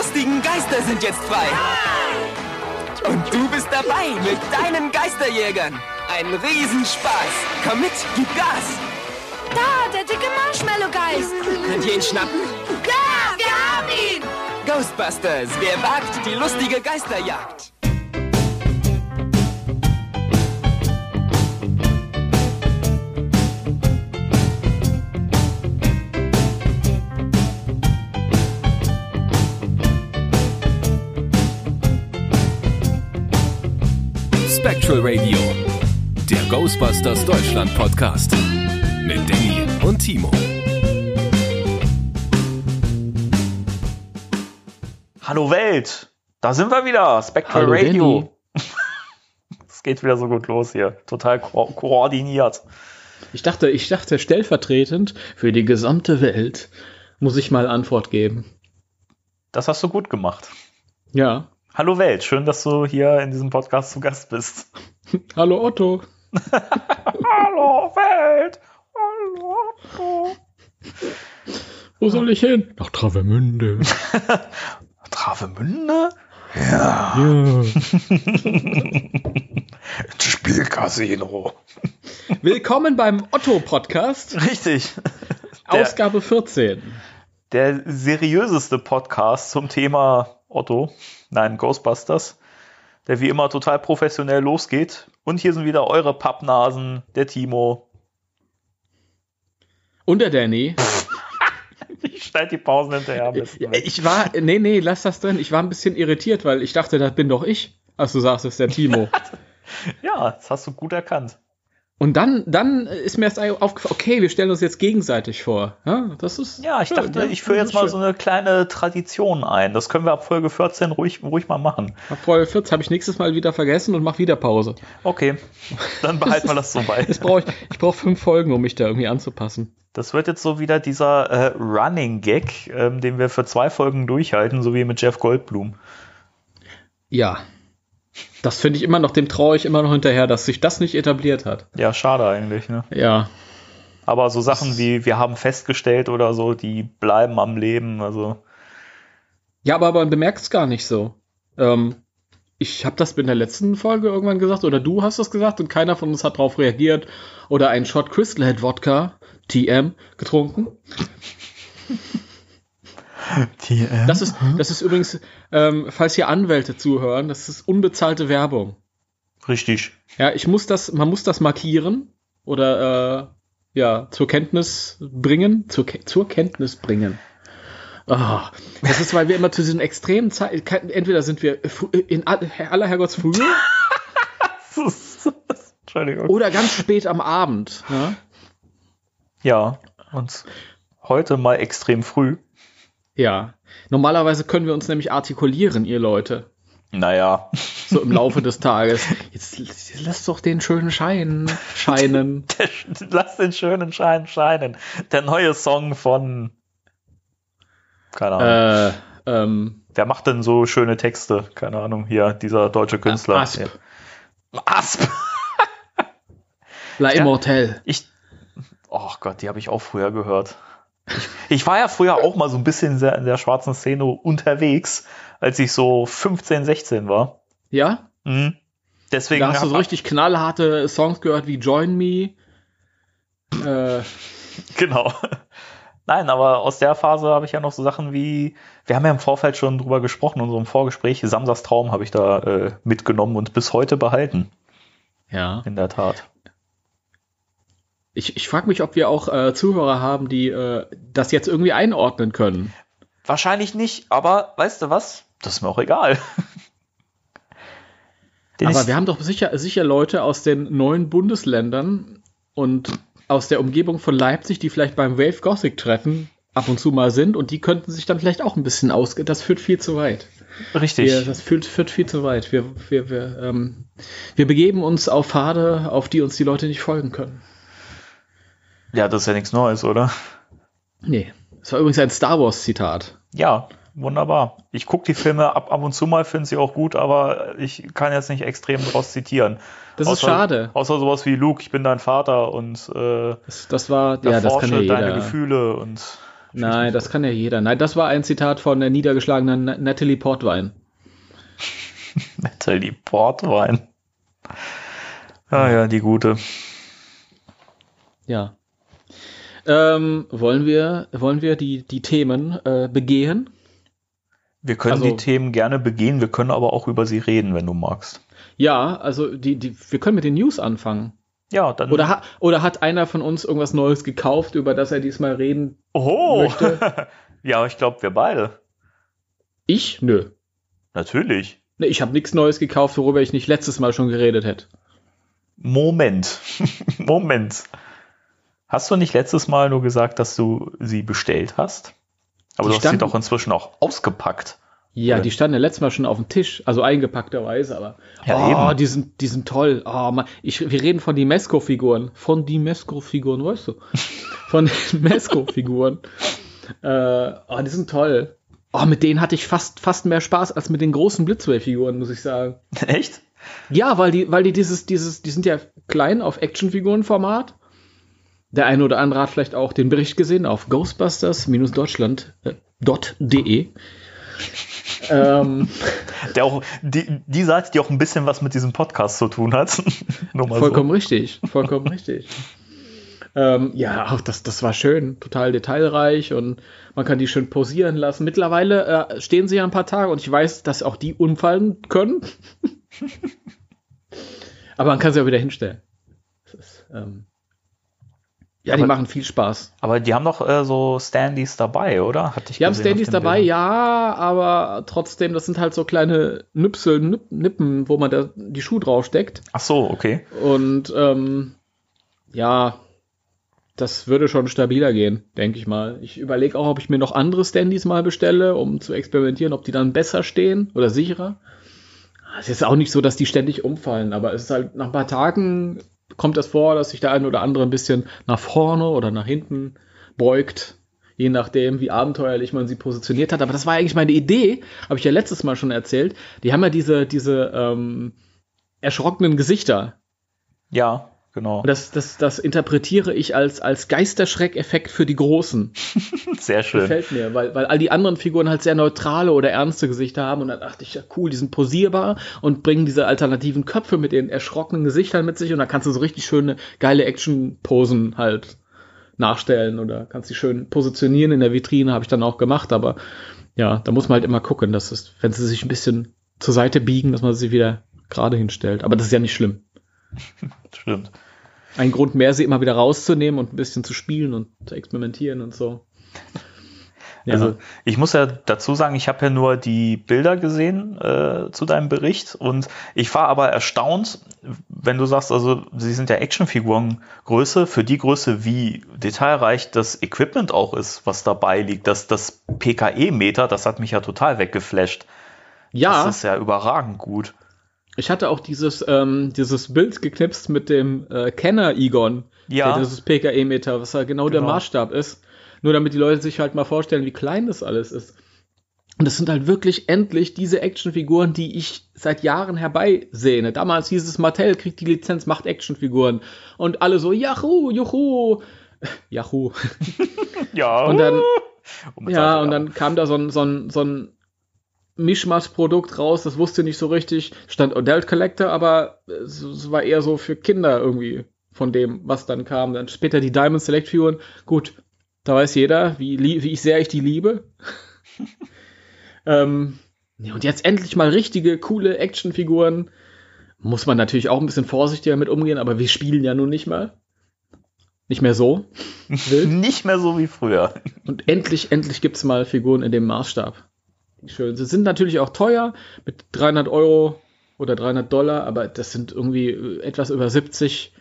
lustigen Geister sind jetzt frei. Und du bist dabei mit deinen Geisterjägern. Ein Riesenspaß. Komm mit, gib Gas. Da, der dicke Marshmallow-Geist. Könnt ihr ihn schnappen? Ja, wir haben ihn. Ghostbusters, wer wagt die lustige Geisterjagd? Spectral Radio, der Ghostbusters Deutschland Podcast mit Danny und Timo. Hallo Welt, da sind wir wieder, Spectral Hallo Radio. Es geht wieder so gut los hier, total koordiniert. Ich dachte, stellvertretend für die gesamte Welt muss ich mal Antwort geben. Das hast du gut gemacht. Ja. Hallo Welt, schön, dass du hier in diesem Podcast zu Gast bist. Hallo Otto. Hallo Welt. Hallo Otto. Wo soll ich hin? Nach Travemünde. Travemünde? Ja. Ja. Spielcasino. Willkommen beim Otto-Podcast. Richtig. Ausgabe 14. Der seriöseste Podcast zum Thema Ghostbusters, der wie immer total professionell losgeht. Und hier sind wieder eure Pappnasen, der Timo. Und der Danny. Ich schneide die Pausen hinterher. Lass das drin. Ich war ein bisschen irritiert, weil ich dachte, das bin doch ich, als du sagst, es ist der Timo. Ja, das hast du gut erkannt. Und dann ist mir erst aufgefallen, okay, wir stellen uns jetzt gegenseitig vor. Ja, das ist ja, ich schön, dachte, ich führe jetzt mal so eine kleine Tradition ein. Das können wir ab Folge 14 ruhig mal machen. Ab Folge 14 habe ich nächstes Mal wieder vergessen und mache wieder Pause. Okay, dann behalten wir das so bei. Ich brauche 5 Folgen, um mich da irgendwie anzupassen. Das wird jetzt so wieder dieser Running Gag, den wir für 2 Folgen durchhalten, so wie mit Jeff Goldblum. Ja. Das finde ich immer noch, dem traue ich immer noch hinterher, dass sich das nicht etabliert hat. Ja, schade eigentlich, ne? Ja. Aber so Sachen wie wir haben festgestellt oder so, die bleiben am Leben, also. Ja, aber man bemerkt es gar nicht so. Ich habe das in der letzten Folge irgendwann gesagt, oder du hast das gesagt und keiner von uns hat darauf reagiert oder einen Shot Crystal Head Wodka, TM, getrunken. TM? Das ist übrigens, falls hier Anwälte zuhören, das ist unbezahlte Werbung. Richtig. Ja, man muss das markieren oder zur Kenntnis bringen. Zur Kenntnis bringen. Oh, das ist, weil wir immer zu diesen extremen Zeiten, entweder sind wir in aller Herrgottsfrühe Entschuldigung. Oder ganz spät am Abend. Ja, und heute mal extrem früh. Ja, normalerweise können wir uns nämlich artikulieren, ihr Leute. Naja. So im Laufe des Tages. Jetzt lass doch den schönen Schein scheinen. Lass den schönen Schein scheinen. Der neue Song von keine Ahnung. Wer macht denn so schöne Texte? Keine Ahnung, hier, dieser deutsche Künstler. Asp. Ja. Asp. La Immortelle. Oh Gott, die habe ich auch früher gehört. Ich war ja früher auch mal so ein bisschen in der schwarzen Szene unterwegs, als ich so 15, 16 war. Ja? Mhm. Deswegen da hast du so richtig knallharte Songs gehört wie Join Me. Genau. Nein, aber aus der Phase habe ich ja noch so Sachen wie, wir haben ja im Vorfeld schon drüber gesprochen, in unserem Vorgespräch, Samsas Traum habe ich da mitgenommen und bis heute behalten. Ja. In der Tat. Ich frage mich, ob wir auch Zuhörer haben, die das jetzt irgendwie einordnen können. Wahrscheinlich nicht, aber weißt du was? Das ist mir auch egal. Aber wir haben doch sicher Leute aus den neuen Bundesländern und aus der Umgebung von Leipzig, die vielleicht beim Wave Gothic Treffen ab und zu mal sind und die könnten sich dann vielleicht auch ein bisschen das führt viel zu weit. Richtig. Das führt viel zu weit. Wir begeben uns auf Pfade, auf die uns die Leute nicht folgen können. Ja, das ist ja nichts Neues, oder? Nee. Das war übrigens ein Star Wars Zitat. Ja, wunderbar. Ich gucke die Filme ab und zu mal, finde sie auch gut, aber ich kann jetzt nicht extrem draus zitieren. Das ist schade. Außer sowas wie Luke, ich bin dein Vater und das kann ja jeder. deine Gefühle und Nein, das kann ja jeder. Nein, das war ein Zitat von der niedergeschlagenen Natalie Portwine. Natalie Portwine. Ah ja, die gute. Ja. Wollen wir die Themen begehen? Wir können die Themen gerne begehen, wir können aber auch über sie reden, wenn du magst. Ja, also wir können mit den News anfangen. Ja, dann. Oder hat einer von uns irgendwas Neues gekauft, über das er diesmal reden möchte? Ja, ich glaube, wir beide. Ich? Nö. Natürlich. Ne, ich habe nichts Neues gekauft, worüber ich nicht letztes Mal schon geredet hätte. Moment. Hast du nicht letztes Mal nur gesagt, dass du sie bestellt hast? Aber du hast sie doch inzwischen auch ausgepackt. Ja, die standen ja letztes Mal schon auf dem Tisch, also eingepackterweise, aber ja, eben. Die sind toll. Wir reden von die Mesco-Figuren. Weißt du? Von den Mesco-Figuren. Die sind toll. Mit denen hatte ich fast mehr Spaß als mit den großen Blitzway-Figuren, muss ich sagen. Echt? Ja, weil die die sind ja klein auf Actionfigurenformat. Der eine oder andere hat vielleicht auch den Bericht gesehen auf Ghostbusters-Deutschland.de. Der auch, die Seite, die auch ein bisschen was mit diesem Podcast zu tun hat. Nur mal vollkommen so. Richtig. Das war schön, total detailreich und man kann die schön posieren lassen. Mittlerweile stehen sie ja ein paar Tage und ich weiß, dass auch die umfallen können. Aber man kann sie auch wieder hinstellen. Das ist, die machen viel Spaß. Aber die haben doch so Standys dabei, oder? Die haben Standys dabei, ja, aber trotzdem, das sind halt so kleine Nippen, wo man die Schuhe draufsteckt. Ach so, okay. Und das würde schon stabiler gehen, denke ich mal. Ich überlege auch, ob ich mir noch andere Standys mal bestelle, um zu experimentieren, ob die dann besser stehen oder sicherer. Es ist auch nicht so, dass die ständig umfallen, aber es ist halt nach ein paar Tagen kommt es vor, dass sich der eine oder andere ein bisschen nach vorne oder nach hinten beugt, je nachdem, wie abenteuerlich man sie positioniert hat. Aber das war eigentlich meine Idee, habe ich ja letztes Mal schon erzählt. Die haben ja diese erschrockenen Gesichter. Ja, genau. Und das interpretiere ich als Geisterschreck-Effekt für die Großen. Sehr schön. Gefällt mir, weil all die anderen Figuren halt sehr neutrale oder ernste Gesichter haben und dann dachte ich, ja cool, die sind posierbar und bringen diese alternativen Köpfe mit den erschrockenen Gesichtern mit sich und dann kannst du so richtig schöne, geile Action-Posen halt nachstellen oder kannst die schön positionieren in der Vitrine, habe ich dann auch gemacht, aber ja, da muss man halt immer gucken, dass es, wenn sie sich ein bisschen zur Seite biegen, dass man sie wieder gerade hinstellt, aber das ist ja nicht schlimm. Stimmt. Ein Grund mehr, sie immer wieder rauszunehmen und ein bisschen zu spielen und zu experimentieren und so. Ja. Also ich muss ja dazu sagen, ich habe ja nur die Bilder gesehen zu deinem Bericht und ich war aber erstaunt, wenn du sagst, also sie sind ja Actionfigurengröße, für die Größe, wie detailreich das Equipment auch ist, was dabei liegt. Das PKE-Meter, das hat mich ja total weggeflasht. Ja. Das ist ja überragend gut. Ich hatte auch dieses Bild geknipst mit dem Kenner Egon, dieses PKE-Meter, was ja genau der Maßstab ist. Nur damit die Leute sich halt mal vorstellen, wie klein das alles ist. Und das sind halt wirklich endlich diese Actionfiguren, die ich seit Jahren herbeisehne. Damals hieß es, Mattel kriegt die Lizenz, macht Actionfiguren. Und alle so, Yahoo. Ja. Und dann kam da so ein Mischmasch-Produkt raus, das wusste nicht so richtig, stand Adult Collector, aber es war eher so für Kinder irgendwie von dem, was dann kam. Dann später die Diamond Select Figuren, gut, da weiß jeder, wie sehr ich die liebe. Und jetzt endlich mal richtige, coole Actionfiguren. Muss man natürlich auch ein bisschen vorsichtiger mit umgehen, aber wir spielen ja nun nicht mal. Nicht mehr so wild. Nicht mehr so wie früher. Und endlich gibt's mal Figuren in dem Maßstab. Schön. Sie sind natürlich auch teuer, mit 300 € oder $300, aber das sind irgendwie etwas über 70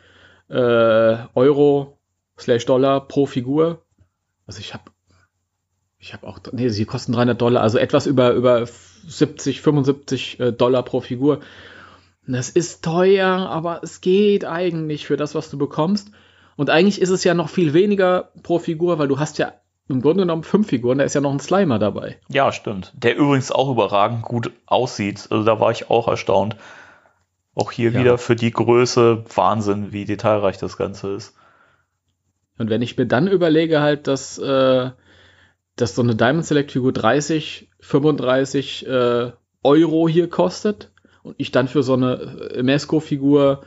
Euro/Dollar pro Figur. Also ich habe auch, sie kosten $300, also etwas über 70, 75 Dollar pro Figur. Das ist teuer, aber es geht eigentlich für das, was du bekommst. Und eigentlich ist es ja noch viel weniger pro Figur, weil du hast ja im Grunde genommen 5 Figuren, da ist ja noch ein Slimer dabei. Ja, stimmt. Der übrigens auch überragend gut aussieht. Also da war ich auch erstaunt. Auch hier wieder für die Größe Wahnsinn, wie detailreich das Ganze ist. Und wenn ich mir dann überlege halt, dass dass so eine Diamond Select Figur 30, 35 Euro hier kostet und ich dann für so eine Mezco-Figur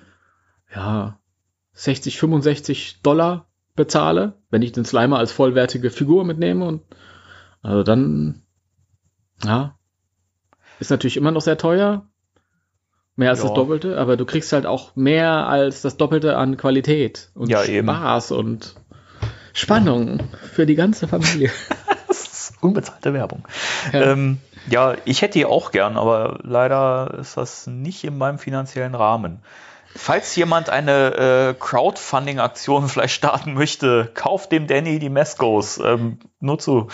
60, 65 Dollar bezahle, wenn ich den Slimer als vollwertige Figur mitnehme. Und also dann, ist natürlich immer noch sehr teuer. Mehr als das Doppelte, aber du kriegst halt auch mehr als das Doppelte an Qualität und Spaß und Spannung für die ganze Familie. Das ist unbezahlte Werbung. Ich hätte die auch gern, aber leider ist das nicht in meinem finanziellen Rahmen. Falls jemand eine Crowdfunding-Aktion vielleicht starten möchte, kauft dem Danny die Mezcos. Nur zu.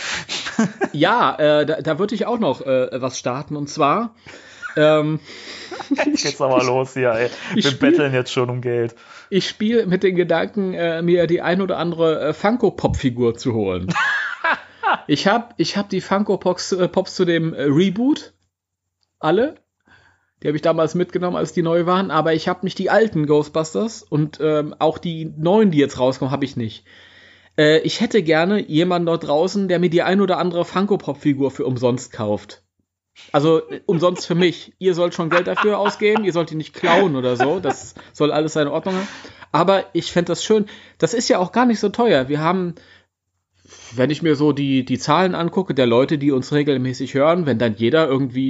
Da würde ich auch noch was starten. Und zwar Jetzt geht's aber los hier, ey. Wir betteln jetzt schon um Geld. Ich spiele mit den Gedanken, mir die ein oder andere Funko-Pop-Figur zu holen. Ich hab die Funko-Pops zu dem Reboot. Alle. Die habe ich damals mitgenommen, als die neu waren. Aber ich habe nicht die alten Ghostbusters. Und auch die neuen, die jetzt rauskommen, habe ich nicht. Ich hätte gerne jemanden dort draußen, der mir die ein oder andere Funko-Pop-Figur für umsonst kauft. Also umsonst für mich. Ihr sollt schon Geld dafür ausgeben, ihr sollt die nicht klauen oder so. Das soll alles seine Ordnung haben. Aber ich fände das schön. Das ist ja auch gar nicht so teuer. Wir haben, wenn ich mir so die Zahlen angucke, der Leute, die uns regelmäßig hören, wenn dann jeder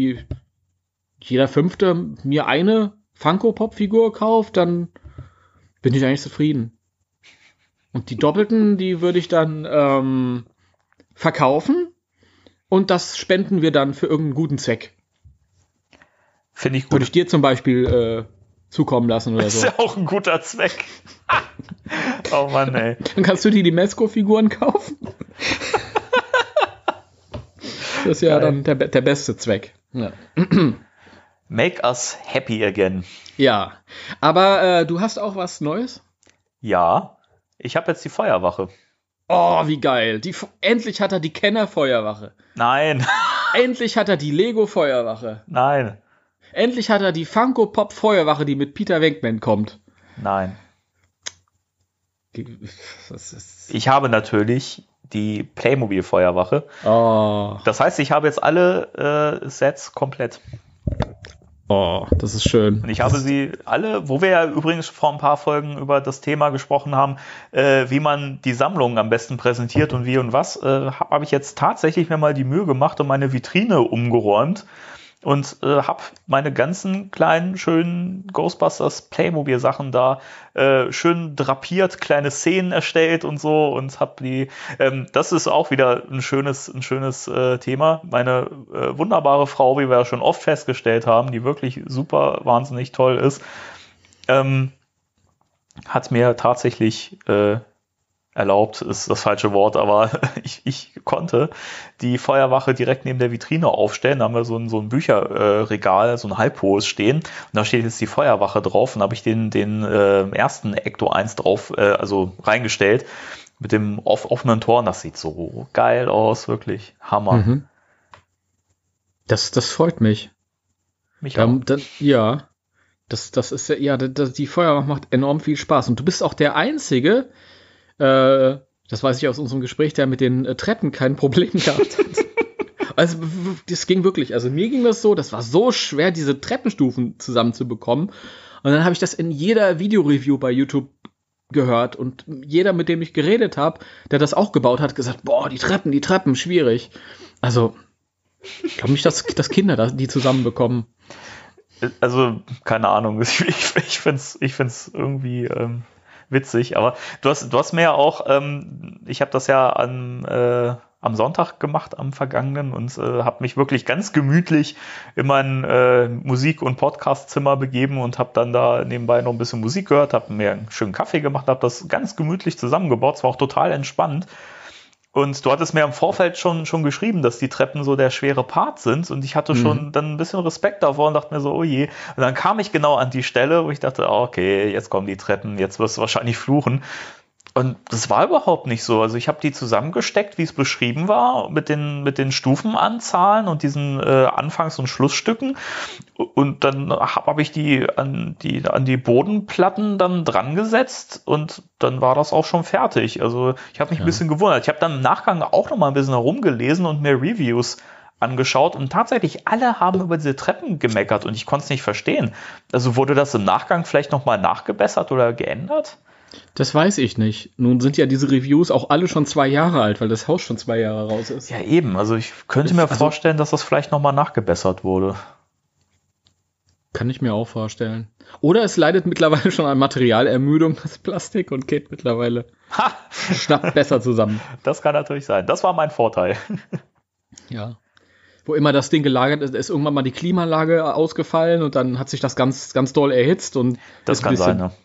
Fünfte mir eine Funko-Pop-Figur kauft, dann bin ich eigentlich zufrieden. Und die Doppelten, die würde ich dann verkaufen. Und das spenden wir dann für irgendeinen guten Zweck. Finde ich gut. Würde ich dir zum Beispiel zukommen lassen oder so. Das ist ja auch ein guter Zweck. Oh Mann, ey. Dann kannst du dir die Mezco-Figuren kaufen. Das ist ja dann der beste Zweck. Ja. Make us happy again. Ja, aber du hast auch was Neues? Ja, ich habe jetzt die Feuerwache. Oh, wie geil. Endlich hat er die Kenner-Feuerwache. Nein. Endlich hat er die Lego-Feuerwache. Nein. Endlich hat er die Funko-Pop-Feuerwache, die mit Peter Venkman kommt. Nein. Ich habe natürlich die Playmobil-Feuerwache. Oh. Das heißt, ich habe jetzt alle Sets komplett. Oh, das ist schön. Und ich habe sie alle, wo wir ja übrigens vor ein paar Folgen über das Thema gesprochen haben, wie man die Sammlung am besten präsentiert und wie und was, habe ich jetzt tatsächlich mir mal die Mühe gemacht und meine Vitrine umgeräumt und habe meine ganzen kleinen, schönen Ghostbusters Playmobil-Sachen da schön drapiert, kleine Szenen erstellt und so und habe die, das ist auch wieder ein schönes Thema. Meine wunderbare Frau, wie wir ja schon oft festgestellt haben, die wirklich super wahnsinnig toll ist, hat mir tatsächlich erlaubt, ist das falsche Wort, aber ich konnte die Feuerwache direkt neben der Vitrine aufstellen. Da haben wir so ein Bücherregal, so ein halbhohes stehen. Und da steht jetzt die Feuerwache drauf. Und da habe ich den ersten Ecto 1 drauf, also reingestellt mit dem offenen Tor. Und das sieht so geil aus, wirklich. Hammer. Mhm. Das freut mich. Mich auch. Ja, das ist ja, die Feuerwache macht enorm viel Spaß. Und du bist auch der Einzige, das weiß ich aus unserem Gespräch, der mit den Treppen kein Problem gehabt hat. Also, das ging wirklich. Also, mir ging das so, das war so schwer, diese Treppenstufen zusammenzubekommen. Und dann habe ich das in jeder Videoreview bei YouTube gehört. Und jeder, mit dem ich geredet habe, der das auch gebaut hat, gesagt, boah, die Treppen, schwierig. Also, ich glaube nicht, dass Kinder die zusammenbekommen. Also, keine Ahnung. Ich find's irgendwie witzig, aber du hast mir ja auch, ich habe das ja am Sonntag gemacht, am vergangenen, und habe mich wirklich ganz gemütlich in mein Musik- und Podcast-Zimmer begeben und habe dann da nebenbei noch ein bisschen Musik gehört, habe mir einen schönen Kaffee gemacht, habe das ganz gemütlich zusammengebaut, es war auch total entspannt. Und du hattest mir im Vorfeld schon geschrieben, dass die Treppen so der schwere Part sind, und ich hatte schon dann ein bisschen Respekt davor und dachte mir so, oh je. Und dann kam ich genau an die Stelle, wo ich dachte, okay, jetzt kommen die Treppen, jetzt wirst du wahrscheinlich fluchen. Und das war überhaupt nicht so. Also ich habe die zusammengesteckt, wie es beschrieben war, mit den Stufenanzahlen und diesen Anfangs- und Schlussstücken. Und dann habe ich die an die Bodenplatten dann dran gesetzt und dann war das auch schon fertig. Also ich habe mich ein bisschen gewundert. Ich habe dann im Nachgang auch noch mal ein bisschen herumgelesen und mir Reviews angeschaut und tatsächlich alle haben über diese Treppen gemeckert und ich konnte es nicht verstehen. Also wurde das im Nachgang vielleicht noch mal nachgebessert oder geändert? Das weiß ich nicht. Nun sind ja diese Reviews auch alle schon 2 Jahre alt, weil das Haus schon 2 Jahre raus ist. Ja, eben. Also ich könnte mir vorstellen, dass das vielleicht nochmal nachgebessert wurde. Kann ich mir auch vorstellen. Oder es leidet mittlerweile schon an Materialermüdung, das Plastik, und geht mittlerweile schnappt besser zusammen. Das kann natürlich sein. Das war mein Vorteil. Ja. Wo immer das Ding gelagert ist irgendwann mal die Klimaanlage ausgefallen und dann hat sich das ganz, ganz doll erhitzt. Und das kann sein, ne?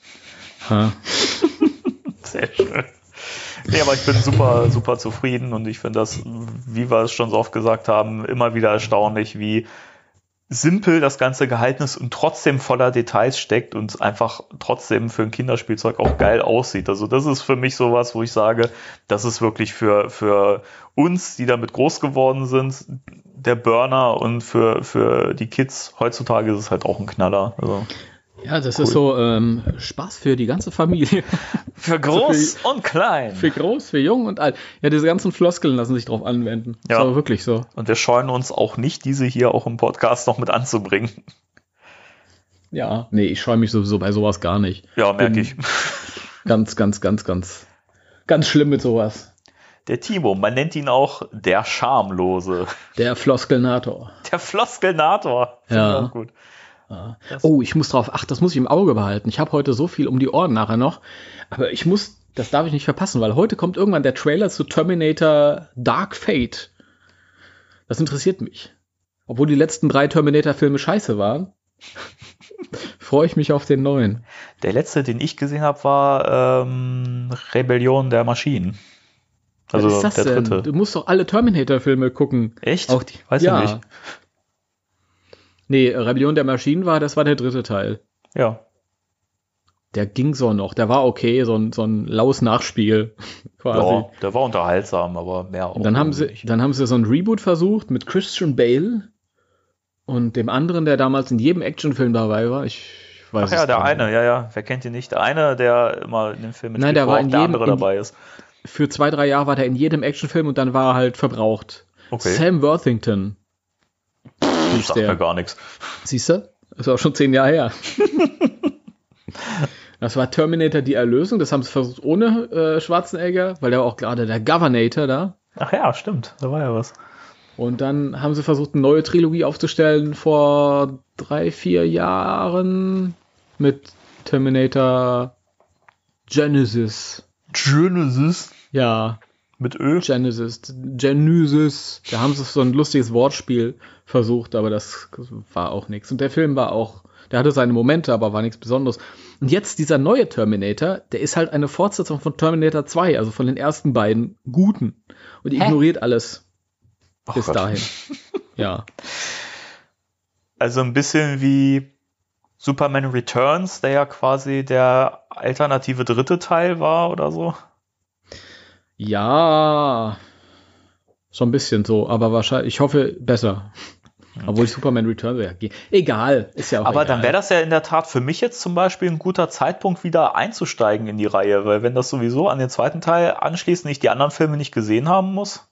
Sehr schön. Nee, aber ich bin super, super zufrieden und ich finde das, wie wir es schon so oft gesagt haben, immer wieder erstaunlich, wie simpel das Ganze gehalten ist und trotzdem voller Details steckt und einfach trotzdem für ein Kinderspielzeug auch geil aussieht. Also das ist für mich sowas, wo ich sage, das ist wirklich für uns, die damit groß geworden sind, der Burner, und für die Kids heutzutage ist es halt auch ein Knaller. Also ja, das ist so Spaß für die ganze Familie. Für groß und klein. Für groß, für jung und alt. Ja, diese ganzen Floskeln lassen sich drauf anwenden. Ja. Ist aber wirklich so. Und wir scheuen uns auch nicht, diese hier auch im Podcast noch mit anzubringen. Ja, nee, ich scheue mich sowieso bei sowas gar nicht. Ja, merke ich. Ganz schlimm mit sowas. Der Timo, man nennt ihn auch der Schamlose. Der Floskelnator. Der Floskelnator. Ja. Auch gut. Ja. Oh, ich muss drauf, das muss ich im Auge behalten. Ich habe heute so viel um die Ohren nachher noch, aber das darf ich nicht verpassen, weil heute kommt irgendwann der Trailer zu Terminator Dark Fate. Das interessiert mich. Obwohl die letzten 3 Terminator-Filme scheiße waren, freue ich mich auf den neuen. Der letzte, den ich gesehen habe, war Rebellion der Maschinen. Also was ist das der denn? dritte. Du musst doch alle Terminator-Filme gucken. Echt? Auch die, weiß ich nicht. Nee, Rebellion der Maschinen das war der 3. Teil. Ja. Der ging so noch, der war okay, so ein laues Nachspiel quasi. Ja, der war unterhaltsam, aber mehr auch. Und dann haben sie so ein Reboot versucht mit Christian Bale und dem anderen, der damals in jedem Actionfilm dabei war. Ich weiß Ach ja, der eine, ja. Wer kennt ihn nicht? Der eine, der immer in den Filmen Nein, der war in der jedem, andere dabei ist. Für 2-3 Jahre war der in jedem Actionfilm und dann war er halt verbraucht. Okay. Sam Worthington. Das sagt mir gar nichts. Siehst du? Das ist auch schon 10 Jahre her. Das war Terminator die Erlösung. Das haben sie versucht ohne Schwarzenegger, weil der war auch gerade der Governator da. Ach ja, stimmt. Da war ja was. Und dann haben sie versucht, eine neue Trilogie aufzustellen vor 3-4 Jahren mit Terminator Genesis. Genesis? Ja. Mit Ö? Genesis. Da haben sie so ein lustiges Wortspiel versucht, aber das war auch nichts. Und der Film der hatte seine Momente, aber war nichts Besonderes. Und jetzt dieser neue Terminator, der ist halt eine Fortsetzung von Terminator 2, also von den ersten beiden guten. Und ignoriert alles. Bis dahin. Ja. Also ein bisschen wie Superman Returns, der ja quasi der alternative 3. Teil war oder so. Ja, so ein bisschen so, aber wahrscheinlich, ich hoffe, besser. Obwohl ich Superman Returns, egal, ist ja auch aber egal. dann wäre das ja in der Tat für mich jetzt zum Beispiel ein guter Zeitpunkt, wieder einzusteigen in die Reihe, weil wenn das sowieso an den 2. Teil anschließt und ich die anderen Filme nicht gesehen haben muss.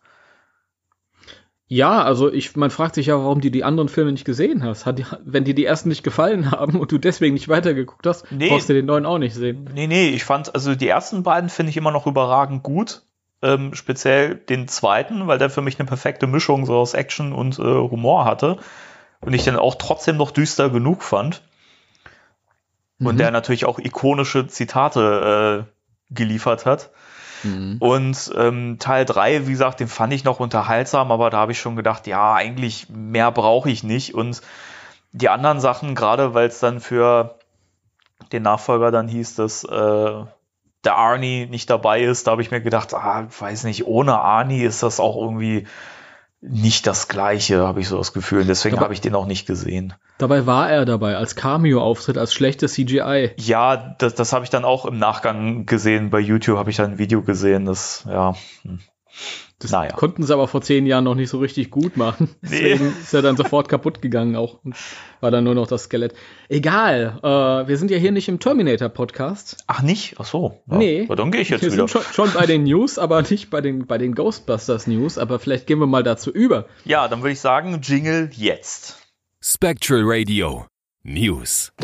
Ja, also man fragt sich ja, warum du die anderen Filme nicht gesehen hast. Wenn dir die ersten nicht gefallen haben und du deswegen nicht weitergeguckt hast, brauchst du den neuen auch nicht sehen. Nee, ich fand, also die ersten beiden finde ich immer noch überragend gut. Speziell den 2., weil der für mich eine perfekte Mischung so aus Action und Humor hatte. Und ich den auch trotzdem noch düster genug fand. Und der natürlich auch ikonische Zitate geliefert hat. Und Teil 3, wie gesagt, den fand ich noch unterhaltsam, aber da habe ich schon gedacht, ja, eigentlich mehr brauche ich nicht. Und die anderen Sachen, gerade weil es dann für den Nachfolger dann hieß, dass der Arnie nicht dabei ist, da habe ich mir gedacht, weiß nicht, ohne Arnie ist das auch irgendwie nicht das Gleiche, habe ich so das Gefühl. Deswegen habe ich den auch nicht gesehen. Dabei war er dabei, als Cameo-Auftritt, als schlechtes CGI. Ja, das habe ich dann auch im Nachgang gesehen. Bei YouTube habe ich dann ein Video gesehen, das, ja... Das konnten sie aber vor 10 Jahren noch nicht so richtig gut machen. Deswegen ist er dann sofort kaputt gegangen auch und war dann nur noch das Skelett. Egal, wir sind ja hier nicht im Terminator-Podcast. Ach nicht? Ach so. Ja. Nee. Ja, dann gehe ich jetzt wir wieder. Wir sind schon bei den News, aber nicht bei den Ghostbusters-News. Aber vielleicht gehen wir mal dazu über. Ja, dann würde ich sagen, Jingle jetzt. Spectral Radio News.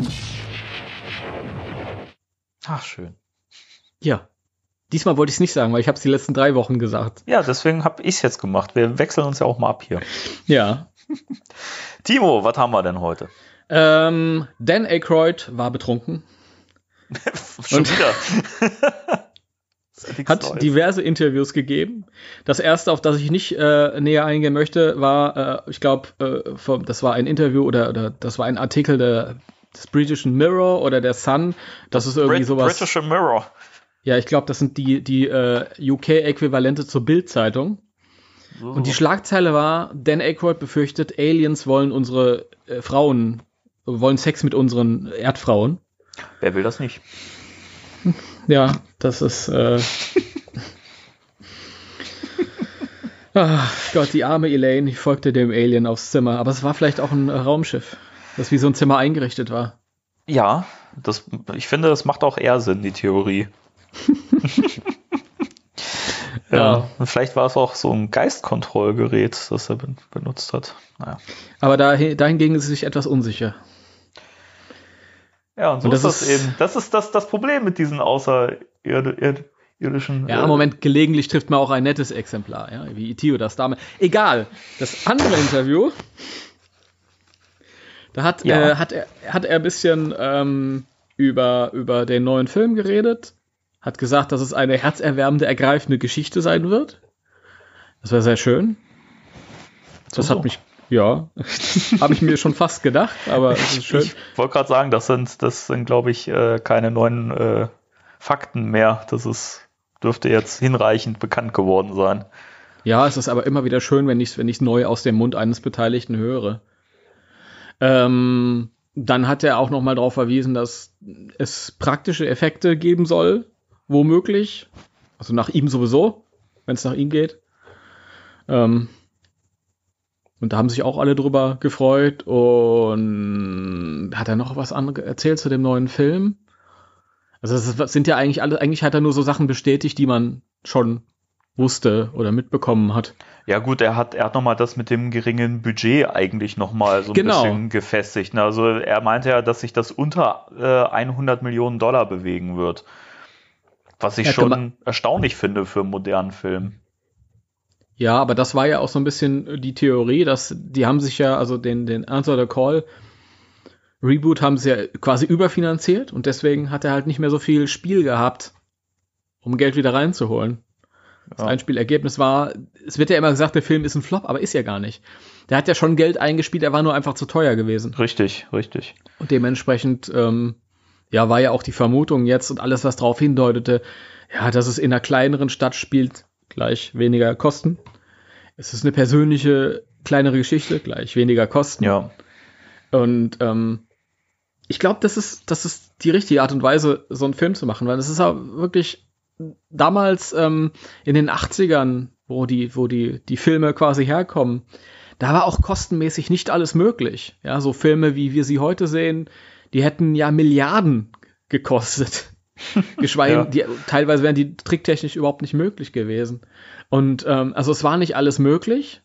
Ach, schön. Ja. Diesmal wollte ich es nicht sagen, weil ich habe es die letzten 3 Wochen gesagt. Ja, deswegen habe ich es jetzt gemacht. Wir wechseln uns ja auch mal ab hier. Ja. Timo, was haben wir denn heute? Dan Aykroyd war betrunken. Schon wieder. Hat diverse Interviews gegeben. Das erste, auf das ich nicht näher eingehen möchte, war, ich glaube, das war ein Interview oder das war ein Artikel des Britischen Mirror oder der Sun. Das ist irgendwie sowas. British Mirror. Ja, ich glaube, das sind die UK-Äquivalente zur Bild-Zeitung. So. Und die Schlagzeile war, Dan Aykroyd befürchtet, Aliens wollen unsere Frauen, wollen Sex mit unseren Erdfrauen. Wer will das nicht? Ja, das ist ach Gott, die arme Elaine, ich folgte dem Alien aufs Zimmer. Aber es war vielleicht auch ein Raumschiff, das wie so ein Zimmer eingerichtet war. Ja, ich finde, das macht auch eher Sinn, die Theorie. Ja, und vielleicht war es auch so ein Geistkontrollgerät, das er benutzt hat. Naja. Aber dahingegen ist es sich etwas unsicher. Ja, und so ist das eben. Das ist das Problem mit diesen außerirdischen... Ja, im Moment gelegentlich trifft man auch ein nettes Exemplar, ja, wie E.T. oder das Dame. Egal, das andere Interview, da hat er ein bisschen über den neuen Film geredet, hat gesagt, dass es eine herzerwärmende, ergreifende Geschichte sein wird. Das war sehr schön. Das hat mich, ja, habe ich mir schon fast gedacht, aber es ist schön. Ich wollte gerade sagen, das sind glaube ich, keine neuen Fakten mehr. Dürfte jetzt hinreichend bekannt geworden sein. Ja, es ist aber immer wieder schön, wenn ich es neu aus dem Mund eines Beteiligten höre. Dann hat er auch nochmal darauf verwiesen, dass es praktische Effekte geben soll, womöglich. Also nach ihm sowieso, wenn es nach ihm geht. Und da haben sich auch alle drüber gefreut. Und hat er noch was anderes erzählt zu dem neuen Film? Also das sind ja eigentlich hat er nur so Sachen bestätigt, die man schon wusste oder mitbekommen hat. Ja gut, er hat nochmal das mit dem geringen Budget eigentlich nochmal so ein bisschen gefestigt. Also er meinte ja, dass sich das unter $100 Millionen bewegen wird. Was ich schon erstaunlich finde für einen modernen Film. Ja, aber das war ja auch so ein bisschen die Theorie, dass die haben sich ja, also den Answer the Call Reboot haben sie ja quasi überfinanziert und deswegen hat er halt nicht mehr so viel Spiel gehabt, um Geld wieder reinzuholen. Das Einspielergebnis war, es wird ja immer gesagt, der Film ist ein Flop, aber ist ja gar nicht. Der hat ja schon Geld eingespielt, er war nur einfach zu teuer gewesen. Richtig. Und dementsprechend, war ja auch die Vermutung jetzt und alles, was darauf hindeutete, ja, dass es in einer kleineren Stadt spielt, gleich weniger Kosten. Es ist eine persönliche, kleinere Geschichte, gleich weniger Kosten. Ja. Und ich glaube, das ist die richtige Art und Weise, so einen Film zu machen, weil es ist auch wirklich damals in den 80ern, wo die Filme quasi herkommen, da war auch kostenmäßig nicht alles möglich. Ja, so Filme, wie wir sie heute sehen, die hätten ja Milliarden gekostet. Geschweige, teilweise wären die tricktechnisch überhaupt nicht möglich gewesen. Und also es war nicht alles möglich.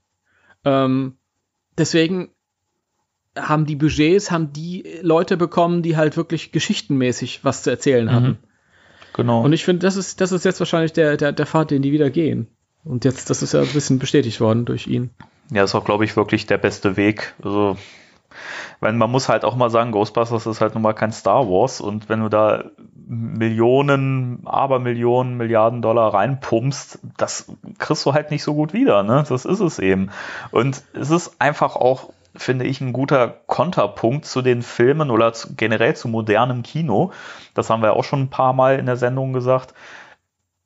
Deswegen haben die Leute bekommen, die halt wirklich geschichtenmäßig was zu erzählen hatten. Genau. Und ich finde, das ist jetzt wahrscheinlich der Pfad, den die wieder gehen. Und jetzt, das ist ja ein bisschen bestätigt worden durch ihn. Ja, ist auch, glaube ich, wirklich der beste Weg. Also, weil man muss halt auch mal sagen, Ghostbusters ist halt nun mal kein Star Wars und wenn du da Milliarden, Milliarden Dollar reinpumpst, das kriegst du halt nicht so gut wieder, ne? Das ist es eben. Und es ist einfach auch, finde ich, ein guter Konterpunkt zu den Filmen oder generell zu modernem Kino. Das haben wir auch schon ein paar Mal in der Sendung gesagt.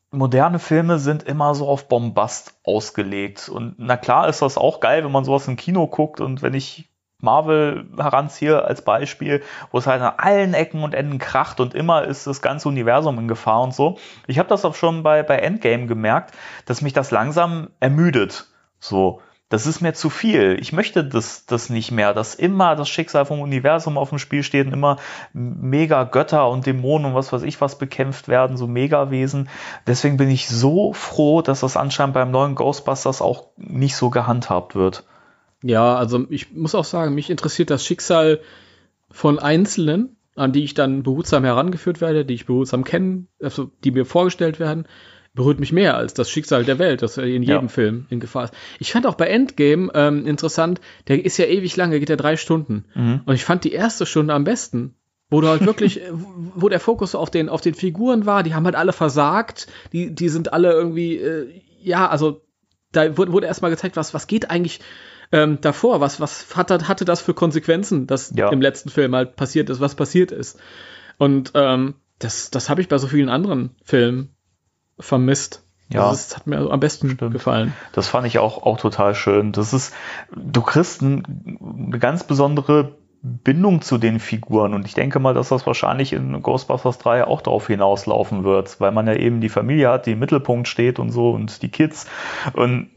moderne Filme sind immer so auf Bombast ausgelegt. Und na klar ist das auch geil, wenn man sowas im Kino guckt und wenn ich Marvel heranziehe als Beispiel, wo es halt an allen Ecken und Enden kracht und immer ist das ganze Universum in Gefahr und so. Ich habe das auch schon bei Endgame gemerkt, dass mich das langsam ermüdet. So, das ist mir zu viel. Ich möchte das nicht mehr, dass immer das Schicksal vom Universum auf dem Spiel steht und immer mega Götter und Dämonen und was weiß ich was bekämpft werden, so Megawesen. Deswegen bin ich so froh, dass das anscheinend beim neuen Ghostbusters auch nicht so gehandhabt wird. Ja, also ich muss auch sagen, mich interessiert das Schicksal von Einzelnen, an die ich dann behutsam herangeführt werde, die ich behutsam kenne, also die mir vorgestellt werden, berührt mich mehr als das Schicksal der Welt, das in jedem Film in Gefahr ist. Ich fand auch bei Endgame interessant, der ist ja ewig lang, der geht ja 3 Stunden. Und ich fand die erste Stunde am besten, wo du halt wirklich, wo der Fokus auf den Figuren war, die haben halt alle versagt, die sind alle irgendwie, also da wurde erstmal gezeigt, was geht eigentlich davor, was hatte das für Konsequenzen, dass im letzten Film halt passiert ist, was passiert ist. Und das habe ich bei so vielen anderen Filmen vermisst. Ja, das hat mir am besten gefallen. Das fand ich auch total schön. Du kriegst eine ganz besondere Bindung zu den Figuren und ich denke mal, dass das wahrscheinlich in Ghostbusters 3 auch darauf hinauslaufen wird, weil man ja eben die Familie hat, die im Mittelpunkt steht und so und die Kids und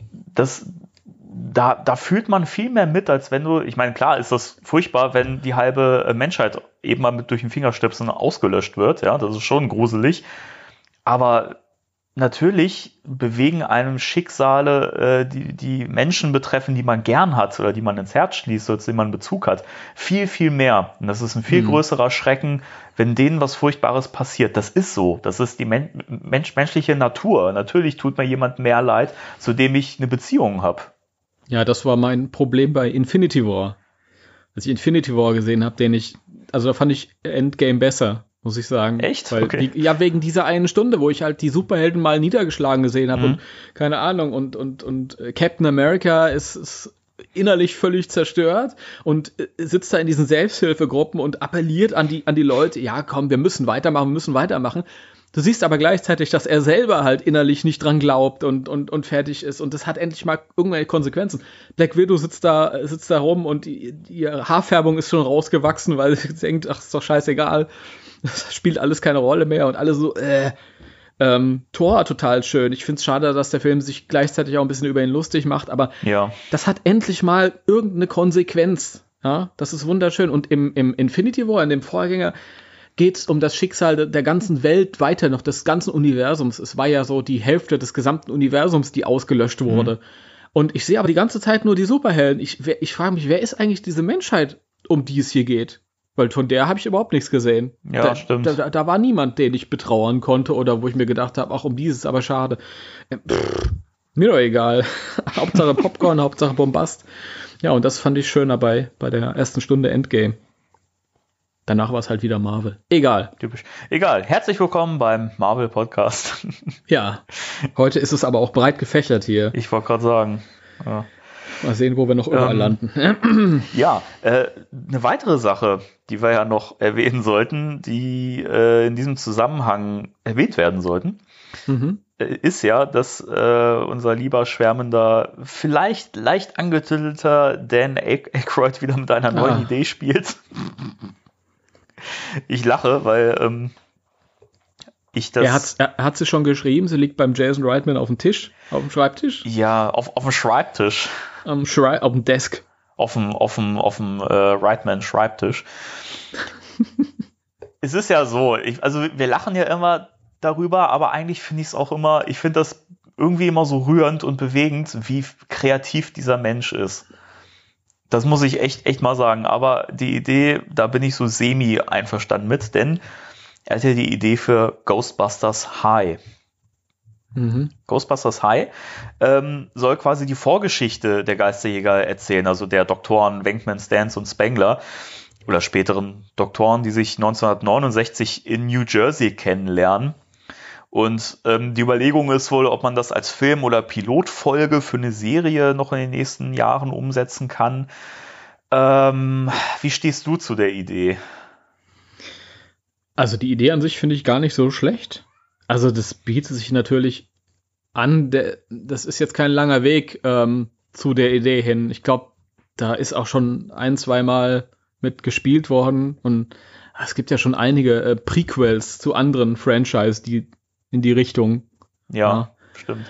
da fühlt man viel mehr mit, als wenn ich meine, klar ist das furchtbar, wenn die halbe Menschheit eben mal mit durch den Fingerstipsen ausgelöscht wird, ja, das ist schon gruselig, aber natürlich bewegen einem Schicksale, die Menschen betreffen, die man gern hat oder die man ins Herz schließt oder zu denen man einen Bezug hat, viel, viel mehr. Und das ist ein viel größerer Schrecken, wenn denen was Furchtbares passiert. Das ist so. Das ist die menschliche Natur. Natürlich tut mir jemand mehr leid, zu dem ich eine Beziehung habe. Ja, das war mein Problem bei Infinity War. Als ich Infinity War gesehen habe, da fand ich Endgame besser. Muss ich sagen. Echt? Weil okay. Wegen dieser einen Stunde, wo ich halt die Superhelden mal niedergeschlagen gesehen habe und keine Ahnung und Captain America ist innerlich völlig zerstört und sitzt da in diesen Selbsthilfegruppen und appelliert an die Leute, ja komm, wir müssen weitermachen. Du siehst aber gleichzeitig, dass er selber halt innerlich nicht dran glaubt und fertig ist und das hat endlich mal irgendwelche Konsequenzen. Black Widow sitzt da rum und ihre Haarfärbung ist schon rausgewachsen, weil sie denkt, ach, ist doch scheißegal. Das spielt alles keine Rolle mehr und alle so, Thor total schön. Ich finde es schade, dass der Film sich gleichzeitig auch ein bisschen über ihn lustig macht, aber das hat endlich mal irgendeine Konsequenz. Ja, das ist wunderschön. Und im Infinity War, in dem Vorgänger, geht es um das Schicksal der ganzen Welt weiter noch, des ganzen Universums. Es war ja so die Hälfte des gesamten Universums, die ausgelöscht wurde. Und ich sehe aber die ganze Zeit nur die Superhelden. Ich frage mich, wer ist eigentlich diese Menschheit, um die es hier geht? Weil von der habe ich überhaupt nichts gesehen. Ja, stimmt. Da war niemand, den ich betrauern konnte oder wo ich mir gedacht habe, ach, um dieses aber schade. Mir doch egal. Hauptsache Popcorn, Hauptsache Bombast. Ja, und das fand ich schön dabei bei der ersten Stunde Endgame. Danach war es halt wieder Marvel. Egal. Typisch. Egal. Herzlich willkommen beim Marvel-Podcast. Ja, heute ist es aber auch breit gefächert hier. Ich wollte gerade sagen. Ja. Mal sehen, wo wir noch überall landen. Ja, eine weitere Sache, die wir ja noch erwähnen sollten, die in diesem Zusammenhang erwähnt werden sollten, ist ja, dass unser lieber schwärmender, vielleicht leicht angetitelter Dan Aykroyd wieder mit einer neuen Idee spielt. Ich lache, weil Er hat sie schon geschrieben, sie liegt beim Jason Reitman auf dem Schreibtisch. Ja, auf dem Schreibtisch. Auf dem Desk. Auf dem Reitman-Schreibtisch. Es ist ja so, wir lachen ja immer darüber, aber eigentlich finde ich finde das irgendwie immer so rührend und bewegend, wie kreativ dieser Mensch ist. Das muss ich echt mal sagen, aber die Idee, da bin ich so semi-einverstanden mit, denn er hat ja die Idee für Ghostbusters High. Ghostbusters High soll quasi die Vorgeschichte der Geisterjäger erzählen, also der Doktoren Venkman, Stantz und Spengler oder späteren Doktoren, die sich 1969 in New Jersey kennenlernen. Und die Überlegung ist wohl, ob man das als Film oder Pilotfolge für eine Serie noch in den nächsten Jahren umsetzen kann. Wie stehst du zu der Idee? Also die Idee an sich finde ich gar nicht so schlecht. Also das bietet sich natürlich an. Das ist jetzt kein langer Weg zu der Idee hin. Ich glaube, da ist auch schon 1-2 Mal mit gespielt worden. Und es gibt ja schon einige Prequels zu anderen Franchise, die in die Richtung. Ja. Stimmt.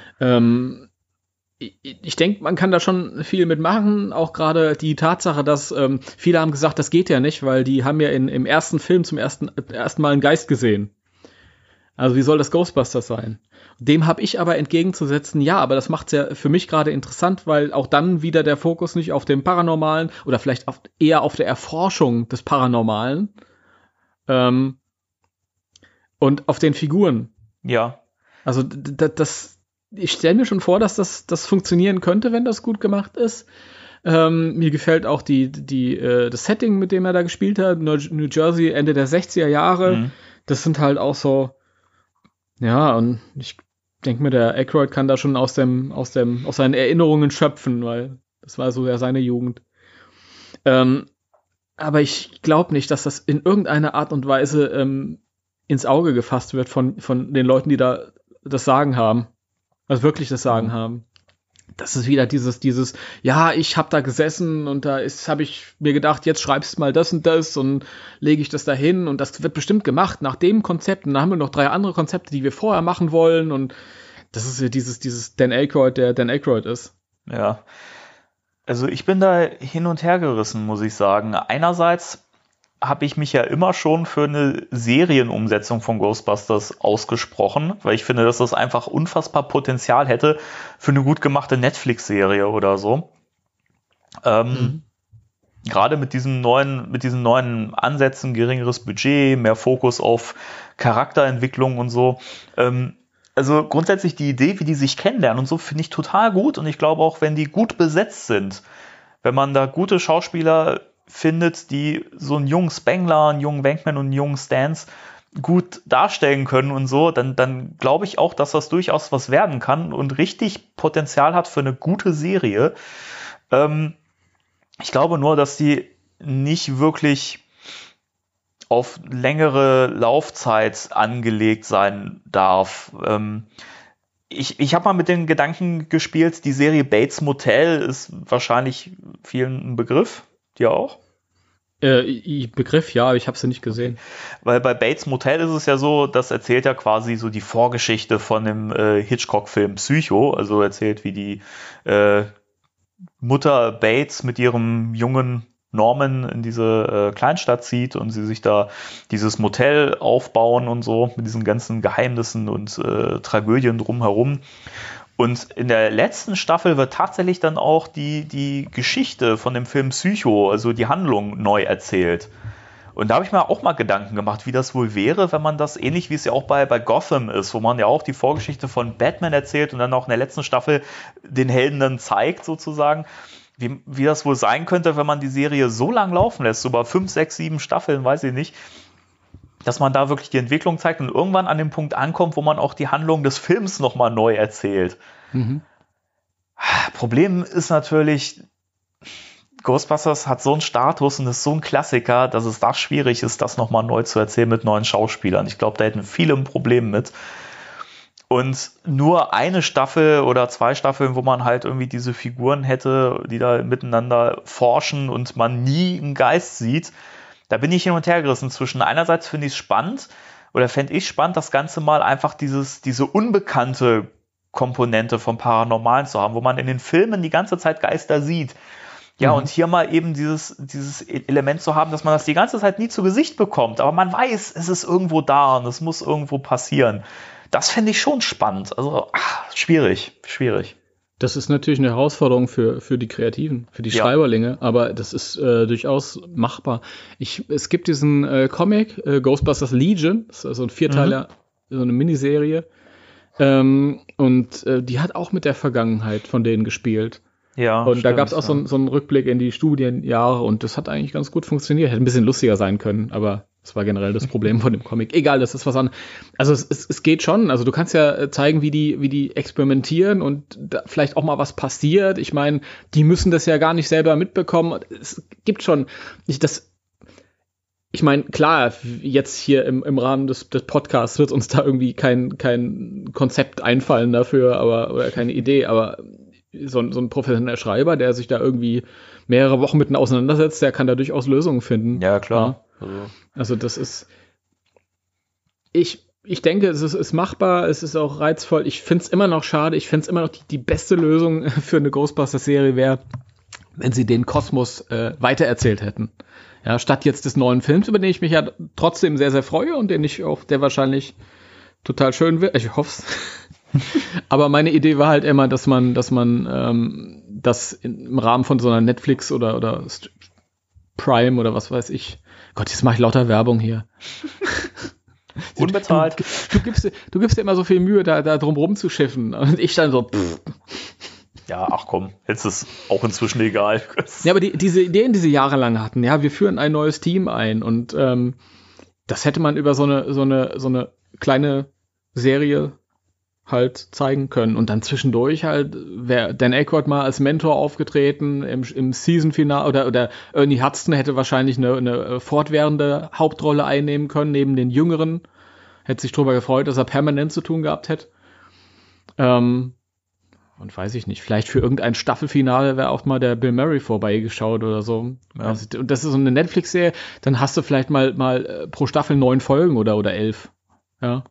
Ich denke, man kann da schon viel mitmachen. Auch gerade die Tatsache, dass viele haben gesagt, das geht ja nicht, weil die haben ja im ersten Film zum ersten Mal einen Geist gesehen. Also wie soll das Ghostbusters sein? Dem habe ich aber entgegenzusetzen, ja, aber das macht es ja für mich gerade interessant, weil auch dann wieder der Fokus nicht auf dem Paranormalen oder vielleicht eher auf der Erforschung des Paranormalen und auf den Figuren. Ja. Also ich stelle mir schon vor, dass das funktionieren könnte, wenn das gut gemacht ist. Mir gefällt auch das Setting, mit dem er da gespielt hat, New Jersey, Ende der 60er Jahre. Mhm. Das sind halt auch so, ja, und ich denke mir, der Aykroyd kann da schon aus seinen Erinnerungen schöpfen, weil das war so ja seine Jugend. Aber ich glaube nicht, dass das in irgendeiner Art und Weise ins Auge gefasst wird von den Leuten, die da das Sagen haben. Also wirklich das Sagen haben. Das ist wieder dieses, ja, ich habe da gesessen und habe ich mir gedacht, jetzt schreibst du mal das und das und lege ich das da hin und das wird bestimmt gemacht nach dem Konzept und dann haben wir noch 3 andere Konzepte, die wir vorher machen wollen und das ist ja dieses Dan Aykroyd, der Dan Aykroyd ist. Ja, also ich bin da hin und her gerissen, muss ich sagen. Einerseits habe ich mich ja immer schon für eine Serienumsetzung von Ghostbusters ausgesprochen, weil ich finde, dass das einfach unfassbar Potenzial hätte für eine gut gemachte Netflix-Serie oder so. Gerade mit diesen neuen Ansätzen, geringeres Budget, mehr Fokus auf Charakterentwicklung und so. Also grundsätzlich die Idee, wie die sich kennenlernen und so, finde ich total gut. Und ich glaube auch, wenn die gut besetzt sind, wenn man da gute Schauspieler findet, die so einen jungen Spengler, einen jungen Venkman und einen jungen Stans gut darstellen können und so, dann glaube ich auch, dass das durchaus was werden kann und richtig Potenzial hat für eine gute Serie. Ich glaube nur, dass die nicht wirklich auf längere Laufzeit angelegt sein darf. Ich habe mal mit den Gedanken gespielt, die Serie Bates Motel ist wahrscheinlich vielen ein Begriff. Dir auch? Begriff, ja, aber ich habe sie nicht gesehen. Weil bei Bates Motel ist es ja so, das erzählt ja quasi so die Vorgeschichte von dem Hitchcock-Film Psycho. Also erzählt, wie die Mutter Bates mit ihrem jungen Norman in diese Kleinstadt zieht und sie sich da dieses Motel aufbauen und so mit diesen ganzen Geheimnissen und Tragödien drumherum. Und in der letzten Staffel wird tatsächlich dann auch die Geschichte von dem Film Psycho, also die Handlung, neu erzählt. Und da habe ich mir auch mal Gedanken gemacht, wie das wohl wäre, wenn man das, ähnlich wie es ja auch bei Gotham ist, wo man ja auch die Vorgeschichte von Batman erzählt und dann auch in der letzten Staffel den Helden dann zeigt sozusagen, wie das wohl sein könnte, wenn man die Serie so lang laufen lässt, so über 5, 6, 7 Staffeln, weiß ich nicht, dass man da wirklich die Entwicklung zeigt und irgendwann an dem Punkt ankommt, wo man auch die Handlung des Films nochmal neu erzählt. Mhm. Problem ist natürlich, Ghostbusters hat so einen Status und ist so ein Klassiker, dass es da schwierig ist, das nochmal neu zu erzählen mit neuen Schauspielern. Ich glaube, da hätten viele ein Problem mit. Und nur eine Staffel oder 2 Staffeln, wo man halt irgendwie diese Figuren hätte, die da miteinander forschen und man nie einen Geist sieht, da bin ich hin und her gerissen zwischen. Einerseits finde ich es spannend, oder fände ich spannend, das Ganze mal einfach diese unbekannte Komponente vom Paranormalen zu haben, wo man in den Filmen die ganze Zeit Geister sieht. Ja, und hier mal eben dieses Element zu haben, dass man das die ganze Zeit nie zu Gesicht bekommt, aber man weiß, es ist irgendwo da und es muss irgendwo passieren. Das fände ich schon spannend. Also, schwierig. Das ist natürlich eine Herausforderung für die Kreativen, für die Schreiberlinge, aber das ist durchaus machbar. Es gibt diesen Comic, Ghostbusters Legion, das ist so ein 4-Teiler, so eine Miniserie, und die hat auch mit der Vergangenheit von denen gespielt. Ja, und da gab es auch so einen Rückblick in die Studienjahre und das hat eigentlich ganz gut funktioniert. Hätte ein bisschen lustiger sein können, aber das war generell das Problem von dem Comic. Egal, das ist was anderes. Also es geht schon. Also du kannst ja zeigen, wie die experimentieren und da vielleicht auch mal was passiert. Ich meine, die müssen das ja gar nicht selber mitbekommen. Es gibt schon nicht das. ich meine, klar, jetzt hier im Rahmen des Podcasts wird uns da irgendwie kein Konzept einfallen dafür, oder keine Idee, aber so ein professioneller Schreiber, der sich da irgendwie mehrere Wochen mit auseinandersetzt, der kann da durchaus Lösungen finden. Ja, klar. Ja. Also das ist, ich denke, es ist machbar, es ist auch reizvoll. Ich finde es immer noch schade, ich finde es immer noch die beste Lösung für eine Ghostbusters-Serie wäre, wenn sie den Kosmos weitererzählt hätten. Ja, statt jetzt des neuen Films, über den ich mich ja trotzdem sehr, sehr freue und der wahrscheinlich total schön wird. Ich hoffe es. Aber meine Idee war halt immer, dass man das im Rahmen von so einer Netflix oder Prime oder was weiß ich. Gott, jetzt mache ich lauter Werbung hier. Unbezahlt. Du gibst dir immer so viel Mühe, da drum rumzuschiffen. Und ich dann so, Ja, ach komm, jetzt ist auch inzwischen egal. Ja, aber diese Ideen, die sie jahrelang hatten, ja, wir führen ein neues Team ein und das hätte man über so eine kleine Serie halt zeigen können und dann zwischendurch halt wäre Dan Aykroyd mal als Mentor aufgetreten im Season-Finale oder Ernie Hudson hätte wahrscheinlich eine fortwährende Hauptrolle einnehmen können neben den Jüngeren, hätte sich drüber gefreut, dass er permanent zu tun gehabt hätte. Und weiß ich nicht, vielleicht für irgendein Staffelfinale wäre auch mal der Bill Murray vorbeigeschaut oder so. Ja. Also, und das ist so eine Netflix-Serie, dann hast du vielleicht mal pro Staffel 9 Folgen oder 11. Ja.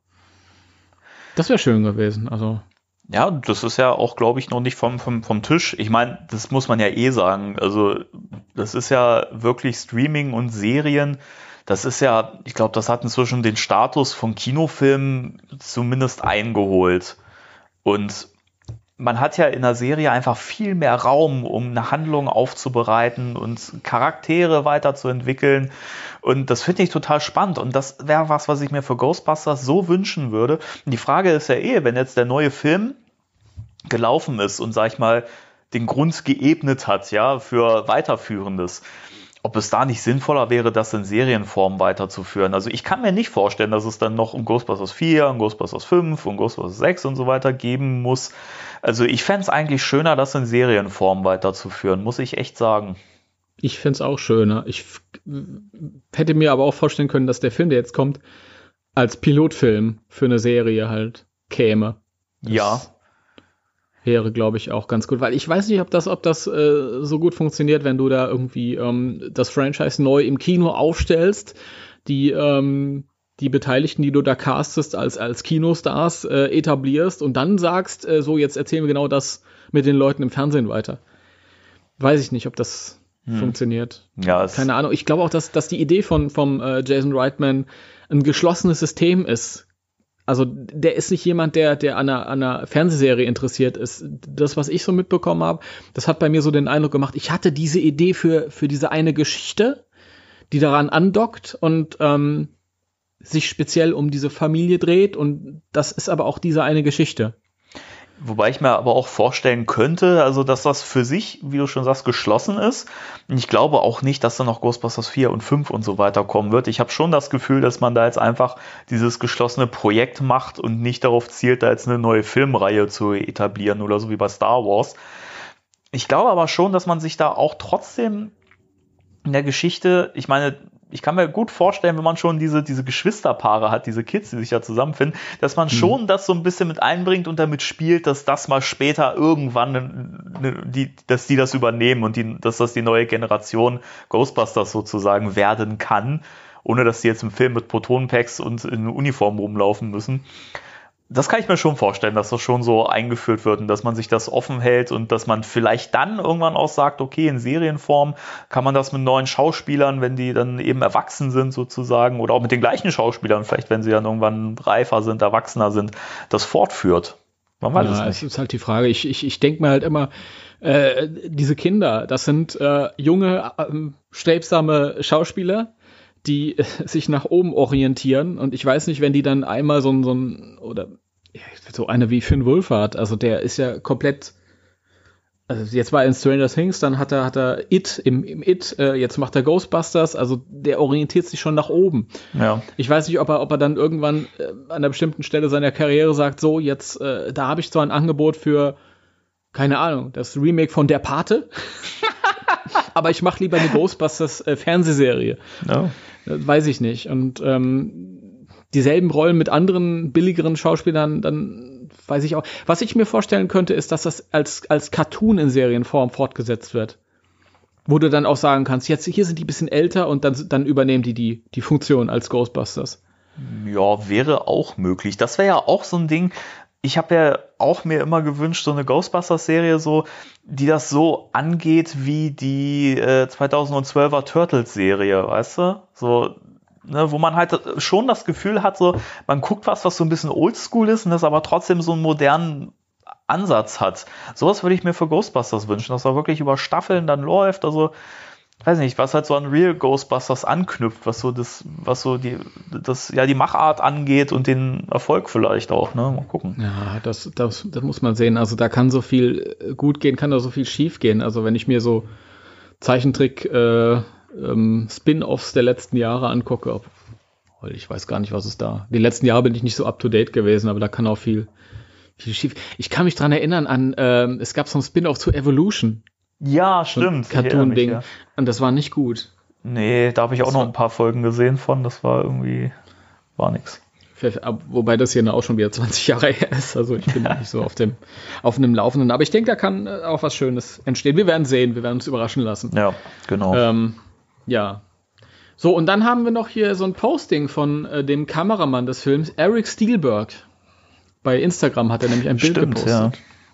Das wäre schön gewesen. Also. Ja, das ist ja auch, glaube ich, noch nicht vom Tisch. Ich meine, das muss man ja sagen. Also, das ist ja wirklich Streaming und Serien. Das ist ja, ich glaube, das hat inzwischen den Status von Kinofilmen zumindest eingeholt. Und man hat ja in der Serie einfach viel mehr Raum, um eine Handlung aufzubereiten und Charaktere weiterzuentwickeln. Und das finde ich total spannend. Und das wäre was ich mir für Ghostbusters so wünschen würde. Und die Frage ist ja wenn jetzt der neue Film gelaufen ist und, sag ich mal, den Grund geebnet hat, ja, für Weiterführendes, ob es da nicht sinnvoller wäre, das in Serienform weiterzuführen. Also ich kann mir nicht vorstellen, dass es dann noch um Ghostbusters 4, um Ghostbusters 5, um Ghostbusters 6 und so weiter geben muss. Also ich fände es eigentlich schöner, das in Serienform weiterzuführen, muss ich echt sagen. Ich fände es auch schöner. Ich hätte mir aber auch vorstellen können, dass der Film, der jetzt kommt, als Pilotfilm für eine Serie halt käme. Ja. Wäre, glaube ich, auch ganz gut. Weil ich weiß nicht, ob das so gut funktioniert, wenn du da irgendwie das Franchise neu im Kino aufstellst, die Beteiligten, die du da castest als Kinostars, etablierst und dann sagst, so, jetzt erzählen wir genau das mit den Leuten im Fernsehen weiter. Weiß ich nicht, ob das funktioniert. Ja, keine Ahnung. Ich glaube auch, dass die Idee vom Jason Reitman ein geschlossenes System ist. Also der ist nicht jemand, der an einer Fernsehserie interessiert ist. Das, was ich so mitbekommen habe, das hat bei mir so den Eindruck gemacht, ich hatte diese Idee für diese eine Geschichte, die daran andockt und sich speziell um diese Familie dreht und das ist aber auch diese eine Geschichte. Wobei ich mir aber auch vorstellen könnte, also dass das für sich, wie du schon sagst, geschlossen ist. Und ich glaube auch nicht, dass da noch Ghostbusters 4 und 5 und so weiter kommen wird. Ich habe schon das Gefühl, dass man da jetzt einfach dieses geschlossene Projekt macht und nicht darauf zielt, da jetzt eine neue Filmreihe zu etablieren oder so wie bei Star Wars. Ich glaube aber schon, dass man sich da auch trotzdem in der Geschichte, ich meine, ich kann mir gut vorstellen, wenn man schon diese Geschwisterpaare hat, diese Kids, die sich ja zusammenfinden, dass man schon das so ein bisschen mit einbringt und damit spielt, dass das mal später irgendwann, dass die das übernehmen und dass das die neue Generation Ghostbusters sozusagen werden kann, ohne dass die jetzt im Film mit Protonenpacks und in Uniform rumlaufen müssen. Das kann ich mir schon vorstellen, dass das schon so eingeführt wird und dass man sich das offen hält und dass man vielleicht dann irgendwann auch sagt, okay, in Serienform kann man das mit neuen Schauspielern, wenn die dann eben erwachsen sind sozusagen oder auch mit den gleichen Schauspielern, vielleicht wenn sie dann irgendwann reifer sind, erwachsener sind, das fortführt. Man weiß es nicht. Es ist halt die Frage, ich denke mir halt immer, diese Kinder, das sind junge, strebsame Schauspieler, die sich nach oben orientieren und ich weiß nicht, wenn die dann einmal so eine wie Finn Wolfhard, also der ist ja komplett, also jetzt war er in Stranger Things, dann hat er It im It, jetzt macht er Ghostbusters, also der orientiert sich schon nach oben. Ja. Ich weiß nicht, ob er dann irgendwann an einer bestimmten Stelle seiner Karriere sagt, so jetzt, da habe ich zwar ein Angebot für, keine Ahnung, das Remake von Der Pate. aber ich mache lieber eine Ghostbusters-Fernsehserie. Ja. Weiß ich nicht. Und dieselben Rollen mit anderen, billigeren Schauspielern, dann weiß ich auch. Was ich mir vorstellen könnte, ist, dass das als Cartoon in Serienform fortgesetzt wird. Wo du dann auch sagen kannst, jetzt hier sind die ein bisschen älter und dann übernehmen die Funktion als Ghostbusters. Ja, wäre auch möglich. Das wäre ja auch so ein Ding. Ich habe ja auch mir immer gewünscht, so eine Ghostbusters-Serie, so, die das so angeht wie die 2012er Turtles-Serie, weißt du? So, ne, wo man halt schon das Gefühl hat, so, man guckt was so ein bisschen oldschool ist und das aber trotzdem so einen modernen Ansatz hat. Sowas würde ich mir für Ghostbusters wünschen, dass er wirklich über Staffeln dann läuft, also weiß nicht, was halt so an Real Ghostbusters anknüpft, was so die Machart angeht und den Erfolg vielleicht auch, ne? Mal gucken. Ja, das muss man sehen. Also da kann so viel gut gehen, kann da so viel schief gehen. Also wenn ich mir so Zeichentrick Spin-Offs der letzten Jahre angucke, ich weiß gar nicht, was es da. Die letzten Jahre bin ich nicht so up-to-date gewesen, aber da kann auch viel schief. Ich kann mich dran erinnern an, es gab so ein Spin-Off zu Evolution. Ja, stimmt. Cartoon-Ding. Ja. Und das war nicht gut. Nee, da habe ich auch noch ein paar Folgen gesehen von. Das war nix. Wobei das hier auch schon wieder 20 Jahre her ist. Also ich bin nicht so auf dem Laufenden. Aber ich denke, da kann auch was Schönes entstehen. Wir werden sehen. Wir werden uns überraschen lassen. Ja, genau. Ja. So, und dann haben wir noch hier so ein Posting von dem Kameramann des Films, Eric Steelberg. Bei Instagram hat er nämlich ein Bild gepostet. Ja.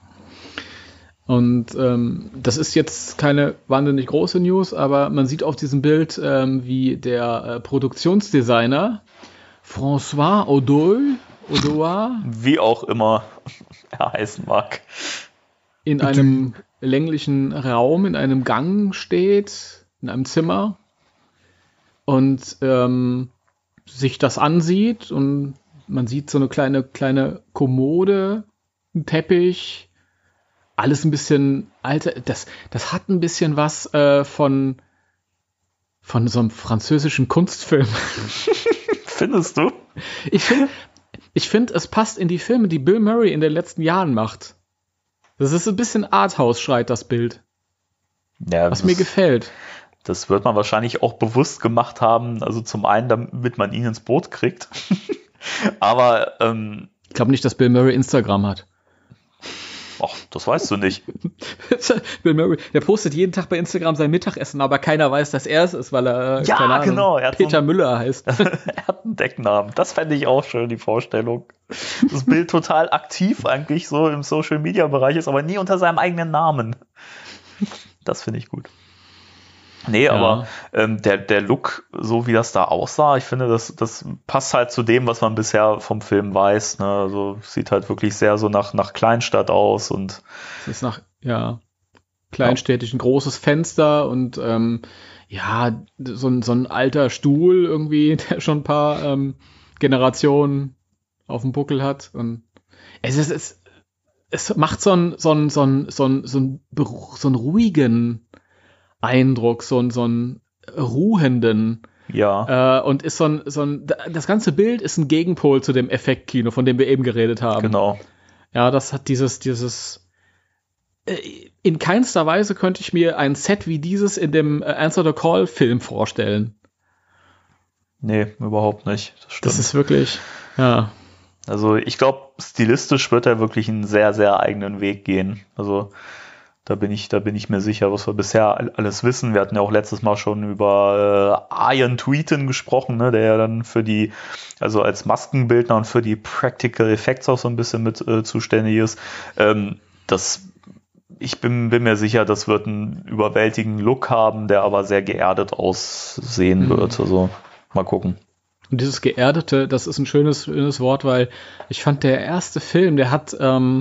Und das ist jetzt keine wahnsinnig große News, aber man sieht auf diesem Bild, wie der Produktionsdesigner François Odoy, wie auch immer er heißen mag, in einem länglichen Raum, in einem Gang steht, in einem Zimmer und sich das ansieht und man sieht so eine kleine Kommode, einen Teppich, alles ein bisschen alter. Das hat ein bisschen was von so einem französischen Kunstfilm. Findest du? Ich finde, es passt in die Filme, die Bill Murray in den letzten Jahren macht. Das ist ein bisschen Arthouse, schreit das Bild. Ja, was mir gefällt. Das wird man wahrscheinlich auch bewusst gemacht haben. Also zum einen, damit man ihn ins Boot kriegt. Aber ich glaube nicht, dass Bill Murray Instagram hat. Ach, das weißt du nicht. Bill Murray, der postet jeden Tag bei Instagram sein Mittagessen, aber keiner weiß, dass er es ist, weil er, keine Ahnung, genau, Peter Müller heißt. Er hat einen Decknamen. Das fände ich auch schön, die Vorstellung. Das Bild total aktiv eigentlich so im Social-Media-Bereich ist, aber nie unter seinem eigenen Namen. Das finde ich gut. Nee, aber der Look, so wie das da aussah, ich finde, das passt halt zu dem, was man bisher vom Film weiß. Ne? Also sieht halt wirklich sehr so nach Kleinstadt aus und es ist nach kleinstädtisch, ein großes Fenster und so ein alter Stuhl irgendwie, der schon ein paar Generationen auf dem Buckel hat und es macht so einen ruhigen Eindruck, so einen ruhenden. Ja. Und ist das ganze Bild ist ein Gegenpol zu dem Effektkino, von dem wir eben geredet haben. Genau. Ja, das hat dieses in keinster Weise könnte ich mir ein Set wie dieses in dem Answer the Call Film vorstellen. Nee, überhaupt nicht. Das stimmt. Das ist wirklich, ja. Also ich glaube, stilistisch wird er wirklich einen sehr, sehr eigenen Weg gehen. Also da bin ich mir sicher, was wir bisher alles wissen. Wir hatten ja auch letztes Mal schon über Ian Tweeton gesprochen, ne, der ja dann also als Maskenbildner und für die Practical Effects auch so ein bisschen mit zuständig ist. Ich bin mir sicher, das wird einen überwältigenden Look haben, der aber sehr geerdet aussehen wird. Also mal gucken. Und dieses Geerdete, das ist ein schönes Wort, weil ich fand, der erste Film, der hat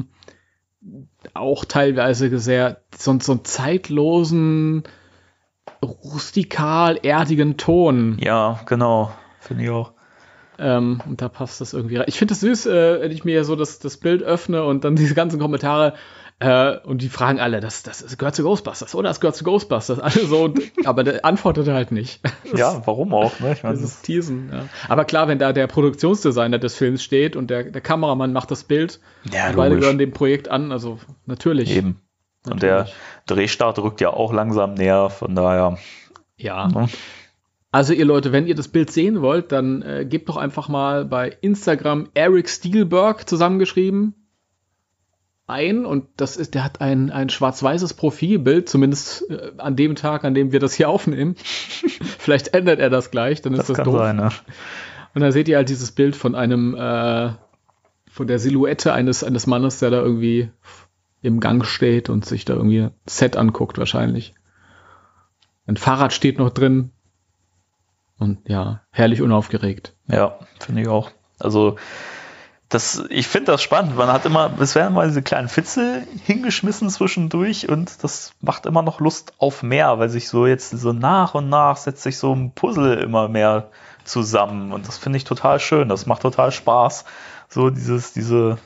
auch teilweise sehr so einen zeitlosen, rustikal erdigen Ton. Ja, genau. Finde ich auch. Und da passt das irgendwie rein. Ich finde es süß, wenn ich mir so das Bild öffne und dann diese ganzen Kommentare und die fragen alle, das gehört zu Ghostbusters, oder? Das gehört zu Ghostbusters. Alle so, aber der antwortet halt nicht. Ja, warum auch? Ne? Ich meine, das ist Teasen, ja. Aber klar, wenn da der Produktionsdesigner des Films steht und der Kameramann macht das Bild, ja, beide gehören dem Projekt an, also natürlich. Eben. Und der Drehstart rückt ja auch langsam näher, von daher. Ja. Also ihr Leute, wenn ihr das Bild sehen wollt, dann gebt doch einfach mal bei Instagram Eric Stielberg zusammengeschrieben ein, und der hat ein schwarz-weißes Profilbild, zumindest an dem Tag, an dem wir das hier aufnehmen. Vielleicht ändert er das gleich, dann ist das kann doof. sein, ne? Und dann seht ihr halt dieses Bild von von der Silhouette eines Mannes, der da irgendwie im Gang steht und sich da irgendwie ein Set anguckt wahrscheinlich. Ein Fahrrad steht noch drin. Und ja, herrlich unaufgeregt. Ja, finde ich auch. Also, ich finde das spannend. Man hat es werden mal diese kleinen Fitzel hingeschmissen zwischendurch, und das macht immer noch Lust auf mehr, weil sich so jetzt so nach und nach setzt sich so ein Puzzle immer mehr zusammen, und das finde ich total schön. Das macht total Spaß, so diese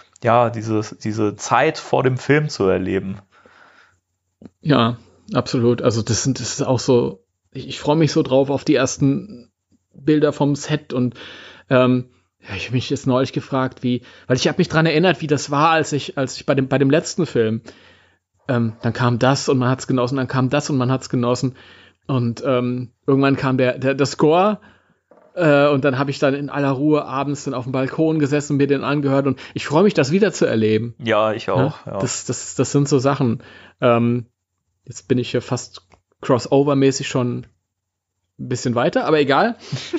Zeit vor dem Film zu erleben. Ja, absolut. Also das ist auch so. Ich freue mich so drauf auf die ersten Bilder vom Set, und ich habe mich jetzt neulich gefragt, weil ich habe mich dran erinnert, wie das war, als ich bei dem letzten Film, dann kam das und man hat's genossen, dann kam das und man hat's genossen, und irgendwann kam der Score, und dann habe ich dann in aller Ruhe abends dann auf dem Balkon gesessen und mir den angehört, und ich freue mich, das wieder zu erleben. Ja, ich auch. Ja. Das sind so Sachen. Jetzt bin ich hier fast Crossover-mäßig schon ein bisschen weiter, aber egal.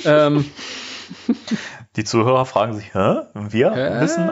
Die Zuhörer fragen sich, wir wissen,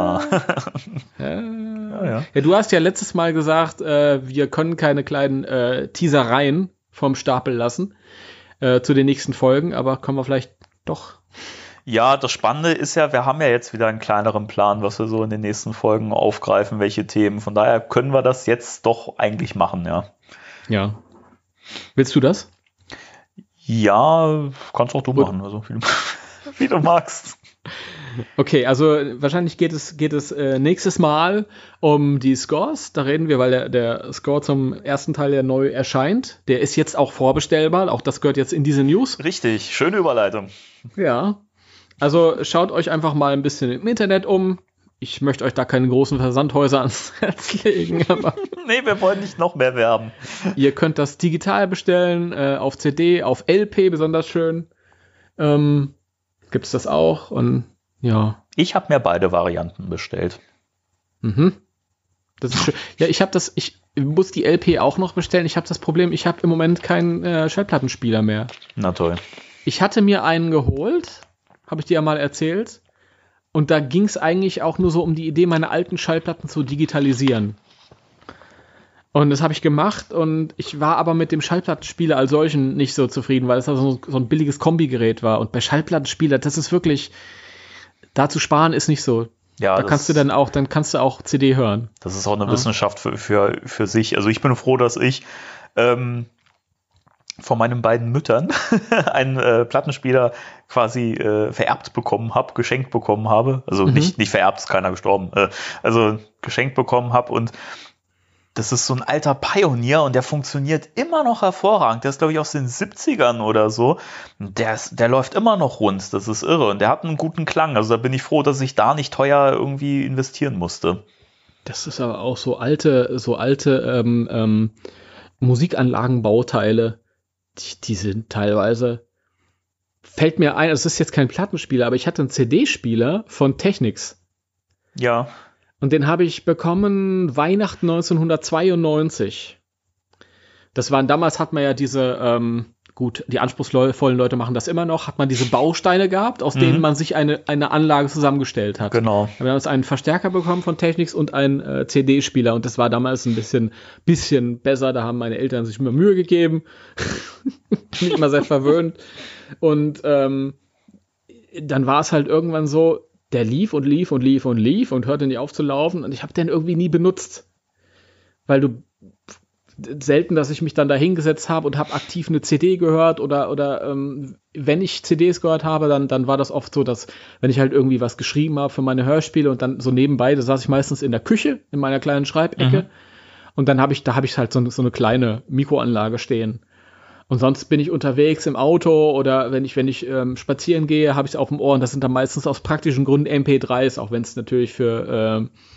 Ja, du hast ja letztes Mal gesagt, wir können keine kleinen Teasereien vom Stapel lassen zu den nächsten Folgen, aber kommen wir vielleicht doch. Ja, das Spannende ist ja, wir haben ja jetzt wieder einen kleineren Plan, was wir so in den nächsten Folgen aufgreifen, welche Themen. Von daher können wir das jetzt doch eigentlich machen, ja. Ja. Willst du das? Ja, kannst auch du machen, also wie du magst. Okay, also wahrscheinlich geht es nächstes Mal um die Scores. Da reden wir, weil der Score zum ersten Teil, der neu erscheint, der ist jetzt auch vorbestellbar. Auch das gehört jetzt in diese News. Richtig, schöne Überleitung. Ja, also schaut euch einfach mal ein bisschen im Internet um. Ich möchte euch da keine großen Versandhäuser ans Herz legen. Aber nee, wir wollen nicht noch mehr werben. Ihr könnt das digital bestellen, auf CD, auf LP besonders schön. Gibt es das auch, und ja. Ich habe mir beide Varianten bestellt. Mhm. Das ist schön. Ja, ich muss die LP auch noch bestellen. Ich habe das Problem, ich habe im Moment keinen Schallplattenspieler mehr. Na toll. Ich hatte mir einen geholt, habe ich dir ja mal erzählt. Und da ging es eigentlich auch nur so um die Idee, meine alten Schallplatten zu digitalisieren. Und das habe ich gemacht, und ich war aber mit dem Schallplattenspieler als solchen nicht so zufrieden, weil es also so ein billiges Kombigerät war. Und bei Schallplattenspieler, das ist wirklich, da zu sparen ist nicht so. Ja, dann kannst du auch CD hören. Das ist auch eine Wissenschaft für sich. Also ich bin froh, dass ich von meinen beiden Müttern einen Plattenspieler quasi geschenkt bekommen habe. Also nicht vererbt, ist keiner gestorben. Also geschenkt bekommen habe, und das ist so ein alter Pioneer, und der funktioniert immer noch hervorragend. Der ist, glaube ich, aus den 70ern oder so. Der läuft immer noch rund. Das ist irre. Und der hat einen guten Klang. Also da bin ich froh, dass ich da nicht teuer irgendwie investieren musste. Das ist aber auch so alte Musikanlagenbauteile. Die sind teilweise, fällt mir ein, es ist jetzt kein Plattenspieler, aber ich hatte einen CD-Spieler von Technics. Ja. Und den habe ich bekommen Weihnachten 1992. Damals hat man ja diese, die anspruchsvollen Leute machen das immer noch, hat man diese Bausteine gehabt, aus denen man sich eine Anlage zusammengestellt hat. Genau. Wir haben uns einen Verstärker bekommen von Technics und einen CD-Spieler, und das war damals ein bisschen besser, da haben meine Eltern sich immer Mühe gegeben. Nicht mal sehr verwöhnt. Und dann war es halt irgendwann so, der lief und hörte nie auf zu laufen, und ich habe den irgendwie nie benutzt. Weil selten, dass ich mich dann da hingesetzt habe und habe aktiv eine CD gehört, oder wenn ich CDs gehört habe, dann war das oft so, dass, wenn ich halt irgendwie was geschrieben habe für meine Hörspiele, und dann so nebenbei, da saß ich meistens in der Küche, in meiner kleinen Schreibecke, und dann habe ich halt so eine kleine Mikroanlage stehen. Und sonst bin ich unterwegs im Auto, oder wenn ich spazieren gehe, habe ich es auf dem Ohr, und das sind dann meistens aus praktischen Gründen MP3s, auch wenn es natürlich für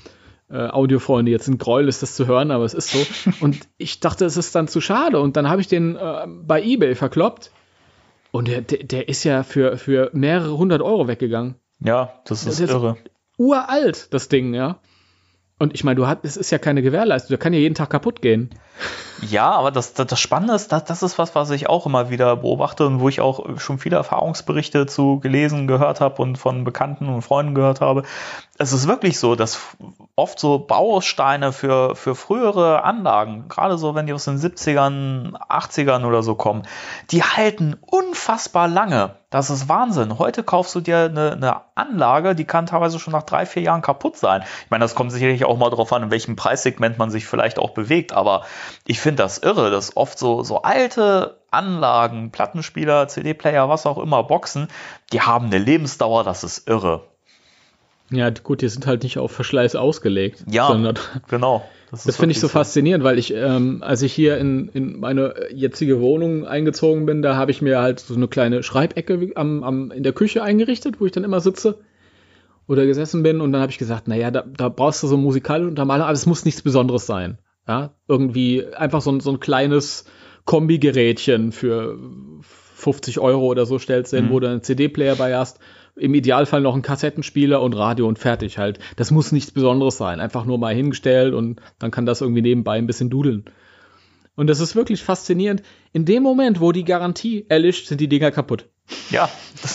Audiofreunde jetzt ein Gräuel ist, das zu hören, aber es ist so. Und ich dachte, es ist dann zu schade. Und dann habe ich den bei eBay verkloppt. Und der ist ja für mehrere 100 Euro weggegangen. Ja, das ist irre. Uralt, das Ding, ja. Und ich meine, es ist ja keine Gewährleistung, der kann ja jeden Tag kaputt gehen. Ja, aber das Spannende ist, das ist was ich auch immer wieder beobachte und wo ich auch schon viele Erfahrungsberichte zu gelesen, gehört habe und von Bekannten und Freunden gehört habe. Es ist wirklich so, dass oft so Bausteine für frühere Anlagen, gerade so, wenn die aus den 70ern, 80ern oder so kommen, die halten unfassbar lange. Das ist Wahnsinn. Heute kaufst du dir eine Anlage, die kann teilweise schon nach 3-4 Jahren kaputt sein. Ich meine, das kommt sicherlich auch mal drauf an, in welchem Preissegment man sich vielleicht auch bewegt, aber ich finde das irre, dass oft so alte Anlagen, Plattenspieler, CD-Player, was auch immer, Boxen, die haben eine Lebensdauer, das ist irre. Ja, gut, die sind halt nicht auf Verschleiß ausgelegt. Ja, genau. Das finde ich so faszinierend, weil ich, als ich hier in meine jetzige Wohnung eingezogen bin, da habe ich mir halt so eine kleine Schreibecke in der Küche eingerichtet, wo ich dann immer sitze oder gesessen bin. Und dann habe ich gesagt, naja, da brauchst du so musikalische Untermalung, aber es muss nichts Besonderes sein. Ja, irgendwie einfach so ein kleines Kombigerätchen für 50 Euro oder so stellst du hin, wo du einen CD-Player bei hast. Im Idealfall noch einen Kassettenspieler und Radio und fertig halt. Das muss nichts Besonderes sein. Einfach nur mal hingestellt und dann kann das irgendwie nebenbei ein bisschen dudeln. Und das ist wirklich faszinierend. In dem Moment, wo die Garantie erlischt, sind die Dinger kaputt. Ja,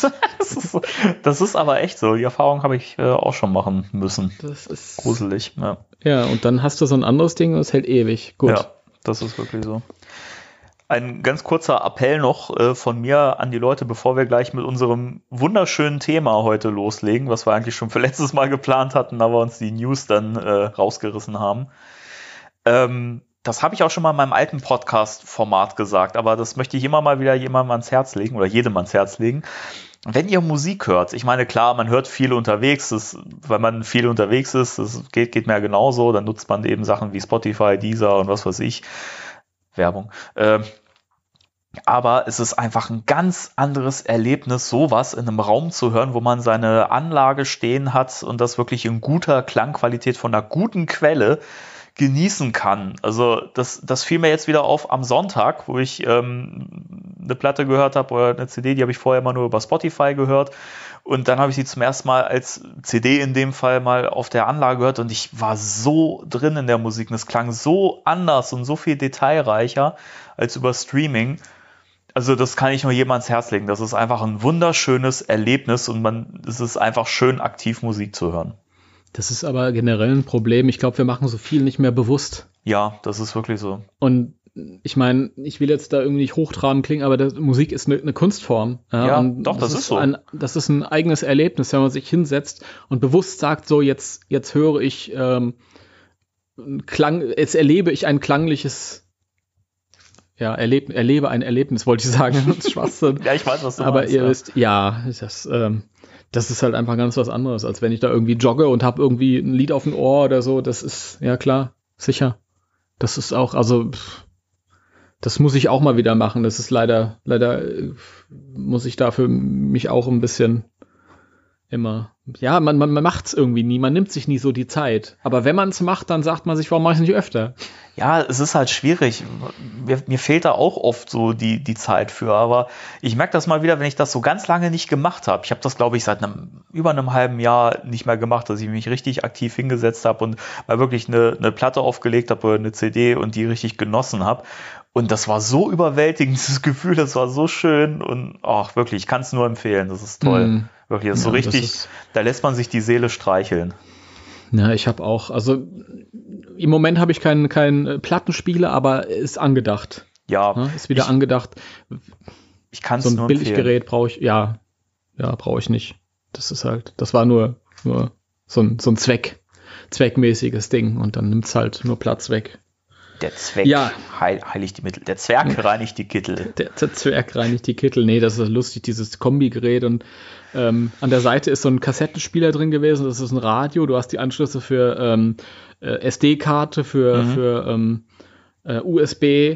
das ist aber echt so. Die Erfahrung habe ich auch schon machen müssen. Das ist gruselig. Ja, und dann hast du so ein anderes Ding und es hält ewig. Gut. Ja, das ist wirklich so. Ein ganz kurzer Appell noch von mir an die Leute, bevor wir gleich mit unserem wunderschönen Thema heute loslegen, was wir eigentlich schon für letztes Mal geplant hatten, aber uns die News dann rausgerissen haben. Das habe ich auch schon mal in meinem alten Podcast-Format gesagt, aber das möchte ich immer mal wieder jemandem ans Herz legen oder jedem ans Herz legen. Wenn ihr Musik hört, ich meine, klar, man hört viel unterwegs, wenn man viel unterwegs ist, das geht mir ja genauso, dann nutzt man eben Sachen wie Spotify, Deezer und was weiß ich. Werbung. Aber es ist einfach ein ganz anderes Erlebnis, sowas in einem Raum zu hören, wo man seine Anlage stehen hat und das wirklich in guter Klangqualität von einer guten Quelle genießen kann. Also das fiel mir jetzt wieder auf am Sonntag, wo ich eine Platte gehört habe oder eine CD, die habe ich vorher immer nur über Spotify gehört. Und dann habe ich sie zum ersten Mal als CD in dem Fall mal auf der Anlage gehört und ich war so drin in der Musik und es klang so anders und so viel detailreicher als über Streaming. Also das kann ich nur jedem ans Herz legen. Das ist einfach ein wunderschönes Erlebnis und es ist einfach schön, aktiv Musik zu hören. Das ist aber generell ein Problem. Ich glaube, wir machen so viel nicht mehr bewusst. Ja, das ist wirklich so. Und ich meine, ich will jetzt da irgendwie nicht hochtrabend klingen, aber Musik ist eine Kunstform. Ja, und doch, das ist so. Das ist ein eigenes Erlebnis, wenn man sich hinsetzt und bewusst sagt, so jetzt höre ich jetzt erlebe ich ein klangliches, ja, erlebe ein Erlebnis, wollte ich sagen. Das ist Schwachsinn. Ja, ich weiß, was du aber meinst. Ihr wisst, ja, das ist halt einfach ganz was anderes, als wenn ich da irgendwie jogge und habe irgendwie ein Lied auf dem Ohr oder so. Das ist, ja klar, sicher. Das ist auch, also das muss ich auch mal wieder machen. Das ist leider muss ich dafür mich auch ein bisschen immer, ja, man macht es irgendwie nie, man nimmt sich nie so die Zeit. Aber wenn man es macht, dann sagt man sich, warum mache ich es nicht öfter? Ja, es ist halt schwierig. Mir fehlt da auch oft so die Zeit für. Aber ich merke das mal wieder, wenn ich das so ganz lange nicht gemacht habe. Ich habe das, glaube ich, seit über einem halben Jahr nicht mehr gemacht, dass ich mich richtig aktiv hingesetzt habe und mal wirklich eine Platte aufgelegt habe oder eine CD und die richtig genossen habe. Und das war so überwältigend, dieses Gefühl, das war so schön und ach, wirklich, ich kann es nur empfehlen, das ist toll. Wirklich, das ist so richtig, da lässt man sich die Seele streicheln. Ja, ich habe auch, also im Moment habe ich keinen Plattenspieler, aber ist angedacht. Ja. Ist wieder angedacht. Ich kann es nur empfehlen. So ein Billiggerät brauche ich, brauche ich nicht. Das war nur so ein zweckmäßiges Ding und dann nimmt es halt nur Platz weg. Der Zweck heiligt die Mittel. Der Zwerg reinigt die Kittel. Der Zwerg reinigt die Kittel. Nee, das ist lustig, dieses Kombigerät. Und an der Seite ist so ein Kassettenspieler drin gewesen. Das ist ein Radio. Du hast die Anschlüsse für SD-Karte, für USB.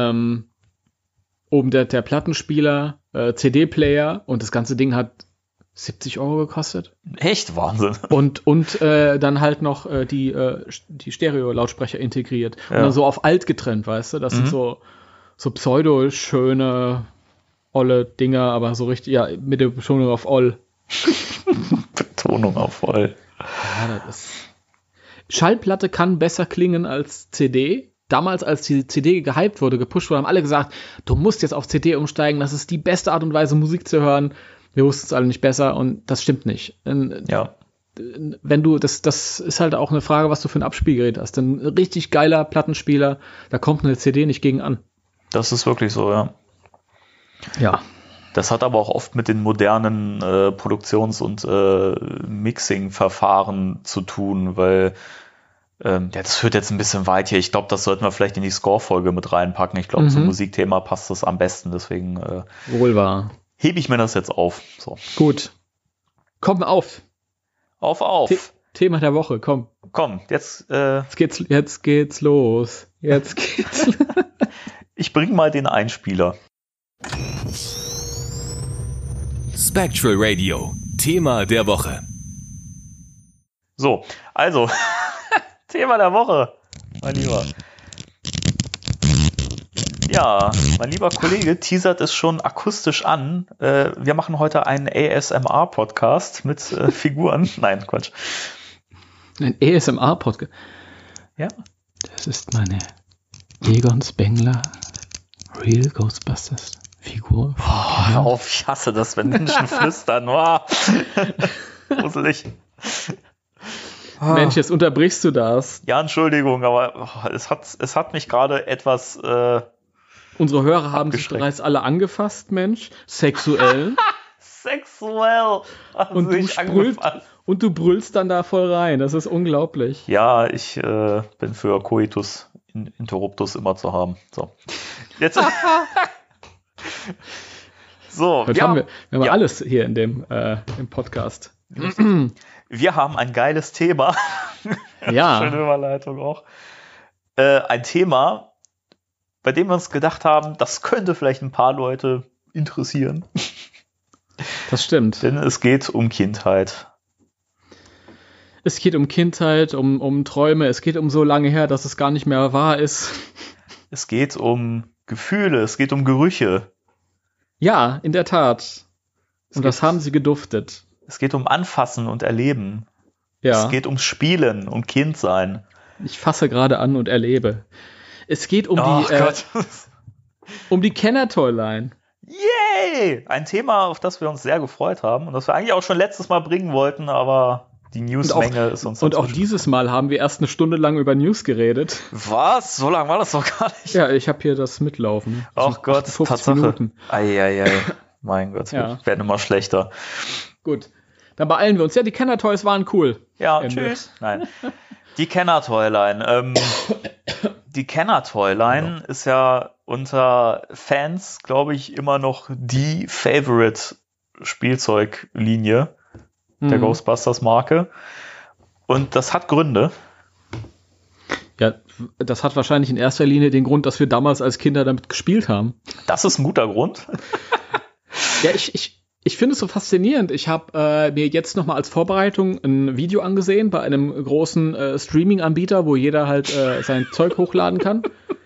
Oben der Plattenspieler, CD-Player. Und das ganze Ding hat 70 € gekostet. Echt Wahnsinn. Und dann halt noch die Stereo-Lautsprecher integriert. Und dann so auf alt getrennt, weißt du? Das sind so pseudo-schöne, olle Dinger, aber so richtig, ja, mit der Betonung auf oll. Betonung auf oll. Ja, das ist... Schallplatte kann besser klingen als CD. Damals, als die CD gehypt wurde, gepusht wurde, haben alle gesagt, du musst jetzt auf CD umsteigen, das ist die beste Art und Weise, Musik zu hören. Wir wussten es alle nicht besser und das stimmt nicht. Ja. Wenn du, das ist halt auch eine Frage, was du für ein Abspielgerät hast. Ein richtig geiler Plattenspieler, da kommt eine CD nicht gegen an. Das ist wirklich so, ja. Ja. Das hat aber auch oft mit den modernen Produktions- und Mixing-Verfahren zu tun, weil das führt jetzt ein bisschen weit hier. Ich glaube, das sollten wir vielleicht in die Score-Folge mit reinpacken. Ich glaube, zum Musikthema passt das am besten, deswegen wohl wahr. Hebe ich mir das jetzt auf. So. Gut. Komm auf. Auf. Thema der Woche, komm. Komm, jetzt geht's los. Ich bring mal den Einspieler. Spectral Radio, Thema der Woche. So, also, Thema der Woche, mein Lieber. Ja, mein lieber Kollege teasert es schon akustisch an. Wir machen heute einen ASMR-Podcast mit Figuren. Nein, Quatsch. Ein ASMR-Podcast? Ja. Das ist meine Egon Spengler Real Ghostbusters Figur. Hör auf, ich hasse das, wenn Menschen flüstern. Gruselig. Mensch, jetzt unterbrichst du das. Ja, Entschuldigung, aber es hat mich gerade etwas Unsere Hörer haben sich bereits alle angefasst, Mensch. Sexuell. Sexuell. Und du brüllst dann da voll rein. Das ist unglaublich. Ja, ich bin für Coitus Interruptus immer zu haben. So. Jetzt. So, wir haben alles hier in dem im Podcast. Wir haben ein geiles Thema. Ja. Schöne Überleitung auch. Ein Thema, bei dem wir uns gedacht haben, das könnte vielleicht ein paar Leute interessieren. Das stimmt. Denn es geht um Kindheit. Es geht um Kindheit, um Träume. Es geht um so lange her, dass es gar nicht mehr wahr ist. Es geht um Gefühle. Es geht um Gerüche. Ja, in der Tat. Und das haben sie geduftet. Es geht um Anfassen und Erleben. Ja. Es geht ums Spielen, um Kindsein. Ich fasse gerade an und erlebe. Es geht um die Kenner-Toyline. Yay! Ein Thema, auf das wir uns sehr gefreut haben und das wir eigentlich auch schon letztes Mal bringen wollten, aber die Newsmenge ist uns... Und auch dieses Mal haben wir erst eine Stunde lang über News geredet. Was? So lange war das doch gar nicht. Ja, ich habe hier das mitlaufen. Ach Gott, 50 Tatsache. Minuten. Eieiei. Mein Gott, wir werden immer schlechter. Gut, dann beeilen wir uns. Ja, die Kenner-Toys waren cool. Ja, tschüss. Nein. Die Kenner-Toyline. Die Kenner-Toyline ist ja unter Fans, glaube ich, immer noch die Favorite-Spielzeuglinie der Ghostbusters-Marke. Und das hat Gründe. Ja, das hat wahrscheinlich in erster Linie den Grund, dass wir damals als Kinder damit gespielt haben. Das ist ein guter Grund. Ja, ich finde es so faszinierend. Ich habe mir jetzt nochmal als Vorbereitung ein Video angesehen bei einem großen Streaming-Anbieter, wo jeder halt sein Zeug hochladen kann.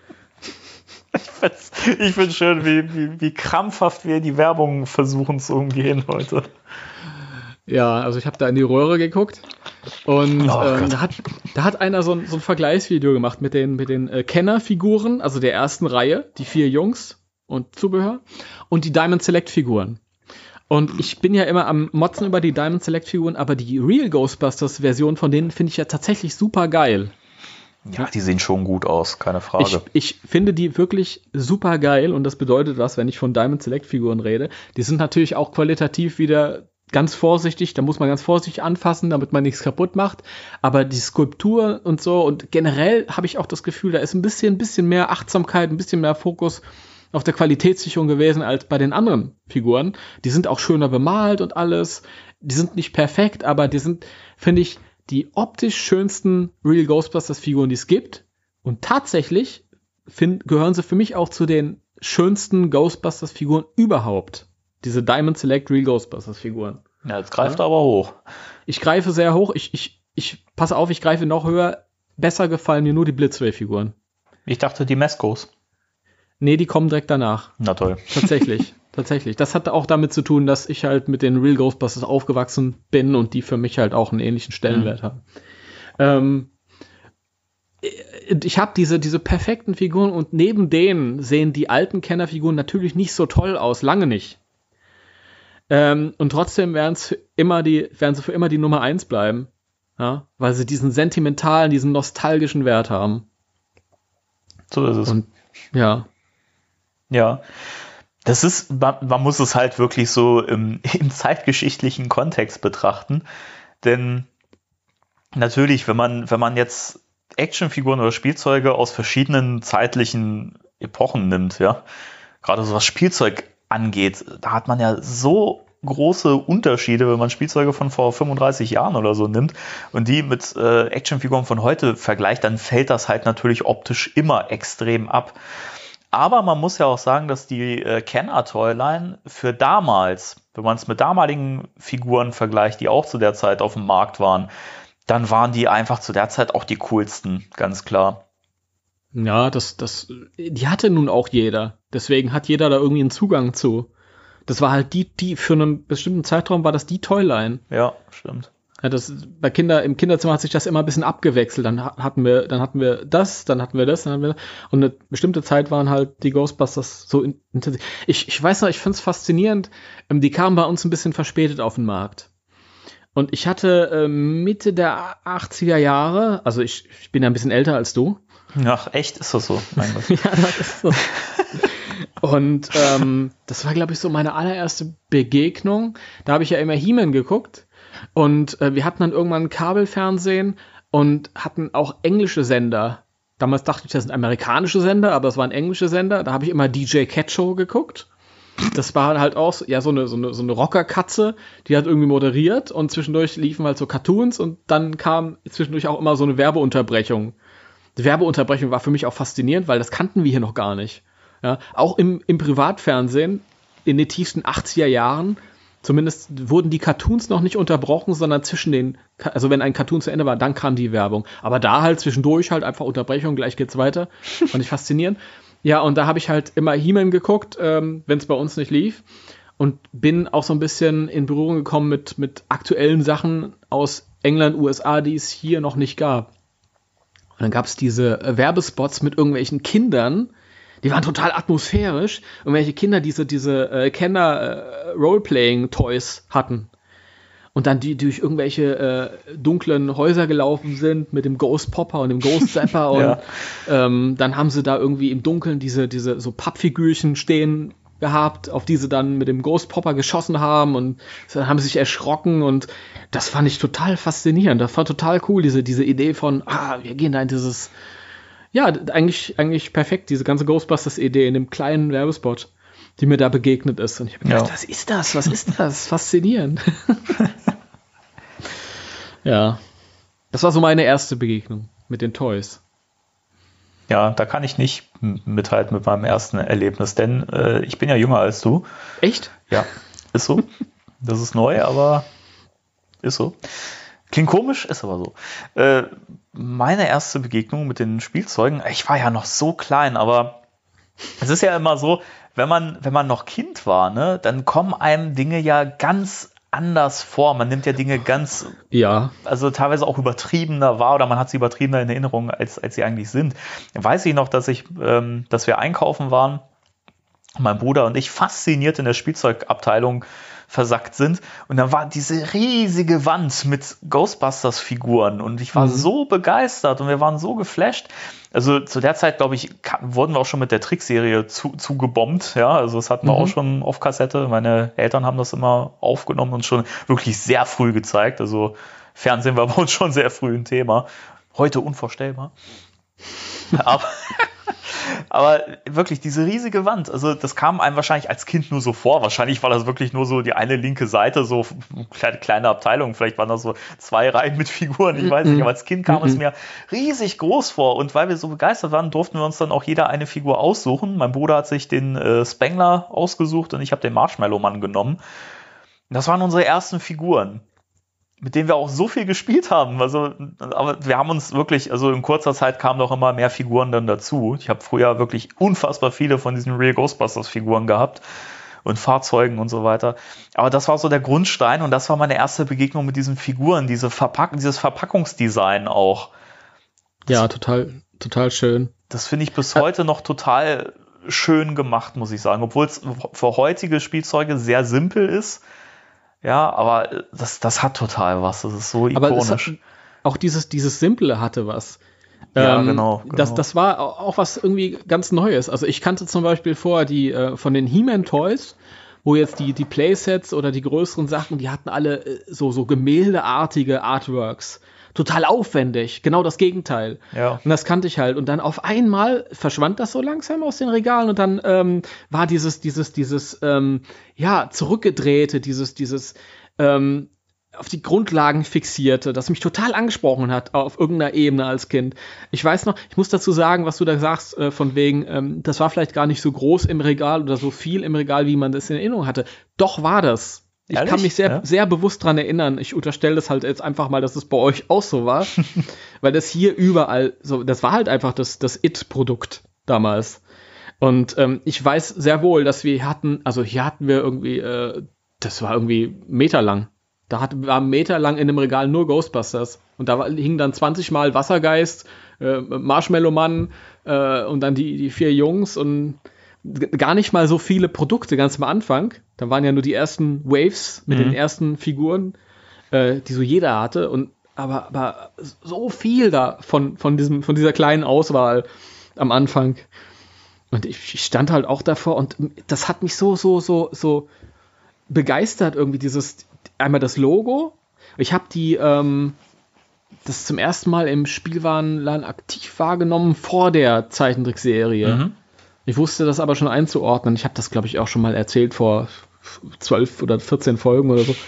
Ich finde schön, wie krampfhaft wir die Werbung versuchen zu umgehen heute. Ja, also ich habe da in die Röhre geguckt und da hat einer so ein Vergleichsvideo gemacht mit den Kenner-Figuren, also der ersten Reihe, die 4 Jungs und Zubehör und die Diamond Select-Figuren. Und ich bin ja immer am Motzen über die Diamond Select-Figuren, aber die Real Ghostbusters-Version von denen finde ich ja tatsächlich super geil. Ja, die sehen schon gut aus, keine Frage. Ich finde die wirklich super geil und das bedeutet was, wenn ich von Diamond Select-Figuren rede. Die sind natürlich auch qualitativ wieder ganz vorsichtig, da muss man ganz vorsichtig anfassen, damit man nichts kaputt macht. Aber die Skulptur und so und generell habe ich auch das Gefühl, da ist ein bisschen mehr Achtsamkeit, ein bisschen mehr Fokus auf der Qualitätssicherung gewesen als bei den anderen Figuren. Die sind auch schöner bemalt und alles. Die sind nicht perfekt, aber die sind, finde ich, die optisch schönsten Real Ghostbusters-Figuren, die es gibt. Und tatsächlich gehören sie für mich auch zu den schönsten Ghostbusters-Figuren überhaupt. Diese Diamond Select Real Ghostbusters-Figuren. Ja, jetzt greift er aber hoch. Ich greife sehr hoch. Pass auf, ich greife noch höher. Besser gefallen mir nur die Blitzway-Figuren. Ich dachte, die Meskos. Nee, die kommen direkt danach. Na toll. Tatsächlich. Das hat auch damit zu tun, dass ich halt mit den Real Ghostbusters aufgewachsen bin und die für mich halt auch einen ähnlichen Stellenwert haben. Ich habe diese perfekten Figuren und neben denen sehen die alten Kennerfiguren natürlich nicht so toll aus, lange nicht. Und trotzdem werden sie für immer die Nummer 1 bleiben. Ja? Weil sie diesen sentimentalen, diesen nostalgischen Wert haben. So ist es. Und ja. Ja. Das ist, man muss es halt wirklich so im zeitgeschichtlichen Kontext betrachten. Denn natürlich, wenn man jetzt Actionfiguren oder Spielzeuge aus verschiedenen zeitlichen Epochen nimmt, ja, gerade so was Spielzeug angeht, da hat man ja so große Unterschiede, wenn man Spielzeuge von vor 35 Jahren oder so nimmt und die mit Actionfiguren von heute vergleicht, dann fällt das halt natürlich optisch immer extrem ab. Aber man muss ja auch sagen, dass die Kenner-Toyline für damals, wenn man es mit damaligen Figuren vergleicht, die auch zu der Zeit auf dem Markt waren, dann waren die einfach zu der Zeit auch die coolsten, ganz klar. Ja, die hatte nun auch jeder. Deswegen hat jeder da irgendwie einen Zugang zu. Das war halt die für einen bestimmten Zeitraum war das die Toyline. Ja, stimmt. Ja, im Kinderzimmer hat sich das immer ein bisschen abgewechselt. Dann hatten wir das. Und eine bestimmte Zeit waren halt die Ghostbusters so intensiv. Ich weiß noch, ich find's faszinierend. Die kamen bei uns ein bisschen verspätet auf den Markt. Und ich hatte Mitte der 80er Jahre, also ich bin ja ein bisschen älter als du. Ach, echt? Ist das so? Mein Gott. Ja, das ist so. Und das war, glaube ich, so meine allererste Begegnung. Da habe ich ja immer He-Man geguckt. Und wir hatten dann irgendwann Kabelfernsehen und hatten auch englische Sender. Damals dachte ich, das sind amerikanische Sender, aber es waren englische Sender. Da habe ich immer DJ Cat Show geguckt. Das war halt auch so eine Rockerkatze, die hat irgendwie moderiert und zwischendurch liefen halt so Cartoons und dann kam zwischendurch auch immer so eine Werbeunterbrechung. Die Werbeunterbrechung war für mich auch faszinierend, weil das kannten wir hier noch gar nicht. Ja, auch im Privatfernsehen in den tiefsten 80er Jahren, zumindest wurden die Cartoons noch nicht unterbrochen, sondern also wenn ein Cartoon zu Ende war, dann kam die Werbung. Aber da halt zwischendurch halt einfach Unterbrechung, gleich geht's weiter. Fand ich faszinierend. Ja, und da habe ich halt immer He-Man geguckt, wenn es bei uns nicht lief. Und bin auch so ein bisschen in Berührung gekommen mit aktuellen Sachen aus England, USA, die es hier noch nicht gab. Und dann gab es diese Werbespots mit irgendwelchen Kindern, die waren total atmosphärisch. Irgendwelche Kinder, diese Kenner-Roleplaying-Toys hatten. Und dann die durch irgendwelche dunklen Häuser gelaufen sind mit dem Ghost Popper und dem Ghost Zapper. Und Ja. Dann haben sie da irgendwie im Dunkeln diese so Pappfigürchen stehen gehabt, auf die sie dann mit dem Ghost Popper geschossen haben. Und dann haben sie sich erschrocken. Und das fand ich total faszinierend. Das war total cool, diese Idee von, wir gehen da in dieses... Ja, eigentlich perfekt, diese ganze Ghostbusters-Idee in dem kleinen Werbespot, die mir da begegnet ist. Und ich habe gedacht, Was ist das? Faszinierend. Ja, das war so meine erste Begegnung mit den Toys. Ja, da kann ich nicht mithalten mit meinem ersten Erlebnis, denn ich bin ja jünger als du. Echt? Ja, ist so. Das ist neu, aber ist so. Klingt komisch, ist aber so. Meine erste Begegnung mit den Spielzeugen, ich war ja noch so klein, aber es ist ja immer so, wenn man noch Kind war, ne, dann kommen einem Dinge ja ganz anders vor. Man nimmt ja Dinge ganz, also teilweise auch übertriebener wahr oder man hat sie übertriebener in Erinnerung, als sie eigentlich sind. Weiß ich noch, dass wir einkaufen waren, mein Bruder und ich fasziniert in der Spielzeugabteilung versackt sind. Und dann war diese riesige Wand mit Ghostbusters-Figuren und ich war so begeistert und wir waren so geflasht. Also zu der Zeit, glaube ich, wurden wir auch schon mit der Trickserie zugebombt. Ja, also das hatten wir auch schon auf Kassette. Meine Eltern haben das immer aufgenommen und schon wirklich sehr früh gezeigt. Also Fernsehen war bei uns schon sehr früh ein Thema. Heute unvorstellbar. Aber wirklich, diese riesige Wand, also das kam einem wahrscheinlich als Kind nur so vor. Wahrscheinlich war das wirklich nur so die eine linke Seite, so kleine Abteilung. Vielleicht waren das so 2 Reihen mit Figuren, ich weiß nicht. Aber als Kind kam es mir riesig groß vor. Und weil wir so begeistert waren, durften wir uns dann auch jeder eine Figur aussuchen. Mein Bruder hat sich den Spengler ausgesucht und ich habe den Marshmallow-Mann genommen. Das waren unsere ersten Figuren, mit denen wir auch so viel gespielt haben. Also, aber wir haben uns wirklich, also in kurzer Zeit kamen doch immer mehr Figuren dann dazu. Ich habe früher wirklich unfassbar viele von diesen Real Ghostbusters Figuren gehabt und Fahrzeugen und so weiter. Aber das war so der Grundstein und das war meine erste Begegnung mit diesen Figuren, dieses Verpackungsdesign auch. Ja, total schön. Das finde ich bis heute noch total schön gemacht, muss ich sagen. Obwohl es für heutige Spielzeuge sehr simpel ist. Ja, aber das hat total was. Das ist so ikonisch. Auch dieses Simple hatte was. Ja, genau. Das war auch was irgendwie ganz Neues. Also ich kannte zum Beispiel vorher die von den He-Man Toys, wo jetzt die Playsets oder die größeren Sachen, die hatten alle so gemäldeartige Artworks. Total aufwendig, genau das Gegenteil. Ja. Und das kannte ich halt. Und dann auf einmal verschwand das so langsam aus den Regalen und dann war dieses zurückgedrehte, dieses auf die Grundlagen fixierte, das mich total angesprochen hat auf irgendeiner Ebene als Kind. Ich weiß noch, ich muss dazu sagen, was du da sagst, von wegen, das war vielleicht gar nicht so groß im Regal oder so viel im Regal, wie man das in Erinnerung hatte. Doch war das. Ich Ehrlich? kann mich sehr bewusst dran erinnern. Ich unterstelle das halt jetzt einfach mal, dass es bei euch auch so war. Weil das hier überall so, das war halt einfach das It-Produkt damals. Und ich weiß sehr wohl, dass hier hatten wir irgendwie, das war irgendwie meterlang. War meterlang in dem Regal nur Ghostbusters. Und da hingen dann 20 Mal Wassergeist, Marshmallow Mann und dann die 4 Jungs und gar nicht mal so viele Produkte ganz am Anfang. Da waren ja nur die ersten Waves mit den ersten Figuren, die so jeder hatte. Aber so viel da von dieser kleinen Auswahl am Anfang. Und ich stand halt auch davor und das hat mich so begeistert irgendwie einmal das Logo. Ich habe das zum ersten Mal im Spielwarenladen aktiv wahrgenommen vor der Zeichentrickserie. Mhm. Ich wusste das aber schon einzuordnen. Ich habe das, glaube ich, auch schon mal erzählt vor 12 oder 14 Folgen oder so.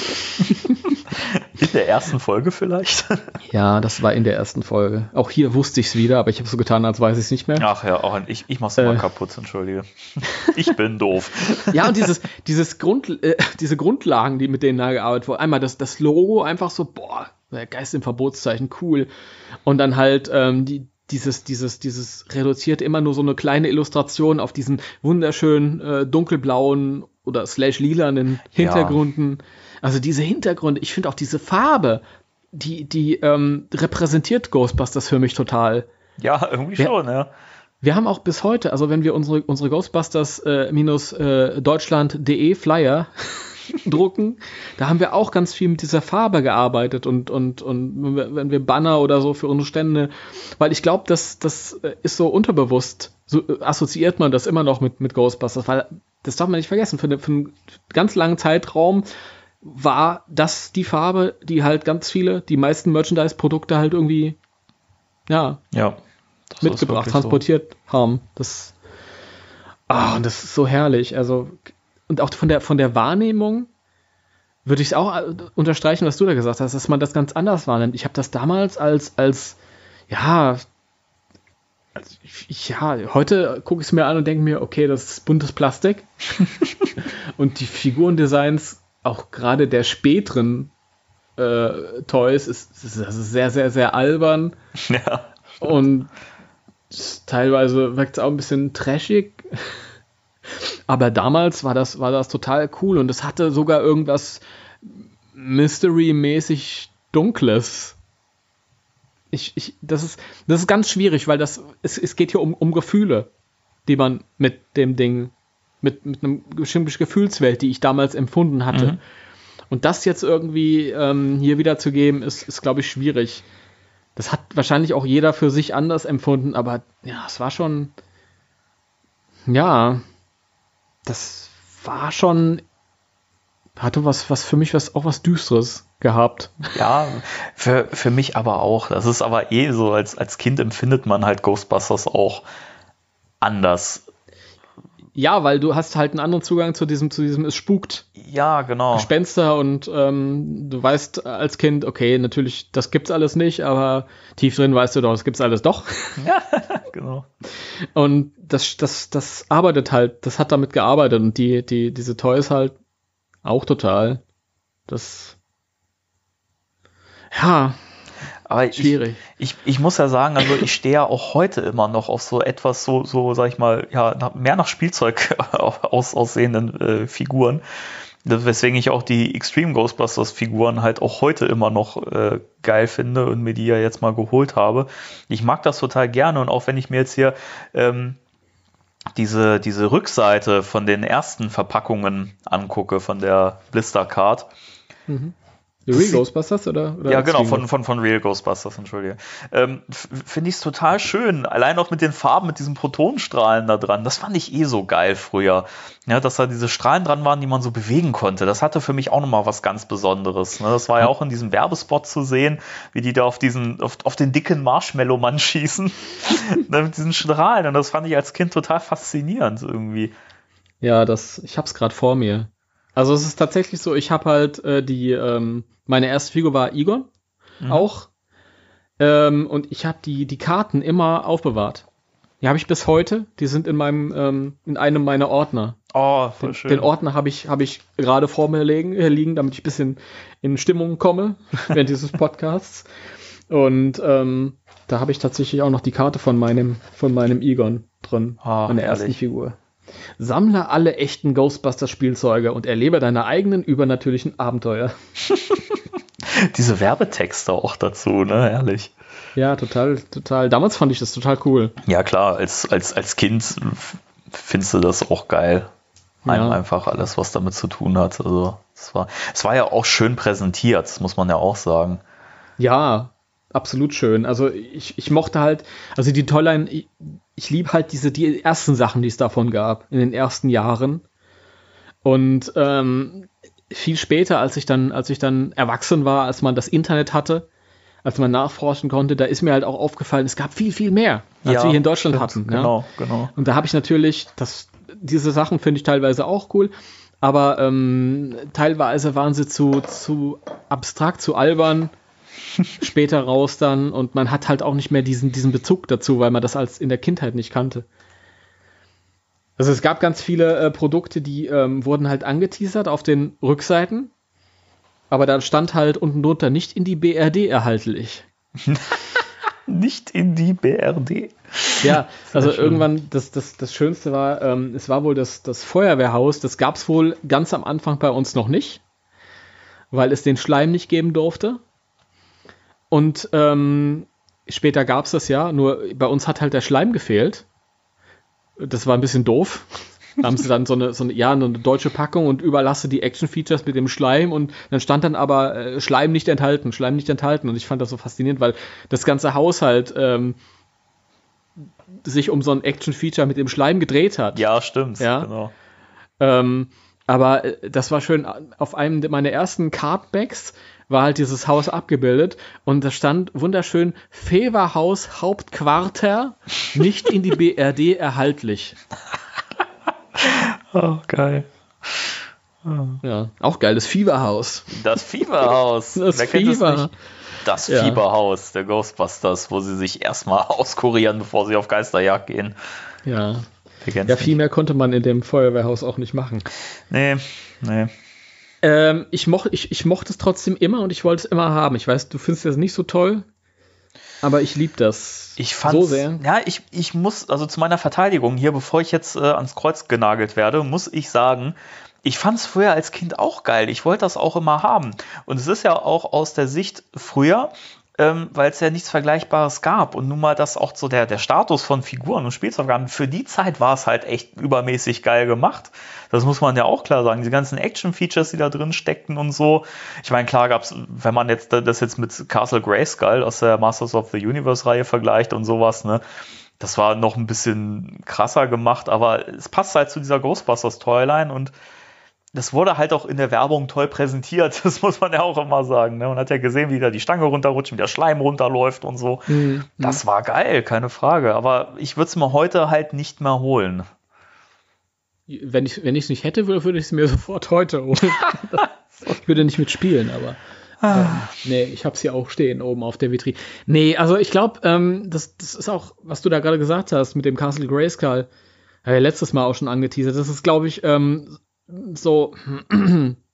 In der ersten Folge vielleicht? Ja, das war in der ersten Folge. Auch hier wusste ich es wieder, aber ich habe so getan, als weiß ich es nicht mehr. Ach ja, auch ich mach's immer kaputt, entschuldige. Ich bin doof. Ja, und diese Grundlagen, die mit denen da gearbeitet wurden. Einmal das Logo, einfach so, boah, Geist im Verbotszeichen, cool. Und dann halt dieses reduziert immer nur so eine kleine Illustration auf diesen wunderschönen dunkelblauen oder /lilanen Hintergründen. Ja. Also diese Hintergründe, ich finde auch diese Farbe, die repräsentiert Ghostbusters für mich total. Ja, irgendwie schon, ja. Wir haben auch bis heute, also wenn wir unsere Ghostbusters Deutschland.de Flyer drucken, da haben wir auch ganz viel mit dieser Farbe gearbeitet und wenn wir Banner oder so für unsere Stände, weil ich glaube, das ist so unterbewusst, so assoziiert man das immer noch mit Ghostbusters, weil das darf man nicht vergessen, für einen ganz langen Zeitraum war das die Farbe, die halt die meisten Merchandise-Produkte halt irgendwie mitgebracht, transportiert haben. Und das ist so herrlich, also und auch von der Wahrnehmung würde ich auch unterstreichen, was du da gesagt hast, dass man das ganz anders wahrnimmt. Ich habe das damals heute gucke ich es mir an und denke mir, okay, das ist buntes Plastik. Und die Figurendesigns, auch gerade der späteren Toys, ist sehr, sehr, sehr albern. Ja. Und teilweise wirkt es auch ein bisschen trashig. Aber damals war das total cool und es hatte sogar irgendwas Mystery-mäßig Dunkles. Das ist ganz schwierig, weil es geht hier um Gefühle, die man mit dem Ding, mit einem bestimmten Gefühlswelt, die ich damals empfunden hatte. Mhm. Und das jetzt irgendwie hier wiederzugeben, ist glaube ich, schwierig. Das hat wahrscheinlich auch jeder für sich anders empfunden, aber ja, es war schon, das war schon, hatte was für mich auch was Düsteres gehabt. Ja, für mich aber auch. Das ist aber so, als Kind empfindet man halt Ghostbusters auch anders. Ja, weil du hast halt einen anderen Zugang zu diesem es spukt. Ja, genau. Gespenster und du weißt als Kind, okay, natürlich, das gibt's alles nicht, aber tief drin weißt du doch, das gibt's alles doch. Ja, genau. Und das arbeitet halt, das hat damit gearbeitet und diese Toys halt Auch total. Ja, Aber schwierig. Ich muss ja sagen, also ich stehe ja auch heute immer noch auf so etwas so sag ich mal, ja, mehr nach Spielzeug aussehenden Figuren. Weswegen ich auch die Extreme Ghostbusters Figuren halt auch heute immer noch geil finde und mir die ja jetzt mal geholt habe. Ich mag das total gerne und auch wenn ich mir jetzt hier diese Rückseite von den ersten Verpackungen angucke, von der Blister Card. Mhm. Real Ghostbusters oder ja, genau, von Real Ghostbusters, entschuldige. Finde ich es total schön. Allein auch mit den Farben, mit diesen Protonenstrahlen da dran. Das fand ich so geil früher. Ja, dass da diese Strahlen dran waren, die man so bewegen konnte. Das hatte für mich auch nochmal was ganz Besonderes. Ne? Das war ja auch in diesem Werbespot zu sehen, wie die da auf den dicken Marshmallow-Mann schießen. Ne, mit diesen Strahlen. Und das fand ich als Kind total faszinierend irgendwie. Ja, ich hab's gerade vor mir. Also es ist tatsächlich so, ich habe halt meine erste Figur war Egon auch und ich habe die Karten immer aufbewahrt. Die habe ich bis heute, die sind in einem meiner Ordner. Oh, voll schön. Den Ordner habe ich gerade vor mir liegen, damit ich ein bisschen in Stimmung komme während dieses Podcasts. Und da habe ich tatsächlich auch noch die Karte von meinem Egon drin, meiner ersten Figur. Sammle alle echten Ghostbusters-Spielzeuge und erlebe deine eigenen übernatürlichen Abenteuer. Diese Werbetexte auch dazu, ne? Herrlich. Ja, total. Damals fand ich das total cool. Ja, klar, als Kind findest du das auch geil. Einfach alles, was damit zu tun hat. Also, es war ja auch schön präsentiert, das muss man ja auch sagen. Ja, absolut schön. Also, ich mochte halt, also die Toyline, ich liebe halt die ersten Sachen, die es davon gab, in den ersten Jahren. Und viel später, als ich dann erwachsen war, als man das Internet hatte, als man nachforschen konnte, da ist mir halt auch aufgefallen, es gab viel, viel mehr, als wir hier in Deutschland hatten. Genau. Und da habe ich natürlich, diese Sachen finde ich teilweise auch cool, aber teilweise waren sie zu abstrakt, zu albern, später raus dann, und man hat halt auch nicht mehr diesen Bezug dazu, weil man das als in der Kindheit nicht kannte. Also es gab ganz viele Produkte, die wurden halt angeteasert auf den Rückseiten, aber da stand halt unten drunter nicht in die BRD erhältlich. Nicht in die BRD? Ja, also irgendwann, das Schönste war, es war wohl das Feuerwehrhaus, das gab es wohl ganz am Anfang bei uns noch nicht, weil es den Schleim nicht geben durfte. Und später gab es das ja, nur bei uns hat halt der Schleim gefehlt. Das war ein bisschen doof. Da haben sie dann so eine deutsche Packung und überall hast du die Action-Features mit dem Schleim und dann stand dann aber Schleim nicht enthalten. Und ich fand das so faszinierend, weil das ganze Haus halt sich um so ein Action-Feature mit dem Schleim gedreht hat. Ja, stimmt. Ja? Genau. Aber das war schön. Auf einem meiner ersten Cardbacks war halt dieses Haus abgebildet und da stand wunderschön Feverhaus Hauptquarter, nicht in die BRD erhältlich. Oh, geil. Ja, auch geil, das Fieberhaus. Das Fieberhaus. Wer kennt das nicht? Das Fieberhaus der Ghostbusters, wo sie sich erstmal auskurieren, bevor sie auf Geisterjagd gehen. Ja. Ja, viel mehr konnte man in dem Feuerwehrhaus auch nicht machen. Nee. Ich mochte es trotzdem immer und ich wollte es immer haben. Ich weiß, du findest das nicht so toll, aber ich liebe das so sehr. Ja, ich muss, also zu meiner Verteidigung hier, bevor ich jetzt ans Kreuz genagelt werde, muss ich sagen, ich fand es früher als Kind auch geil. Ich wollte das auch immer haben. Und es ist ja auch aus der Sicht früher, weil es ja nichts Vergleichbares gab. Und nun mal das auch so der Status von Figuren und Spielzeugwagen, für die Zeit war es halt echt übermäßig geil gemacht. Das muss man ja auch klar sagen. Die ganzen Action-Features, die da drin steckten und so. Ich meine, klar gab's, wenn man jetzt das jetzt mit Castle Grayskull aus der Masters of the Universe-Reihe vergleicht und sowas, ne, das war noch ein bisschen krasser gemacht, aber es passt halt zu dieser Ghostbusters-Toyline und das wurde halt auch in der Werbung toll präsentiert, das muss man ja auch immer sagen. Ne? Man hat ja gesehen, wie da die Stange runterrutscht, wie der Schleim runterläuft und so. Mhm. Das war geil, keine Frage. Aber ich würde es mir heute halt nicht mehr holen. Wenn ich es nicht hätte, würde ich es mir sofort heute holen. Ich würde nicht mitspielen, aber nee, ich habe es hier auch stehen, oben auf der Vitrine. Nee, also ich glaube, das ist auch, was du da gerade gesagt hast mit dem Castle Grayskull, letztes Mal auch schon angeteasert. Das ist, glaube ich, so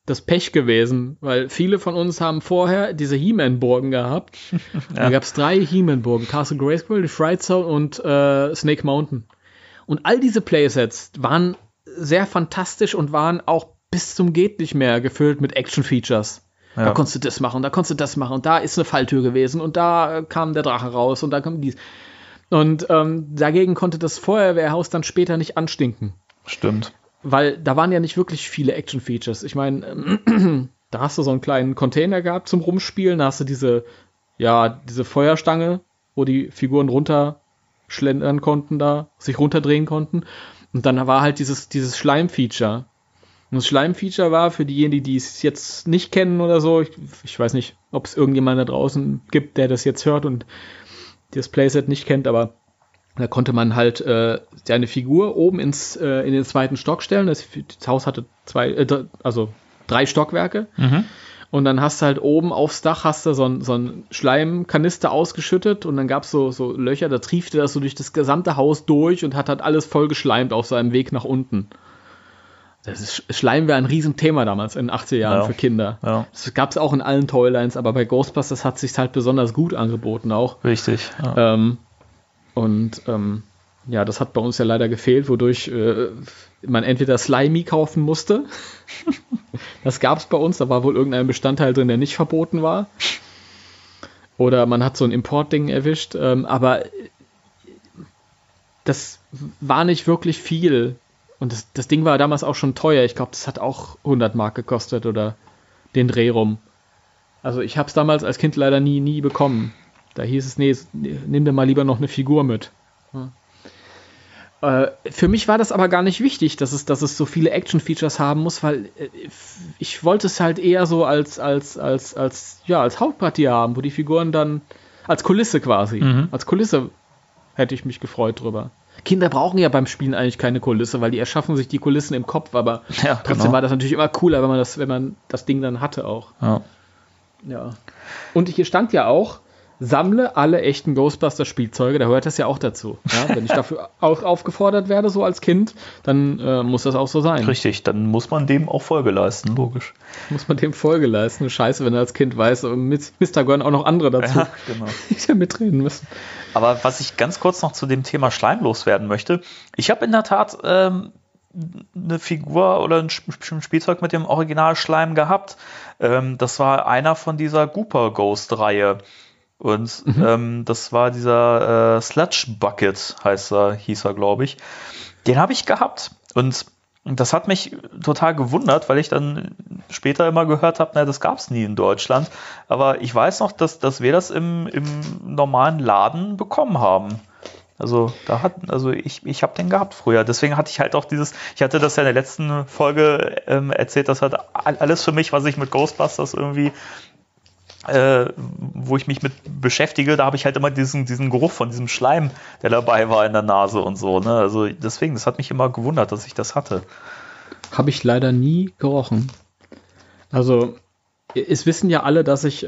das Pech gewesen, weil viele von uns haben vorher diese He-Man-Burgen gehabt. Da gab es 3 He-Man-Burgen, Castle Grayskull, die Fright Zone und Snake Mountain. Und all diese Playsets waren sehr fantastisch und waren auch bis zum geht nicht mehr gefüllt mit Action-Features. Ja. Da konntest du das machen, da konntest du das machen und da ist eine Falltür gewesen und da kam der Drache raus und da kam dies. Und dagegen konnte das Feuerwehrhaus dann später nicht anstinken. Stimmt. Weil da waren ja nicht wirklich viele Action-Features. Ich meine, da hast du so einen kleinen Container gehabt zum Rumspielen, da hast du diese Feuerstange, wo die Figuren runterschlendern konnten, da sich runterdrehen konnten. Und dann war halt dieses Schleim-Feature. Und das Schleim-Feature war für diejenigen, die es jetzt nicht kennen oder so, ich weiß nicht, ob es irgendjemand da draußen gibt, der das jetzt hört und das Playset nicht kennt, aber da konnte man halt seine Figur oben in den 2. Stock stellen. Das Haus hatte 3 Stockwerke. Mhm. Und dann hast du halt oben aufs Dach hast du so einen Schleimkanister ausgeschüttet und dann gab es so Löcher, da triefte das so durch das gesamte Haus durch und hat halt alles voll geschleimt auf seinem Weg nach unten. Schleim wäre ein Riesenthema damals in den 80er Jahren für Kinder. Ja. Das gab es auch in allen Toylines, aber bei Ghostbusters hat es sich halt besonders gut angeboten auch. Richtig. Ja. Das hat bei uns ja leider gefehlt, wodurch man entweder Slimy kaufen musste. Das gab es bei uns, da war wohl irgendein Bestandteil drin, der nicht verboten war. Oder man hat so ein Importding erwischt. Aber das war nicht wirklich viel. Und das Ding war damals auch schon teuer. Ich glaube, das hat auch 100 Mark gekostet oder den Dreh rum. Also ich habe es damals als Kind leider nie bekommen. Da hieß es, nee, nimm dir mal lieber noch eine Figur mit. Ja. Für mich war das aber gar nicht wichtig, dass es so viele Action-Features haben muss, weil ich wollte es halt eher so als Hauptpartie haben, wo die Figuren dann als Kulisse quasi. Als Kulisse hätte ich mich gefreut drüber. Kinder brauchen ja beim Spielen eigentlich keine Kulisse, weil die erschaffen sich die Kulissen im Kopf, aber trotzdem war das natürlich immer cooler, wenn man das Ding dann hatte auch. Ja. Und hier stand ja auch, sammle alle echten Ghostbusters-Spielzeuge, da hört das ja auch dazu. Ja? Wenn ich dafür auch aufgefordert werde, so als Kind, dann muss das auch so sein. Richtig, dann muss man dem auch Folge leisten, logisch. Muss man dem Folge leisten. Scheiße, wenn er als Kind weiß, mit Mr. gehören auch noch andere dazu, die da mitreden müssen. Aber was ich ganz kurz noch zu dem Thema Schleim loswerden möchte, ich habe in der Tat eine Figur oder ein Spielzeug mit dem Original-Schleim gehabt. Das war einer von dieser Gooper-Ghost-Reihe. Und das war dieser Sludge Bucket, hieß er, glaube ich. Den habe ich gehabt. Und das hat mich total gewundert, weil ich dann später immer gehört habe, das gab es nie in Deutschland. Aber ich weiß noch, dass wir das im normalen Laden bekommen haben. Also ich habe den gehabt früher. Deswegen hatte ich halt auch ich hatte das ja in der letzten Folge erzählt, das hat alles für mich, was ich mit Ghostbusters irgendwie wo ich mich mit beschäftige, da habe ich halt immer diesen Geruch von diesem Schleim, der dabei war in der Nase und so. Ne? Also deswegen, das hat mich immer gewundert, dass ich das hatte. Habe ich leider nie gerochen. Also es wissen ja alle, dass ich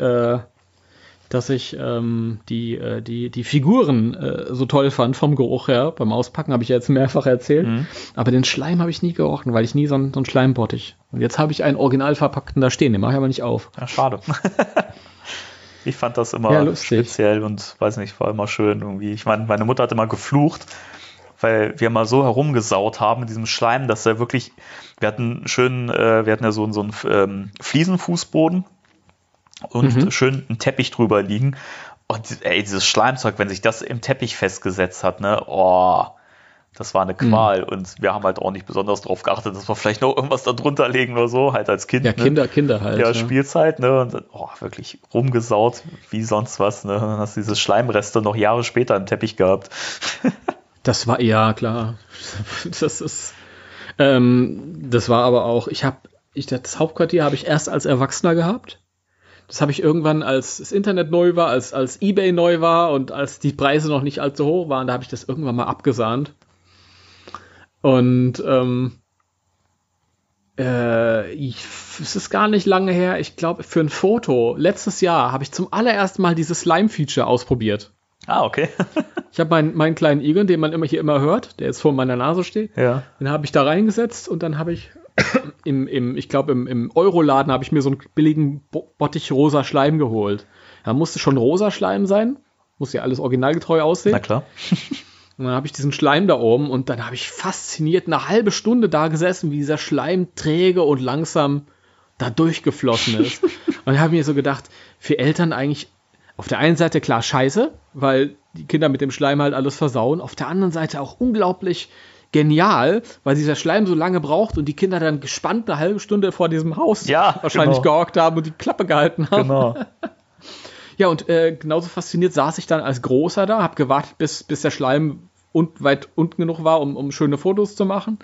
die Figuren so toll fand vom Geruch her. Beim Auspacken habe ich ja jetzt mehrfach erzählt. Aber den Schleim habe ich nie gerochen, weil ich nie so einen Schleimbottich. Und jetzt habe ich einen original verpackten da stehen, den mache ich aber nicht auf. Ja, schade. Ich fand das immer speziell und weiß nicht, war immer schön irgendwie. Ich meine, meine Mutter hat immer geflucht, weil wir mal so herumgesaut haben mit diesem Schleim, dass er wirklich, wir hatten ja so einen Fliesenfußboden und schön einen Teppich drüber liegen. Und dieses Schleimzeug, wenn sich das im Teppich festgesetzt hat, das war eine Qual. Und wir haben halt auch nicht besonders darauf geachtet, dass wir vielleicht noch irgendwas da drunter legen oder so, halt als Kind. Ja, Kinder halt. Ja, Spielzeit, ne? Und dann, wirklich rumgesaut, wie sonst was, ne? Und dann hast du diese Schleimreste noch Jahre später im Teppich gehabt. Das war, ja, klar. Das war aber auch, das Hauptquartier habe ich erst als Erwachsener gehabt. Das habe ich irgendwann, als das Internet neu war, als eBay neu war und als die Preise noch nicht allzu hoch waren, da habe ich das irgendwann mal abgesahnt. Und es ist gar nicht lange her, ich glaube für ein Foto, letztes Jahr habe ich zum allerersten Mal dieses Slime-Feature ausprobiert. Ah, okay. Ich habe meinen kleinen Egon, den man immer hört, der jetzt vor meiner Nase steht, den habe ich da reingesetzt und dann habe ich ich glaube, im Euroladen habe ich mir so einen billigen Bottich rosa Schleim geholt. Da musste schon rosa Schleim sein. Muss ja alles originalgetreu aussehen. Na klar. Und dann habe ich diesen Schleim da oben und dann habe ich fasziniert eine halbe Stunde da gesessen, wie dieser Schleim träge und langsam da durchgeflossen ist. Und dann habe ich mir so gedacht, für Eltern eigentlich auf der einen Seite klar scheiße, weil die Kinder mit dem Schleim halt alles versauen. Auf der anderen Seite auch unglaublich genial, weil dieser Schleim so lange braucht und die Kinder dann gespannt eine halbe Stunde vor diesem Haus wahrscheinlich gehockt haben und die Klappe gehalten haben. Genau. Ja, und genauso fasziniert saß ich dann als Großer da, habe gewartet, bis der Schleim weit unten genug war, um schöne Fotos zu machen.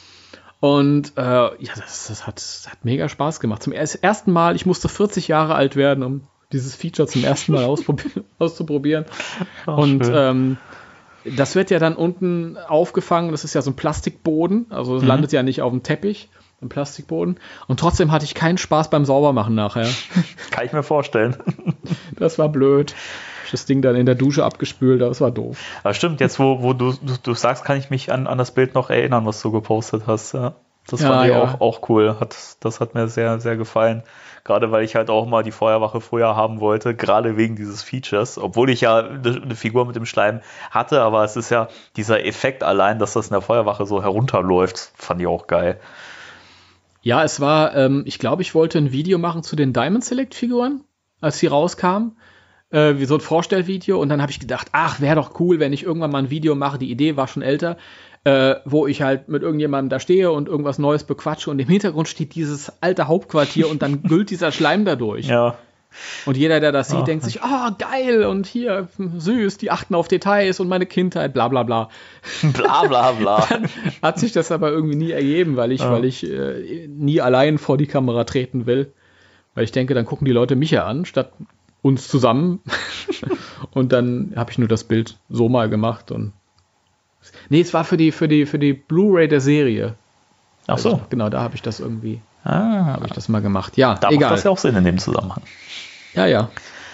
Und das hat mega Spaß gemacht. Zum ersten Mal, ich musste 40 Jahre alt werden, um dieses Feature zum ersten Mal auszuprobieren. Und das wird ja dann unten aufgefangen, das ist ja so ein Plastikboden, also es landet ja nicht auf dem Teppich, im Plastikboden. Und trotzdem hatte ich keinen Spaß beim Saubermachen nachher. Kann ich mir vorstellen. Das war blöd. Das Ding dann in der Dusche abgespült, das war doof. Aber stimmt, jetzt wo du sagst, kann ich mich an das Bild noch erinnern, was du gepostet hast. Ja. Das fand ich auch cool. Das hat mir sehr, sehr gefallen. Gerade weil ich halt auch mal die Feuerwache früher haben wollte, gerade wegen dieses Features. Obwohl ich ja eine Figur mit dem Schleim hatte, aber es ist ja dieser Effekt allein, dass das in der Feuerwache so herunterläuft, fand ich auch geil. Ja, es war, ich glaube, ich wollte ein Video machen zu den Diamond Select Figuren, als sie rauskamen. Wie so ein Vorstellvideo. Und dann habe ich gedacht, ach, wäre doch cool, wenn ich irgendwann mal ein Video mache. Die Idee war schon älter, wo ich halt mit irgendjemandem da stehe und irgendwas Neues bequatsche und im Hintergrund steht dieses alte Hauptquartier und dann güllt dieser Schleim dadurch. Ja. Und jeder, der das sieht, denkt sich, geil und hier, süß, die achten auf Details und meine Kindheit, bla bla bla. Bla bla bla. Dann hat sich das aber irgendwie nie ergeben, weil ich nie allein vor die Kamera treten will. Weil ich denke, dann gucken die Leute mich ja an, statt uns zusammen. Und dann habe ich nur das Bild so mal gemacht. Und nee, es war für die Blu-ray der Serie. Ach so. Also, genau, da habe ich das irgendwie mal gemacht. Ja, da egal. macht das ja auch Sinn in dem Zusammenhang. Ja.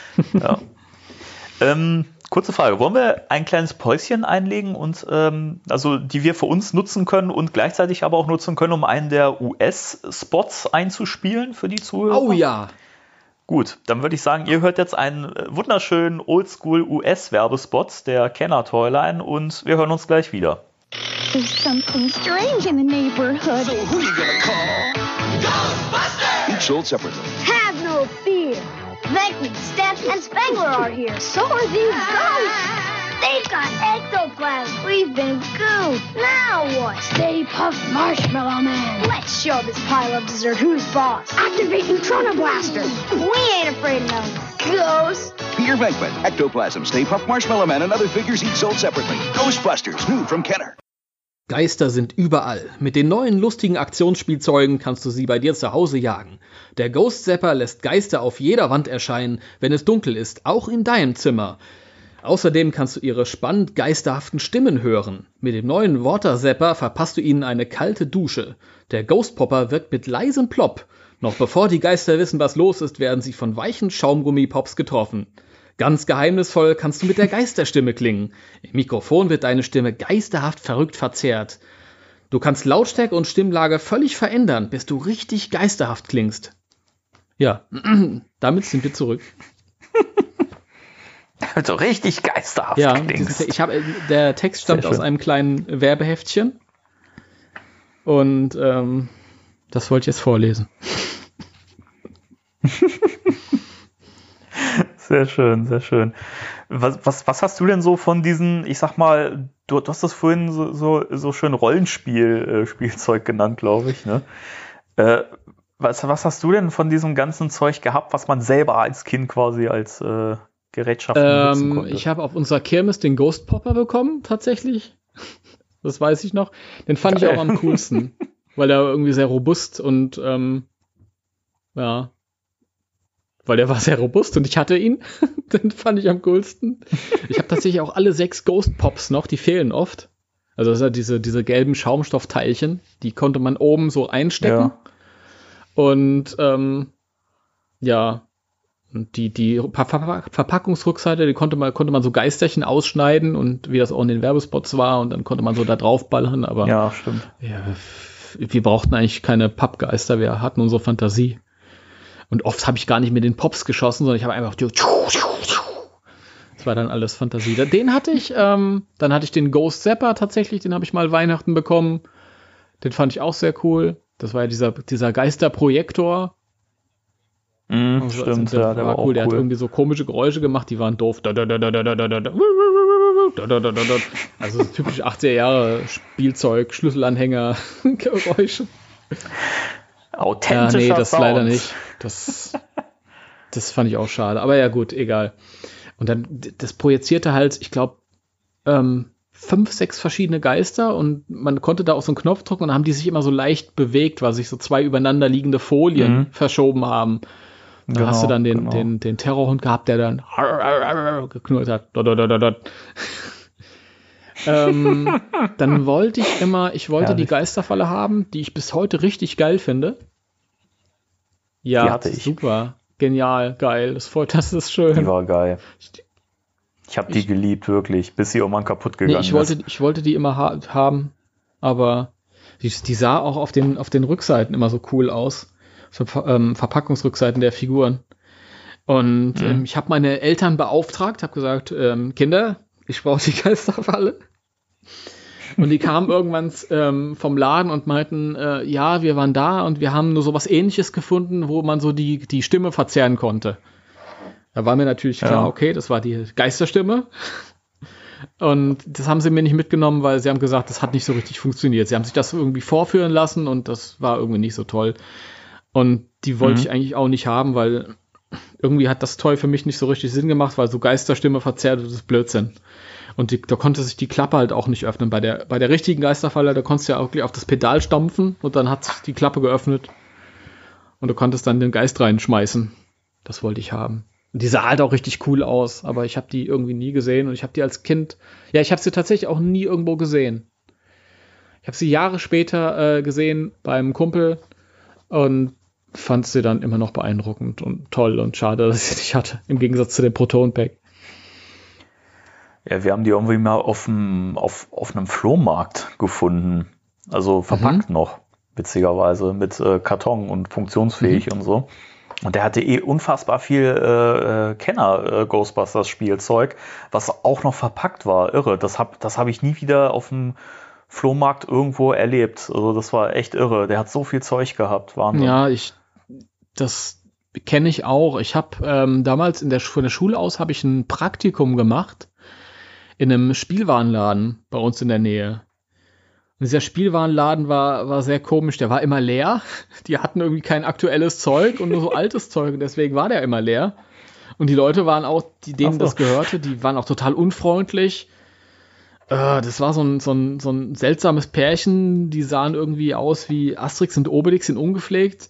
Kurze Frage, wollen wir ein kleines Päuschen einlegen und also die wir für uns nutzen können und gleichzeitig aber auch nutzen können, um einen der US-Spots einzuspielen für die Zuhörer? Oh ja. Gut, dann würde ich sagen, ihr hört jetzt einen wunderschönen Oldschool US-Werbespot der Kenner Toyline und wir hören uns gleich wieder. There's something strange in the neighborhood. So who you gonna call? Ghostbusters! Each sold separately. Have no fear. Becky, Steph, and Spangler are here. So are these ghosts. They've got ectoplasm. We've been gooped. Now what? Stay Puft Marshmallow Man. Let's show this pile of dessert who's boss. Activate Neutrona Blaster. We ain't afraid of no ghosts. Peter Venkman, Ectoplasm, Stay Puft Marshmallow Man and other figures each sold separately. Ghostbusters, new from Kenner. Geister sind überall. Mit den neuen lustigen Aktionsspielzeugen kannst du sie bei dir zu Hause jagen. Der Ghost Zapper lässt Geister auf jeder Wand erscheinen, wenn es dunkel ist, auch in deinem Zimmer. Außerdem kannst du ihre spannend geisterhaften Stimmen hören. Mit dem neuen Water Zapper verpasst du ihnen eine kalte Dusche. Der Ghost Popper wirkt mit leisem Plopp. Noch bevor die Geister wissen, was los ist, werden sie von weichen Schaumgummipops getroffen. Ganz geheimnisvoll kannst du mit der Geisterstimme klingen. Im Mikrofon wird deine Stimme geisterhaft verrückt verzerrt. Du kannst Lautstärke und Stimmlage völlig verändern, bis du richtig geisterhaft klingst. Ja, damit sind wir zurück. Also richtig geisterhaft klingst. Der Text stammt aus einem kleinen Werbeheftchen. Und das wollte ich jetzt vorlesen. Sehr schön, sehr schön. Was hast du denn so von diesen, ich sag mal, du hast das vorhin so schön Rollenspielzeug genannt, glaube ich, ne? Was hast du denn von diesem ganzen Zeug gehabt, was man selber als Kind quasi als Gerätschaften nutzen konnte? Ich habe auf unserer Kirmes den Ghost Popper bekommen, tatsächlich. Das weiß ich noch. Den fand ich auch am coolsten, weil er irgendwie sehr robust und weil der war sehr robust und ich hatte ihn. Den fand ich am coolsten. Ich habe tatsächlich auch alle 6 Ghost Pops noch, die fehlen oft. Also das sind diese gelben Schaumstoffteilchen, die konnte man oben so einstecken. Ja. Und und die Verpackungsrückseite, die konnte man so Geisterchen ausschneiden und wie das auch in den Werbespots war und dann konnte man so da drauf ballern, aber ja, stimmt. Ja, wir brauchten eigentlich keine Pappgeister, wir hatten unsere Fantasie. Und oft habe ich gar nicht mit den Pops geschossen, sondern ich habe einfach das war dann alles Fantasie. Den hatte ich, dann hatte ich den Ghost Zapper tatsächlich, den habe ich mal Weihnachten bekommen. Den fand ich auch sehr cool. Das war ja dieser Geisterprojektor. Stimmt, der war cool. Der hat irgendwie so komische Geräusche gemacht, die waren doof. Also typisch 80er Jahre Spielzeug, Schlüsselanhänger, Geräusche. Authentischer nee, das Sound. leider nicht. Das fand ich auch schade. Aber ja, gut, egal. Und dann, das projizierte halt, ich glaube, 5, 6 verschiedene Geister und man konnte da auch so einen Knopf drücken und dann haben die sich immer so leicht bewegt, weil sich so 2 übereinander liegende Folien verschoben haben. Da hast du dann den Terrorhund gehabt, der dann geknurrt hat. Dann wollte ich die Geisterfalle haben, die ich bis heute richtig geil finde. Ja, die hatte ich. Super. Genial, geil. Das ist schön. Die war geil. Ich habe die geliebt, wirklich, bis sie irgendwann kaputt gegangen ist. Ich wollte die immer haben, aber die sah auch auf den Rückseiten immer so cool aus. Verpackungsrückseiten der Figuren. Und ich habe meine Eltern beauftragt, habe gesagt, Kinder, ich brauche die Geisterfalle. Und die kamen irgendwann vom Laden und meinten, ja, wir waren da und wir haben nur sowas Ähnliches gefunden, wo man so die Stimme verzerren konnte. Da war mir natürlich klar, okay, das war die Geisterstimme. Und das haben sie mir nicht mitgenommen, weil sie haben gesagt, das hat nicht so richtig funktioniert. Sie haben sich das irgendwie vorführen lassen und das war irgendwie nicht so toll. Und die wollte ich eigentlich auch nicht haben, weil irgendwie hat das Toy für mich nicht so richtig Sinn gemacht, weil so Geisterstimme verzerrt, das ist Blödsinn. Und da konnte sich die Klappe halt auch nicht öffnen. Bei der richtigen Geisterfalle, da konntest du ja auch auf das Pedal stampfen und dann hat sich die Klappe geöffnet. Und du konntest dann den Geist reinschmeißen. Das wollte ich haben. Und die sah halt auch richtig cool aus, aber ich habe die irgendwie nie gesehen. Und ich habe die als Kind, ich habe sie tatsächlich auch nie irgendwo gesehen. Ich habe sie Jahre später gesehen beim Kumpel und fand sie dann immer noch beeindruckend und toll und schade, dass ich sie nicht hatte, im Gegensatz zu dem Proton-Pack. Ja, wir haben die irgendwie mal auf einem Flohmarkt gefunden. Also verpackt noch, witzigerweise, mit Karton und funktionsfähig und so. Und der hatte unfassbar viel Kenner-Ghostbusters-Spielzeug, was auch noch verpackt war. Irre. Das hab ich nie wieder auf dem Flohmarkt irgendwo erlebt. Also das war echt irre. Der hat so viel Zeug gehabt. Wahnsinn. Ja, das kenne ich auch. Ich habe damals von der Schule aus habe ich ein Praktikum gemacht in einem Spielwarenladen bei uns in der Nähe. Und dieser Spielwarenladen war sehr komisch. Der war immer leer. Die hatten irgendwie kein aktuelles Zeug und nur so altes Zeug. Und deswegen war der immer leer. Und die Leute waren auch, denen das gehörte, die waren auch total unfreundlich. Das war so ein seltsames Pärchen. Die sahen irgendwie aus wie Asterix und Obelix in ungepflegt.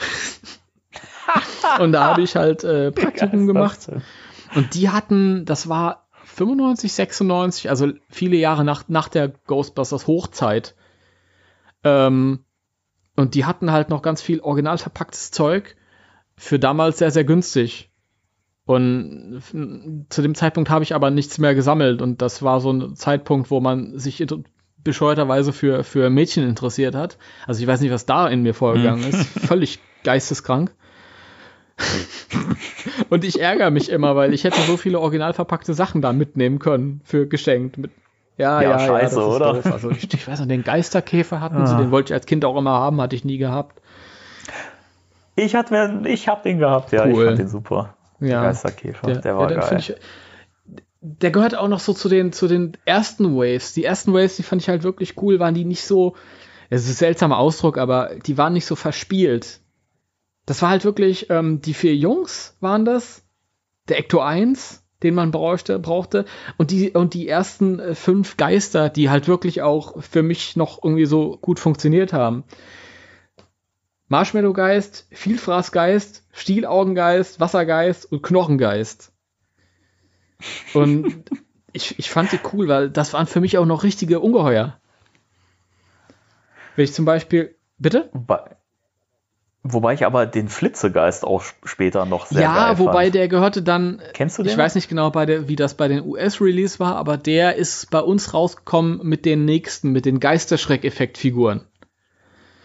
Und da habe ich halt Praktikum gemacht. Und die hatten, das war 95, 96, also viele Jahre nach der Ghostbusters Hochzeit. Und die hatten halt noch ganz viel original verpacktes Zeug für damals sehr, sehr günstig. Und zu dem Zeitpunkt habe ich aber nichts mehr gesammelt. Und das war so ein Zeitpunkt, wo man sich bescheuerterweise für Mädchen interessiert hat. Also ich weiß nicht, was da in mir vorgegangen ist. Völlig geisteskrank. Und ich ärgere mich immer, weil ich hätte so viele original verpackte Sachen da mitnehmen können für geschenkt. Scheiße, das ist oder? Doof. Also ich weiß noch, den Geisterkäfer hatten sie, den wollte ich als Kind auch immer haben, hatte ich nie gehabt. Ich hab den gehabt, ja, cool. Ich fand den super. Ja, der Geisterkäfer, der war geil. Der gehört auch noch so zu den ersten Waves. Die ersten Waves, die fand ich halt wirklich cool, waren die nicht so, das ist ein seltsamer Ausdruck, aber die waren nicht so verspielt. Das war halt wirklich, die 4 Jungs waren das, der Ecto 1, den man brauchte und die ersten 5 Geister, die halt wirklich auch für mich noch irgendwie so gut funktioniert haben. Marshmallow-Geist, Vielfraßgeist, Stielaugengeist, Wassergeist und Knochengeist. Und ich fand die cool, weil das waren für mich auch noch richtige Ungeheuer. Wenn ich zum Beispiel, bitte? Wobei ich aber den Flitzegeist auch später noch sehr geil fand. Ja, wobei der gehörte dann, kennst du den? Ich weiß nicht genau, wie das bei den US-Release war, aber der ist bei uns rausgekommen mit den nächsten, mit den Geisterschreck-Effekt-Figuren.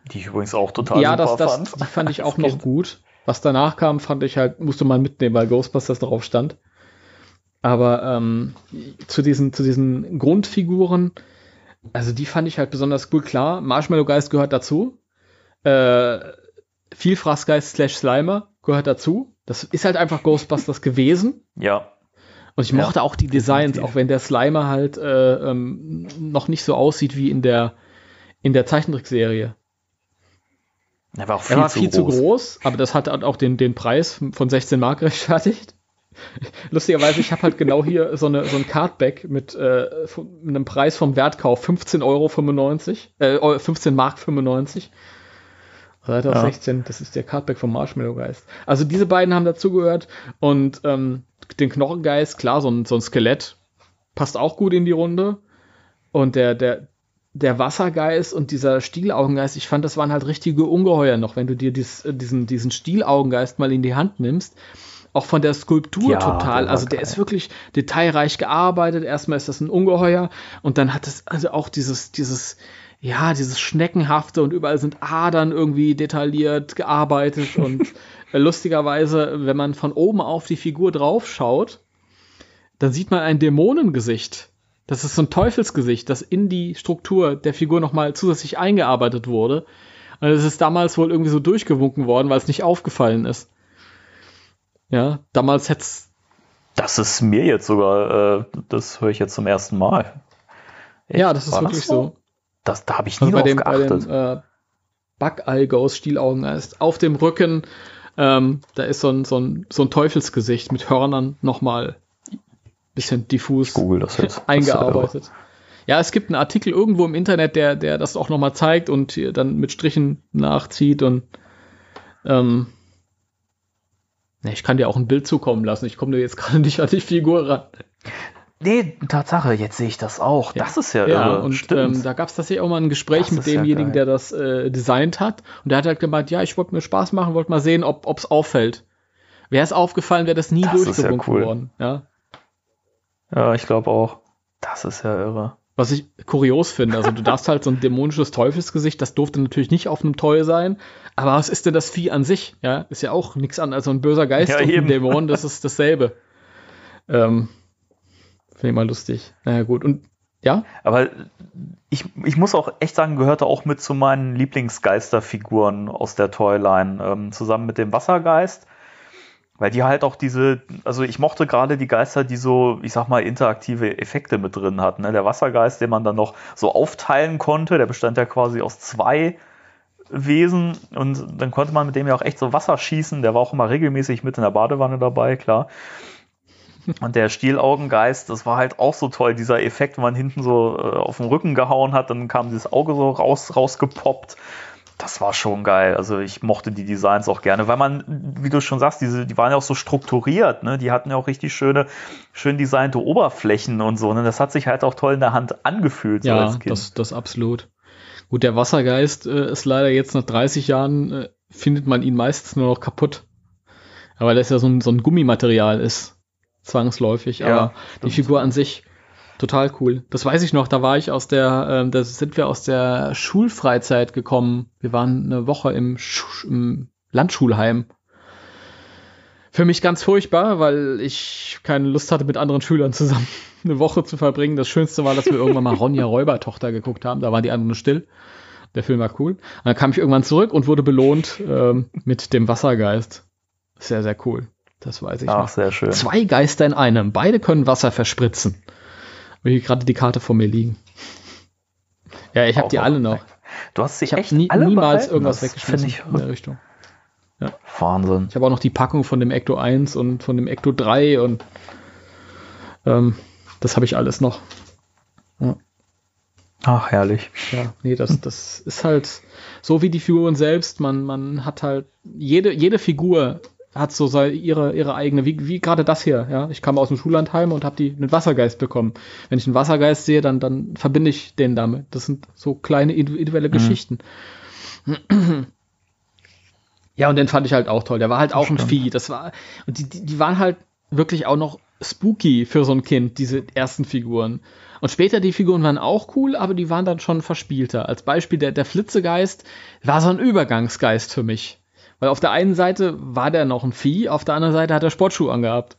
Die ich übrigens auch total super fand. Die fand ich auch noch gut. Was danach kam, fand ich halt, musste man mitnehmen, weil Ghostbusters drauf stand. Aber zu diesen Grundfiguren, also die fand ich halt besonders cool. Klar, Marshmallow Geist gehört dazu. Vielfraßgeist / Slimer gehört dazu. Das ist halt einfach Ghostbusters gewesen. Ja. Und ich mochte auch die Designs, auch wenn der Slimer halt noch nicht so aussieht wie in der Zeichentrickserie. Er war viel zu groß, aber das hat auch den Preis von 16 Mark rechtfertigt. Lustigerweise, ich habe halt genau hier so ein Cardback mit einem Preis vom Wertkauf 15,95 Mark 95. Seite auf 16, das ist der Cardback vom Marshmallow Geist. Also diese beiden haben dazugehört und den Knochengeist, klar, so ein Skelett passt auch gut in die Runde. Und der Wassergeist und dieser Stielaugengeist, ich fand, das waren halt richtige Ungeheuer noch, wenn du dir diesen Stielaugengeist mal in die Hand nimmst. Auch von der Skulptur total. Also der ist wirklich detailreich gearbeitet. Erstmal ist das ein Ungeheuer und dann hat es also auch dieses Schneckenhafte und überall sind Adern irgendwie detailliert gearbeitet und lustigerweise, wenn man von oben auf die Figur drauf schaut, dann sieht man ein Dämonengesicht. Das ist so ein Teufelsgesicht, das in die Struktur der Figur nochmal zusätzlich eingearbeitet wurde. Und es ist damals wohl irgendwie so durchgewunken worden, weil es nicht aufgefallen ist. Ja, damals hätt's... Das ist mir jetzt sogar, das höre ich jetzt zum ersten Mal. Echt? Ja, das ist wirklich so. Da habe ich nie drauf geachtet. Bei dem Bug-Eye-Ghost, Stielaugengeist, auf dem Rücken, da ist so ein Teufelsgesicht mit Hörnern nochmal bisschen diffus eingearbeitet. Ja, es gibt einen Artikel irgendwo im Internet, der das auch nochmal zeigt und dann mit Strichen nachzieht und ich kann dir auch ein Bild zukommen lassen. Ich komme dir jetzt gerade nicht an die Figur ran. Nee, Tatsache, jetzt sehe ich das auch. Ja. Das ist ja irre. Und da gab es tatsächlich auch mal ein Gespräch mit demjenigen, der das designt hat. Und der hat halt gemeint, ja, ich wollte mir Spaß machen, wollte mal sehen, ob es auffällt. Wäre es aufgefallen, wäre das nie durchgewunken worden. Ja, ich glaube auch. Das ist ja irre. Was ich kurios finde, also du darfst halt so ein dämonisches Teufelsgesicht, das durfte natürlich nicht auf einem Toy sein, aber was ist denn das Vieh an sich? Ja, ist ja auch nichts anderes, also ein böser Geist und ein Dämon, das ist dasselbe. Finde ich mal lustig. Naja, gut. Und ja? Aber ich muss auch echt sagen, gehörte auch mit zu meinen Lieblingsgeisterfiguren aus der Toyline, zusammen mit dem Wassergeist. Weil die halt auch also ich mochte gerade die Geister, die so, ich sag mal, interaktive Effekte mit drin hatten. Ne? Der Wassergeist, den man dann noch so aufteilen konnte, der bestand ja quasi aus 2 Wesen und dann konnte man mit dem ja auch echt so Wasser schießen. Der war auch immer regelmäßig mit in der Badewanne dabei, klar. Und der Stielaugengeist, das war halt auch so toll, dieser Effekt, wenn man hinten so auf den Rücken gehauen hat, dann kam dieses Auge so rausgepoppt. Das war schon geil. Also ich mochte die Designs auch gerne, weil man, wie du schon sagst, die waren ja auch so strukturiert, ne? Die hatten ja auch richtig schön designte Oberflächen und so. Ne? Das hat sich halt auch toll in der Hand angefühlt. Ja, so als Kind. Das absolut. Gut, der Wassergeist ist leider jetzt nach 30 Jahren, findet man ihn meistens nur noch kaputt. Aber das ja so ein Gummimaterial ist. Zwangsläufig. Aber die Figur an sich total cool. Das weiß ich noch, da war ich da sind wir aus der Schulfreizeit gekommen. Wir waren eine Woche im Landschulheim. Für mich ganz furchtbar, weil ich keine Lust hatte, mit anderen Schülern zusammen eine Woche zu verbringen. Das Schönste war, dass wir irgendwann mal Ronja Räubertochter geguckt haben. Da waren die anderen still. Der Film war cool. Und dann kam ich irgendwann zurück und wurde belohnt mit dem Wassergeist. Sehr, sehr cool. Das weiß ich noch. Sehr schön. 2 Geister in einem. Beide können Wasser verspritzen. Weil hier gerade die Karte vor mir liegen. Ja, ich habe die alle noch. Du hast sie echt alle niemals behalten. Irgendwas weggeschmissen in der Richtung. Ja. Wahnsinn. Ich habe auch noch die Packung von dem Ecto 1 und von dem Ecto 3 und das habe ich alles noch. Ja. Ach, herrlich. Ja, nee, das ist halt so wie die Figuren selbst. Man hat halt jede Figur hat so ihre eigene, wie gerade das hier, ja. Ich kam aus dem Schullandheim und habe einen Wassergeist bekommen. Wenn ich einen Wassergeist sehe, dann verbinde ich den damit. Das sind so kleine individuelle Geschichten. Ja, und den fand ich halt auch toll. Der war halt auch ein Vieh. Und die waren halt wirklich auch noch spooky für so ein Kind, diese ersten Figuren. Und später die Figuren waren auch cool, aber die waren dann schon verspielter. Als Beispiel der Flitzegeist war so ein Übergangsgeist für mich. Weil auf der einen Seite war der noch ein Vieh, auf der anderen Seite hat er Sportschuhe angehabt.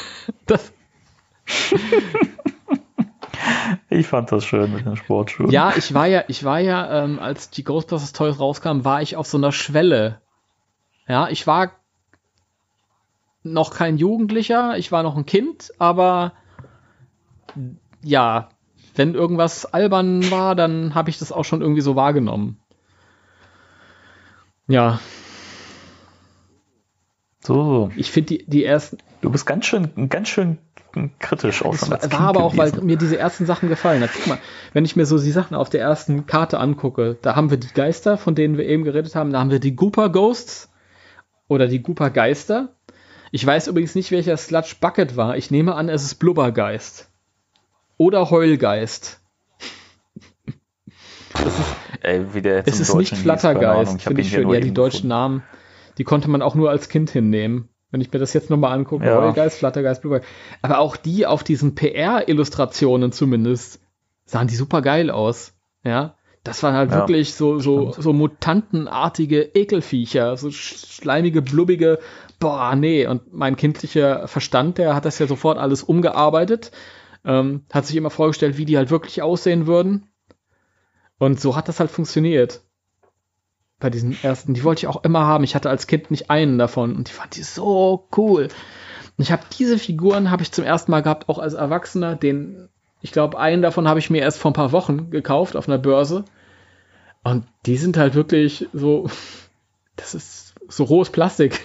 Ich fand das schön mit den Sportschuhen. Ja, ich war ja, als die Ghostbusters Toys rauskamen, war ich auf so einer Schwelle. Ja, ich war noch kein Jugendlicher, ich war noch ein Kind, aber ja, wenn irgendwas albern war, dann habe ich das auch schon irgendwie so wahrgenommen. Ja. So. Ich finde die ersten... Du bist ganz schön kritisch auch schon. Es war aber auch, weil mir diese ersten Sachen gefallen hat. Guck mal, wenn ich mir so die Sachen auf der ersten Karte angucke, da haben wir die Geister, von denen wir eben geredet haben, da haben wir die Gooper Ghosts oder die Gooper Geister. Ich weiß übrigens nicht, welcher Sludge Bucket war. Ich nehme an, es ist Blubbergeist. Oder Heulgeist. Es ist nicht Flattergeist, finde ich schön. Ja, die deutschen Namen, die konnte man auch nur als Kind hinnehmen. Wenn ich mir das jetzt nochmal angucke, ja. Heulgeist, Flattergeist, Blubbergeist. Aber auch die auf diesen PR-Illustrationen zumindest, sahen die super geil aus. Ja, das waren halt wirklich so mutantenartige Ekelviecher, so schleimige, blubbige, boah, nee. Und mein kindlicher Verstand, der hat das ja sofort alles umgearbeitet, hat sich immer vorgestellt, wie die halt wirklich aussehen würden. Und so hat das halt funktioniert. Bei diesen ersten, die wollte ich auch immer haben. Ich hatte als Kind nicht einen davon und ich fand die so cool. Und ich habe diese Figuren habe ich zum ersten Mal gehabt, auch als Erwachsener. Ich glaube, einen davon habe ich mir erst vor ein paar Wochen gekauft auf einer Börse. Und die sind halt wirklich so, das ist so rohes Plastik.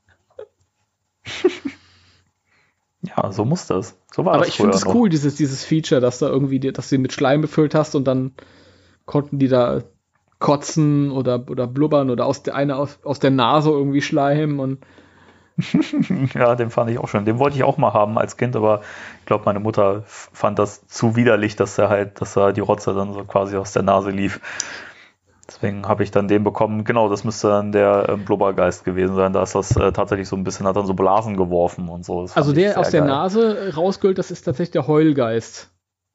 Ja, so muss das. So war aber das ich finde es cool, dieses Feature, dass da irgendwie, dass du mit Schleim befüllt hast und dann konnten die da kotzen oder blubbern oder aus der Nase irgendwie Schleim und ja, den fand ich auch schön. Den wollte ich auch mal haben als Kind, aber ich glaube, meine Mutter fand das zu widerlich, dass da die Rotze dann so quasi aus der Nase lief. Deswegen habe ich dann den bekommen. Genau, das müsste dann der Blubbergeist gewesen sein. Da ist das tatsächlich so ein bisschen, hat dann so Blasen geworfen und so. Also der aus der Nase rausgült, das ist tatsächlich der Heulgeist.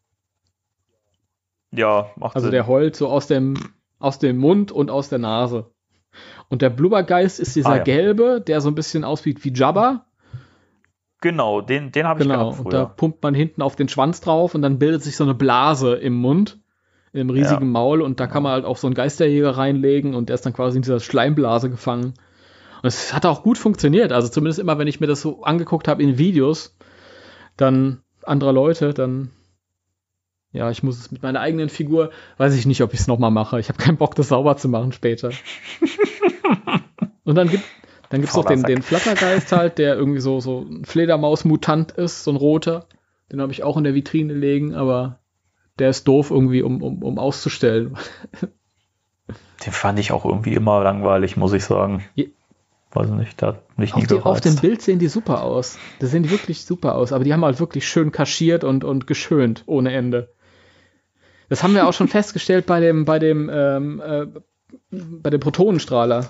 Ja, macht Sinn. Also der heult so aus dem Mund und aus der Nase. Und der Blubbergeist ist dieser gelbe, der so ein bisschen aussieht wie Jabba. Genau, den habe ich gehabt früher. Und da pumpt man hinten auf den Schwanz drauf und dann bildet sich so eine Blase im Mund, im riesigen Maul und da kann man halt auch so einen Geisterjäger reinlegen und der ist dann quasi in dieser Schleimblase gefangen. Und es hat auch gut funktioniert. Also zumindest immer, wenn ich mir das so angeguckt habe in Videos, dann anderer Leute, dann ja, ich muss es mit meiner eigenen Figur, weiß ich nicht, ob ich es nochmal mache. Ich habe keinen Bock, das sauber zu machen später. Und dann gibt's noch den Flattergeist halt, der irgendwie so ein Fledermaus-Mutant ist, so ein roter. Den habe ich auch in der Vitrine liegen, aber der ist doof irgendwie, um auszustellen. Den fand ich auch irgendwie immer langweilig, muss ich sagen. Weiß nicht, da hat mich nie gereizt. Auf dem Bild sehen die super aus. Da sehen die wirklich super aus, aber die haben halt wirklich schön kaschiert und geschönt ohne Ende. Das haben wir auch schon festgestellt bei dem Protonenstrahler.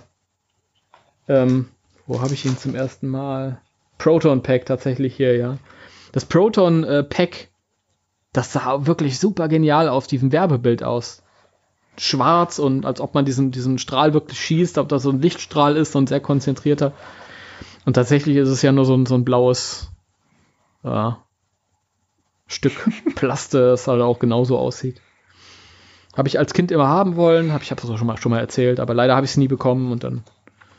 Wo habe ich ihn zum ersten Mal? Proton Pack tatsächlich hier, ja. Das Proton Pack, das sah wirklich super genial auf diesem Werbebild aus. Schwarz und als ob man diesen Strahl wirklich schießt, ob das so ein Lichtstrahl ist, so ein sehr konzentrierter. Und tatsächlich ist es ja nur so ein blaues Stück Plaste, das halt auch genauso aussieht. Habe ich als Kind immer haben wollen, ich habe das schon mal erzählt, aber leider habe ich es nie bekommen und dann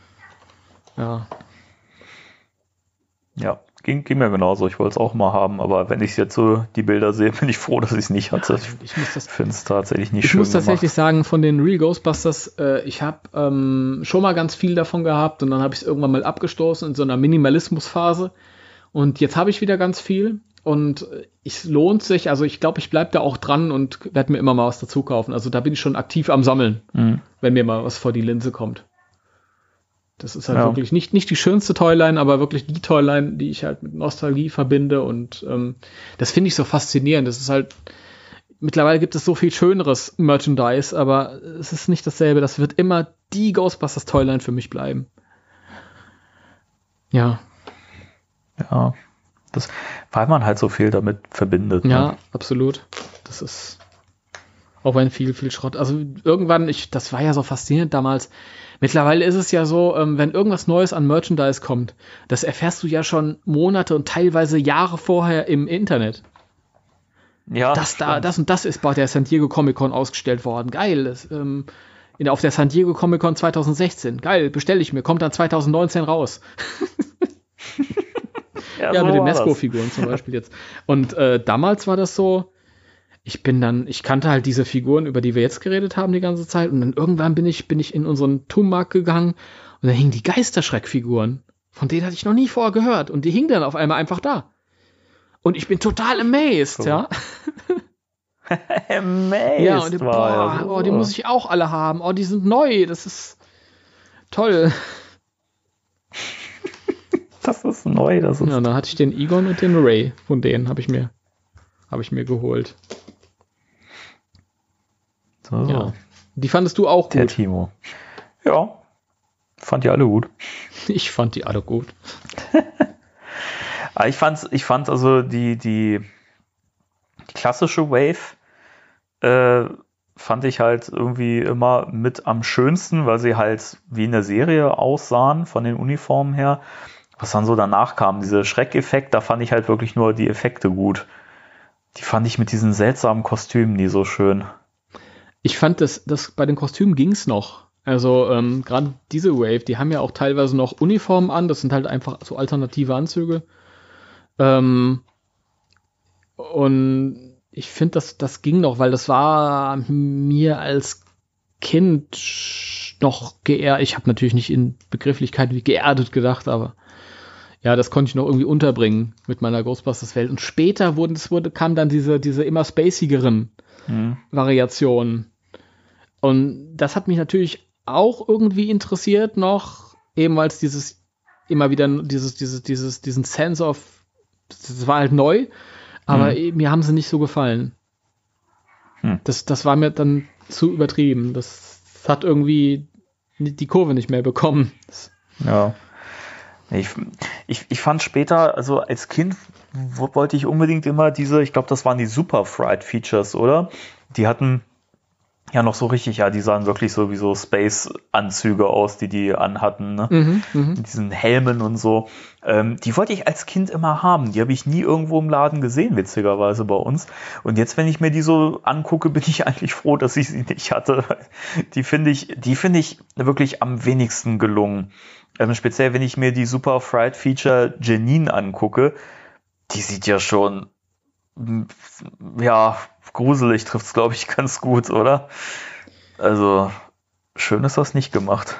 Ja, ging mir genauso. Ich wollte es auch mal haben, aber wenn ich jetzt so die Bilder sehe, bin ich froh, dass ich es nicht hatte. Ich finde es tatsächlich nicht schön. Ich muss tatsächlich sagen, von den Real Ghostbusters, ich habe schon mal ganz viel davon gehabt und dann habe ich es irgendwann mal abgestoßen in so einer Minimalismusphase. Und jetzt habe ich wieder ganz viel und es lohnt sich. Also ich glaube, ich bleibe da auch dran und werde mir immer mal was dazu kaufen. Also da bin ich schon aktiv am Sammeln, wenn mir mal was vor die Linse kommt. Das ist halt wirklich nicht die schönste Toyline, aber wirklich die Toyline, die ich halt mit Nostalgie verbinde und das finde ich so faszinierend. Das ist halt, mittlerweile gibt es so viel schöneres Merchandise, aber es ist nicht dasselbe. Das wird immer die Ghostbusters Toyline für mich bleiben. Ja. Ja, weil man halt so viel damit verbindet. Ja, absolut. Das ist auch wenn viel Schrott. Also irgendwann, das war ja so faszinierend damals. Mittlerweile ist es ja so, wenn irgendwas Neues an Merchandise kommt, das erfährst du ja schon Monate und teilweise Jahre vorher im Internet. Ja. Das und das ist bei der San Diego Comic-Con ausgestellt worden. Geil. Auf der San Diego Comic-Con 2016. Geil, bestelle ich mir. Kommt dann 2019 raus. Ja, so mit den Nesco-Figuren zum Beispiel jetzt. Und damals war das so, ich kannte halt diese Figuren, über die wir jetzt geredet haben die ganze Zeit. Und dann irgendwann bin ich in unseren TUM-Markt gegangen und da hingen die Geisterschreck-Figuren. Von denen hatte ich noch nie vorher gehört. Und die hingen dann auf einmal einfach da. Und ich bin total amazed, ja. Amazed. Ja, und die muss ich auch alle haben. Oh, die sind neu. Das ist toll. Das ist neu. Ja, dann hatte ich den Egon und den Ray. Von denen habe ich mir geholt. So. Ja. Die fandest du auch gut? Der Timo. Ja. Fand die alle gut. Ich fand die alle gut. Ich fand also die klassische Wave fand ich halt irgendwie immer mit am schönsten, weil sie halt wie in der Serie aussahen von den Uniformen her. Was dann so danach kam, diese Schreckeffekt, da fand ich halt wirklich nur die Effekte gut. Die fand ich mit diesen seltsamen Kostümen nie so schön. Ich fand, das bei den Kostümen ging's noch. Also gerade diese Wave, die haben ja auch teilweise noch Uniformen an. Das sind halt einfach so alternative Anzüge. Und ich finde, das ging noch, weil das war mir als Kind noch geerdet. Ich habe natürlich nicht in Begrifflichkeiten wie geerdet gedacht, aber ja, das konnte ich noch irgendwie unterbringen mit meiner Ghostbusters-Welt. Und später kam dann diese immer spacigeren Variationen. Und das hat mich natürlich auch irgendwie interessiert noch, eben weil es diesen Sense of, das war halt neu, aber mir haben sie nicht so gefallen. Das war mir dann zu übertrieben. Das hat irgendwie die Kurve nicht mehr bekommen. Ja. Ich fand später, also als Kind wollte ich unbedingt immer ich glaube, das waren die Super Fright Features, oder? Die hatten ja noch so richtig, ja, die sahen wirklich so wie so Space-Anzüge aus, die anhatten, ne? Mit diesen Helmen und so. Die wollte ich als Kind immer haben. Die habe ich nie irgendwo im Laden gesehen, witzigerweise bei uns. Und jetzt, wenn ich mir die so angucke, bin ich eigentlich froh, dass ich sie nicht hatte. Die finde ich wirklich am wenigsten gelungen. Speziell, wenn ich mir die Super Fright Feature Janine angucke, die sieht ja schon, ja, gruselig trifft es, glaube ich, ganz gut, oder? Also, schön ist das nicht gemacht.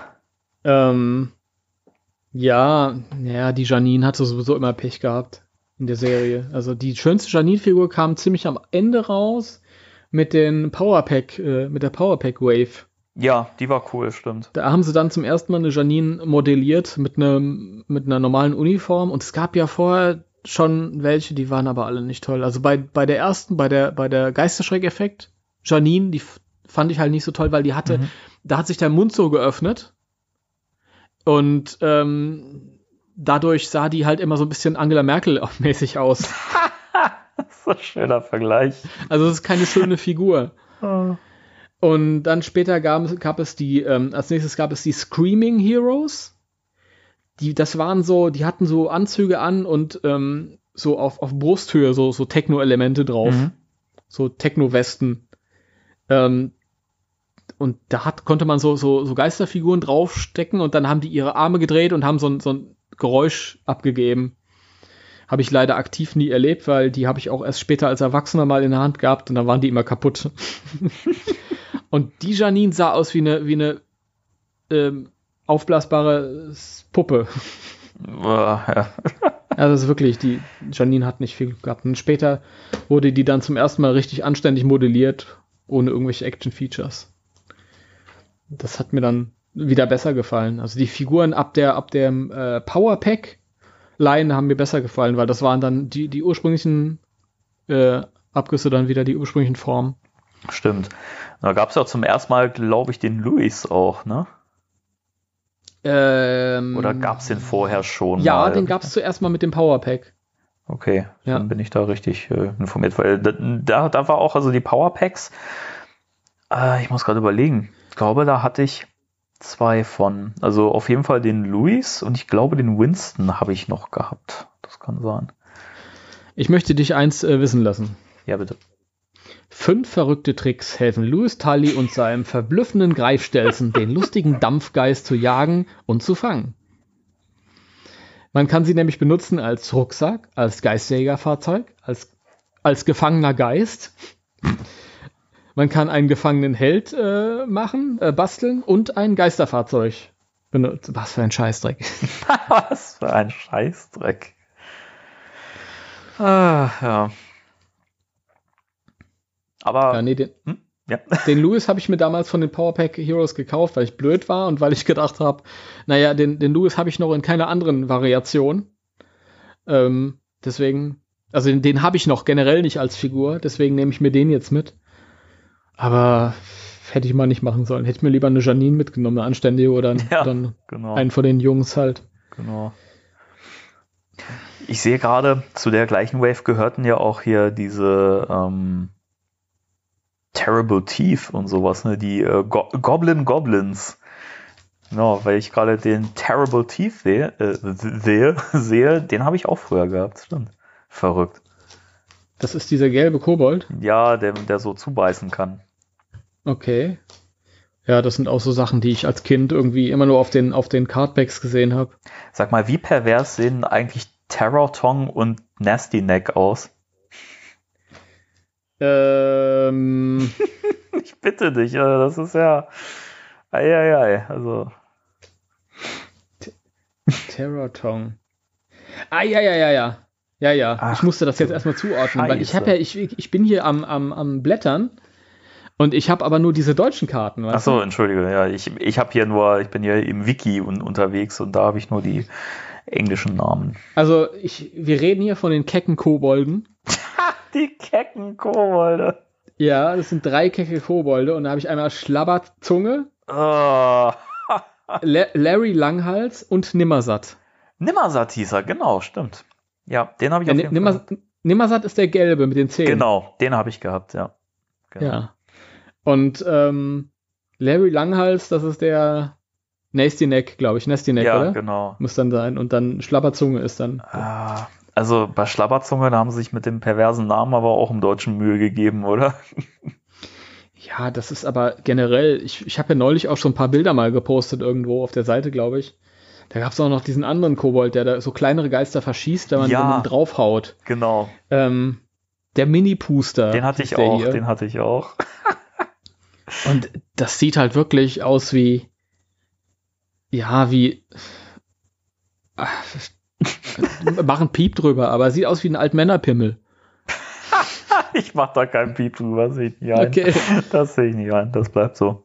Ja, die Janine hatte sowieso immer Pech gehabt in der Serie. Also die schönste Janine-Figur kam ziemlich am Ende raus mit der Powerpack Wave. Ja, die war cool, stimmt. Da haben sie dann zum ersten Mal eine Janine modelliert mit einer normalen Uniform und es gab ja vorher schon welche, die waren aber alle nicht toll. Also bei der ersten, bei der Geisterschreck-Effekt, Janine, die fand ich halt nicht so toll, weil da hat sich der Mund so geöffnet und dadurch sah die halt immer so ein bisschen Angela Merkel-mäßig aus. So ein schöner Vergleich. Also es ist keine schöne Figur. Und dann später gab es als nächstes gab es die Screaming Heroes. Die hatten so Anzüge an und so auf Brusthöhe so Techno-Elemente drauf. So Techno-Westen. Und da konnte man so Geisterfiguren draufstecken und dann haben die ihre Arme gedreht und haben so ein Geräusch abgegeben. Habe ich leider aktiv nie erlebt, weil die habe ich auch erst später als Erwachsener mal in der Hand gehabt und dann waren die immer kaputt. Und die Janine sah aus wie eine aufblasbare Puppe. Ja. Also das ist wirklich, die Janine hat nicht viel gehabt. Und später wurde die dann zum ersten Mal richtig anständig modelliert, ohne irgendwelche Action-Features. Das hat mir dann wieder besser gefallen. Also die Figuren ab dem Powerpack-Line haben mir besser gefallen, weil das waren dann die ursprünglichen Abgüsse, dann wieder die ursprünglichen Formen. Stimmt. Da gab es ja auch zum ersten Mal, glaube ich, den Louis auch, ne? Oder gab es den vorher schon? Ja, mal? Den gab es zuerst mal mit dem Powerpack. Okay, Ja. dann bin ich da richtig informiert, weil da war auch, also die Powerpacks, ich muss gerade überlegen, ich glaube, da hatte ich 2 von, also auf jeden Fall den Louis und ich glaube, den Winston habe ich noch gehabt. Das kann sein. Ich möchte dich eins wissen lassen. Ja, bitte. 5 verrückte Tricks helfen Louis Tully und seinem verblüffenden Greifstelzen, den lustigen Dampfgeist zu jagen und zu fangen. Man kann sie nämlich benutzen als Rucksack, als Geistjägerfahrzeug, als gefangener Geist. Man kann einen gefangenen Held basteln und ein Geisterfahrzeug benutzen. Was für ein Scheißdreck. Was für ein Scheißdreck. Ja. Aber Ja, nee, ja. den Louis habe ich mir damals von den Powerpack Heroes gekauft, weil ich blöd war und weil ich gedacht habe, naja, den Louis habe ich noch in keiner anderen Variation. Deswegen, also den habe ich noch generell nicht als Figur, deswegen nehme ich mir den jetzt mit. Aber hätte ich mal nicht machen sollen. Hätte ich mir lieber eine Janine mitgenommen, eine anständige oder dann genau. einen von den Jungs halt. Genau. Ich sehe gerade, zu der gleichen Wave gehörten ja auch hier diese Terrible Teeth und sowas, ne? Die Goblins. Genau, weil ich gerade den Terrible Teeth sehe, den habe ich auch früher gehabt. Stimmt. Verrückt. Das ist dieser gelbe Kobold? Ja, der so zubeißen kann. Okay. Ja, das sind auch so Sachen, die ich als Kind irgendwie immer nur auf den Cardbacks gesehen habe. Sag mal, wie pervers sehen eigentlich Terror Tongue und Nasty Neck aus? Ich bitte dich, das ist ja. Eieiei, also. Terror Tongue. Ja. Ach, ich musste das jetzt erstmal zuordnen, weil ich bin hier am Blättern und ich habe aber nur diese deutschen Karten. Ach so, entschuldige, ja, ich bin hier im Wiki unterwegs und da habe ich nur die englischen Namen. Also wir reden hier von den kecken Kobolden. Die kecken Kobolde. Ja, das sind 3 kecke Kobolde und da habe ich einmal Schlabberzunge, Oh. Larry Langhals und Nimmersatt. Nimmersatt hieß er, genau, stimmt. Ja, den habe ich auf jeden Fall. Nimmersatt ist der gelbe mit den Zähnen. Genau, den habe ich gehabt, ja. Genau. Ja. Und Larry Langhals, das ist der Nasty Neck, glaube ich. Nasty Neck, ja, oder? Genau. Muss dann sein. Und dann Schlabberzunge ist dann. Also bei Schlabberzunge, da haben sie sich mit dem perversen Namen aber auch im Deutschen Mühe gegeben, oder? Ja, das ist aber generell, ich habe ja neulich auch schon ein paar Bilder mal gepostet irgendwo auf der Seite, glaube ich. Da gab es auch noch diesen anderen Kobold, der da so kleinere Geister verschießt, wenn man draufhaut. Genau. Der Mini-Puster. Den hatte ich auch. Und das sieht halt wirklich aus wie mach einen Piep drüber, aber sieht aus wie ein Altmännerpimmel. Ich mach da keinen Piep drüber, sehe ich nicht ein. Okay. Das sehe ich nicht ein, das bleibt so.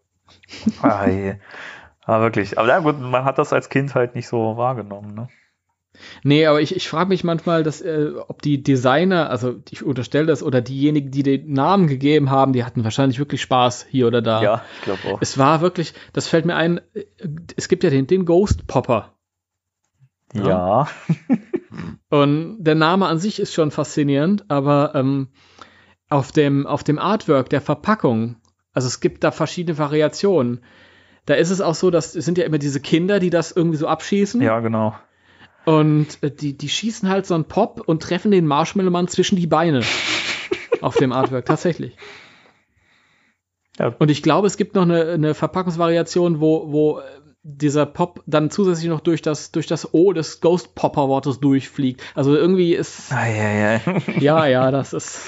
Aber wirklich. Aber ja gut, man hat das als Kind halt nicht so wahrgenommen, ne? Nee, aber ich frage mich manchmal, ob die Designer, also ich unterstelle das, oder diejenigen, die den Namen gegeben haben, die hatten wahrscheinlich wirklich Spaß hier oder da. Ja, ich glaube auch. Es war wirklich, das fällt mir ein, es gibt ja den Ghost Popper. Ja. Und der Name an sich ist schon faszinierend, aber auf dem Artwork der Verpackung, also es gibt da verschiedene Variationen. Da ist es auch so, dass es sind ja immer diese Kinder, die das irgendwie so abschießen. Ja, genau. Und die schießen halt so einen Pop und treffen den Marshmallow-Mann zwischen die Beine. Auf dem Artwork, tatsächlich. Ja. Und ich glaube, es gibt noch eine Verpackungsvariation, wo dieser Pop dann zusätzlich noch durch das O des Ghost Popper-Wortes durchfliegt. Also irgendwie ist... Ja, das ist...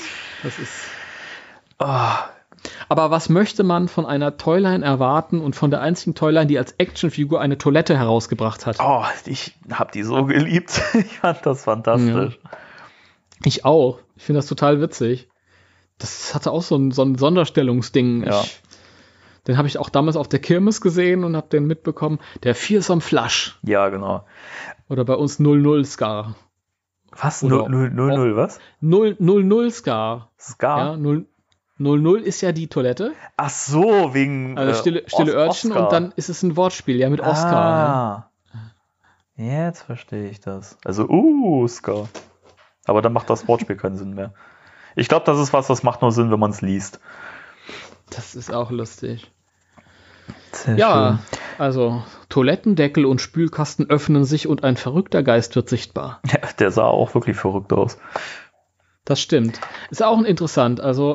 Oh. Aber was möchte man von einer Toyline erwarten und von der einzigen Toyline, die als Actionfigur eine Toilette herausgebracht hat? Oh, ich habe die so geliebt. Ich fand das fantastisch. Ja. Ich auch. Ich finde das total witzig. Das hatte auch so ein Sonderstellungsding. Ja. Den habe ich auch damals auf der Kirmes gesehen und habe den mitbekommen. Der Fearsome Flush. Ja, genau. Oder bei uns 00 Scar. Was? 00 was? 00 Scar. Scar? Ja, 00 ist ja die Toilette. Ach so, wegen also stille Örtchen Oscar. und dann ist es ein Wortspiel, ja, mit Oscar. Ja. Jetzt verstehe ich das. Also, Scar. Aber dann macht das Wortspiel keinen Sinn mehr. Ich glaube, das ist was, das macht nur Sinn, wenn man es liest. Das ist auch lustig. Sehr Ja, also Toilettendeckel und Spülkasten öffnen sich und ein verrückter Geist wird sichtbar. schön. Ja, der sah auch wirklich verrückt aus. Das stimmt. Ist auch interessant. Also,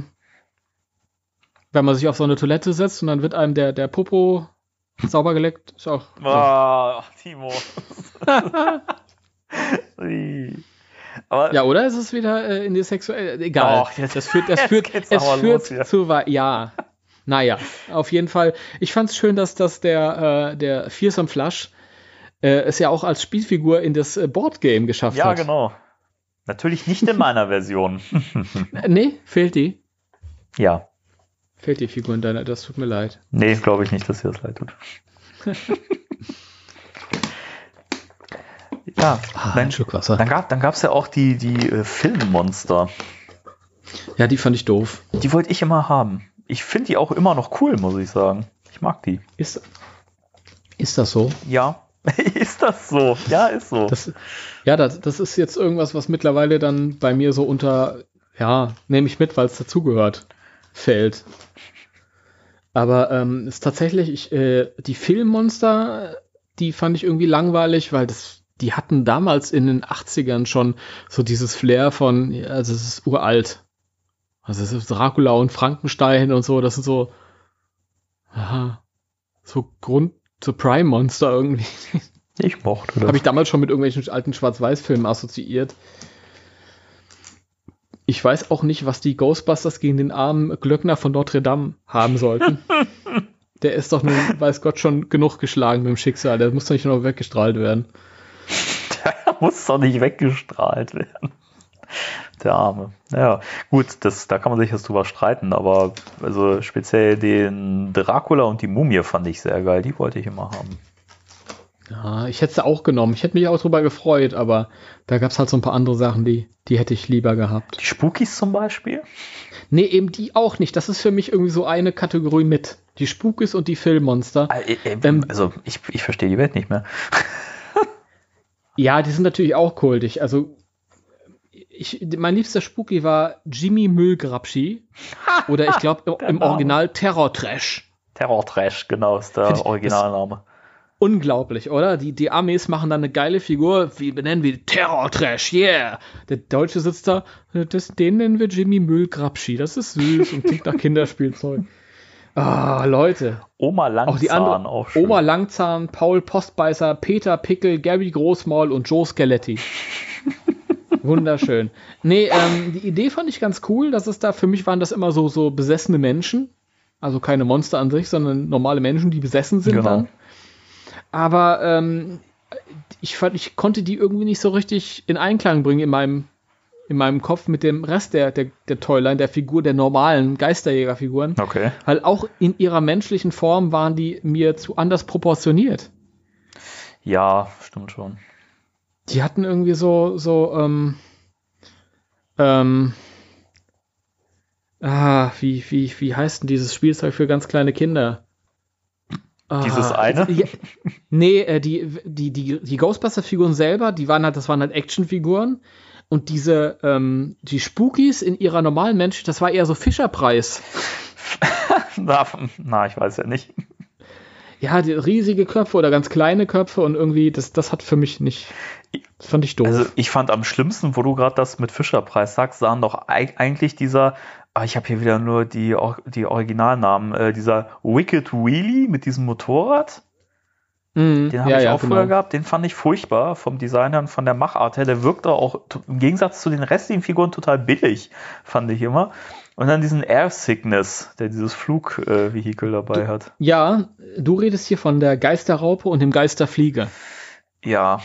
wenn man sich auf so eine Toilette setzt und dann wird einem der Popo sauber geleckt, ist auch. Timo. Aber Ja, oder? Ist es wieder in die sexuelle. Egal. Och, jetzt- das führt geht's aber los hier. zu weit. Ja. Naja, auf jeden Fall. Ich fand es schön, dass der Fearsome Flush es ja auch als Spielfigur in das Boardgame geschafft ja, hat. genau. Natürlich nicht in meiner Version. Nee, fehlt die. Ja. Fehlt die Figur in deiner. Das tut mir leid. Nee, glaube ich nicht, dass dir das leid tut. Ja, Ein Schluck Wasser. dann gab es ja auch die Filmmonster. Ja, die fand ich doof. Die wollte ich immer haben. Ich finde die auch immer noch cool, muss ich sagen. Ich mag die. Ist das so? Ja. Ist das so? Ja, ist so. Das ist jetzt irgendwas, was mittlerweile dann bei mir so unter, ja, nehme ich mit, weil es dazugehört, fällt. Aber ist tatsächlich, die Filmmonster, die fand ich irgendwie langweilig, weil die hatten damals in den 80ern schon so dieses Flair von, also es ist uralt. Also es ist Dracula und Frankenstein und so, das sind so, aha, so Prime-Monster irgendwie. Ich mochte das. Habe ich damals schon mit irgendwelchen alten Schwarz-Weiß-Filmen assoziiert. Ich weiß auch nicht, was die Ghostbusters gegen den armen Glöckner von Notre Dame haben sollten. Der ist doch nun, weiß Gott, schon genug geschlagen mit dem Schicksal. Der muss doch nicht noch weggestrahlt werden. Der muss doch nicht weggestrahlt werden. Der Arme. Ja, gut, da kann man sich jetzt drüber streiten, aber also speziell den Dracula und die Mumie fand ich sehr geil. Die wollte ich immer haben. Ja, ich hätte sie auch genommen. Ich hätte mich auch drüber gefreut, aber da gab es halt so ein paar andere Sachen, die hätte ich lieber gehabt. Die Spookies zum Beispiel? Nee, eben die auch nicht. Das ist für mich irgendwie so eine Kategorie mit. Die Spookies und die Filmmonster. Also ich verstehe die Welt nicht mehr. Ja, die sind natürlich auch kultig. Also mein liebster Spooky war Jimmy Müllgrabschi. Oder ich glaube im Original Terror Trash. Terror Trash, genau, ist der Originalname. Unglaublich, oder? Die Amis machen dann eine geile Figur, wie benennen wir Terror Trash, yeah! Der Deutsche sitzt da, den nennen wir Jimmy Müllgrabschi. Das ist süß und klingt nach Kinderspielzeug. Ah, Leute. Oma Langzahn auch die anderen, auch schön. Oma Langzahn, Paul Postbeißer, Peter Pickel, Gary Großmaul und Joe Skeletti. Wunderschön. Nee, die Idee fand ich ganz cool, dass es da, für mich waren das immer so besessene Menschen. Also keine Monster an sich, sondern normale Menschen, die besessen sind dann. Aber ich konnte die irgendwie nicht so richtig in Einklang bringen in meinem Kopf mit dem Rest der Toyline, der Figur, der normalen Geisterjägerfiguren. Okay. Weil auch in ihrer menschlichen Form waren die mir zu anders proportioniert. Ja, stimmt schon. Die hatten irgendwie wie heißt denn dieses Spielzeug für ganz kleine Kinder? Dieses eine? Nee, die Ghostbuster-Figuren selber, das waren halt Actionfiguren. Und die Spookies in ihrer normalen Mensch, das war eher so Fischerpreis. Na, ich weiß ja nicht. Ja, die riesige Köpfe oder ganz kleine Köpfe und irgendwie, das hat für mich nicht, das fand ich doof. Also ich fand am schlimmsten, wo du gerade das mit Fischerpreis sagst, sahen doch eigentlich ich habe hier wieder nur die Originalnamen, dieser Wicked Wheelie mit diesem Motorrad. Den habe ich auch früher gehabt, den fand ich furchtbar vom Designer und von der Machart her. Der wirkte auch im Gegensatz zu den restlichen Figuren total billig, fand ich immer. Und dann diesen Air Sickness, der dieses Flugvehikel dabei hat. Ja, du redest hier von der Geisterraupe und dem Geisterflieger. Ja.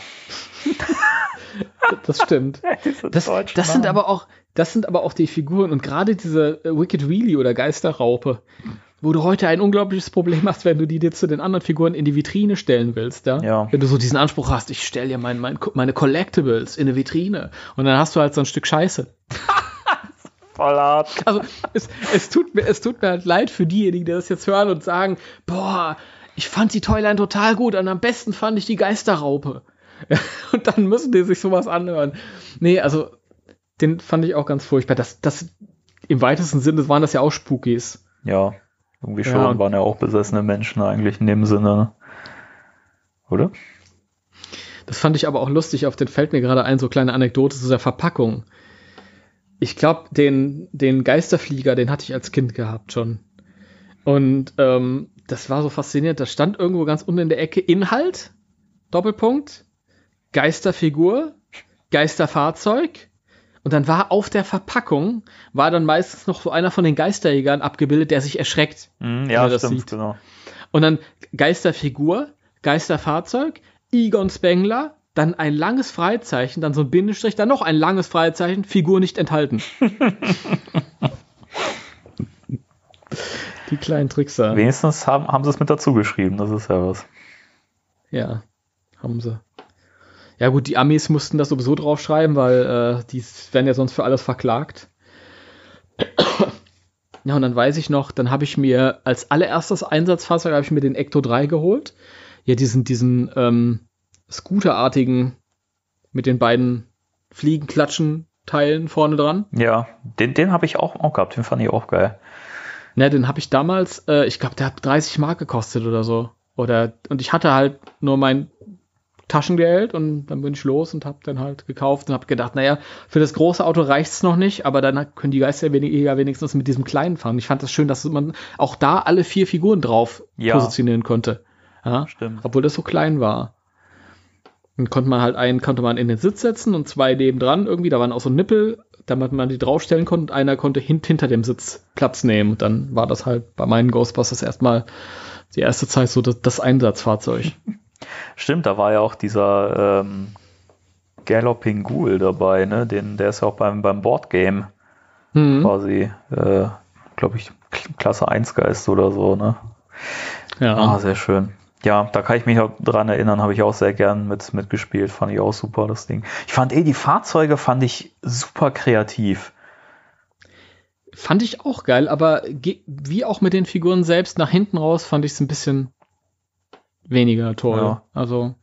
Das stimmt. Das sind aber auch die Figuren und gerade diese Wicked Wheelie oder Geisterraupe, wo du heute ein unglaubliches Problem hast, wenn du die dir zu den anderen Figuren in die Vitrine stellen willst, ja? Wenn du so diesen Anspruch hast, ich stelle dir meine Collectibles in eine Vitrine und dann hast du halt so ein Stück Scheiße. Voll hart. Also es tut mir halt leid für diejenigen, die das jetzt hören und sagen, boah, ich fand die Toyline total gut und am besten fand ich die Geisterraupe. Und dann müssen die sich sowas anhören. Nee, also den fand ich auch ganz furchtbar. Das im weitesten Sinne waren das ja auch Spookies. Ja, irgendwie schon, Ja. waren ja auch besessene Menschen eigentlich in dem Sinne, ne? Oder? Das fand ich aber auch lustig. Auf den fällt mir gerade ein, so kleine Anekdote zu der Verpackung. Ich glaube, den Geisterflieger, den hatte ich als Kind gehabt schon. Und das war so faszinierend. Da stand irgendwo ganz unten in der Ecke Inhalt, Doppelpunkt, Geisterfigur, Geisterfahrzeug. Und dann war auf der Verpackung, war dann meistens noch so einer von den Geisterjägern abgebildet, der sich erschreckt. wenn Ja, er das stimmt, sieht. genau. Und dann Geisterfigur, Geisterfahrzeug, Egon Spengler, dann ein langes Freizeichen, dann so ein Bindestrich, dann noch ein langes Freizeichen, Figur nicht enthalten. Die kleinen Trickser. Wenigstens haben sie es mit dazu geschrieben, das ist ja was. Ja, haben sie. Ja gut, die Amis mussten das sowieso draufschreiben, weil die werden ja sonst für alles verklagt. Ja, und dann weiß ich noch, dann habe ich mir als allererstes Einsatzfahrzeug habe ich mir den Ecto 3 geholt. Ja, diesen Scooterartigen mit den beiden Fliegenklatschen-Teilen vorne dran. Ja, den habe ich auch gehabt, den fand ich auch geil. Ne, den habe ich damals, ich glaube, der hat 30 Mark gekostet oder so. Und ich hatte halt nur mein Taschengeld und dann bin ich los und habe dann halt gekauft und habe gedacht, naja, für das große Auto reicht's noch nicht, aber dann können die Geisterjäger wenigstens mit diesem kleinen fahren. Ich fand das schön, dass man auch da alle 4 Figuren drauf positionieren konnte. Ja? Stimmt. Obwohl das so klein war. Dann konnte man in den Sitz setzen und 2 nebendran irgendwie, da waren auch so Nippel, damit man die draufstellen konnte und einer konnte hinter dem Sitz Platz nehmen. Und dann war das halt bei meinen Ghostbusters erstmal die erste Zeit so das Einsatzfahrzeug. Stimmt, da war ja auch dieser Galloping Ghoul dabei, ne? Der ist ja auch beim Boardgame quasi, glaube ich, Klasse 1 Geist oder so, ne? Ja. Ah, sehr schön. Ja, da kann ich mich auch dran erinnern, habe ich auch sehr gern mitgespielt, fand ich auch super, das Ding. Ich fand die Fahrzeuge fand ich super kreativ. Fand ich auch geil, aber wie auch mit den Figuren selbst, nach hinten raus fand ich es ein bisschen weniger toll. Ja. Also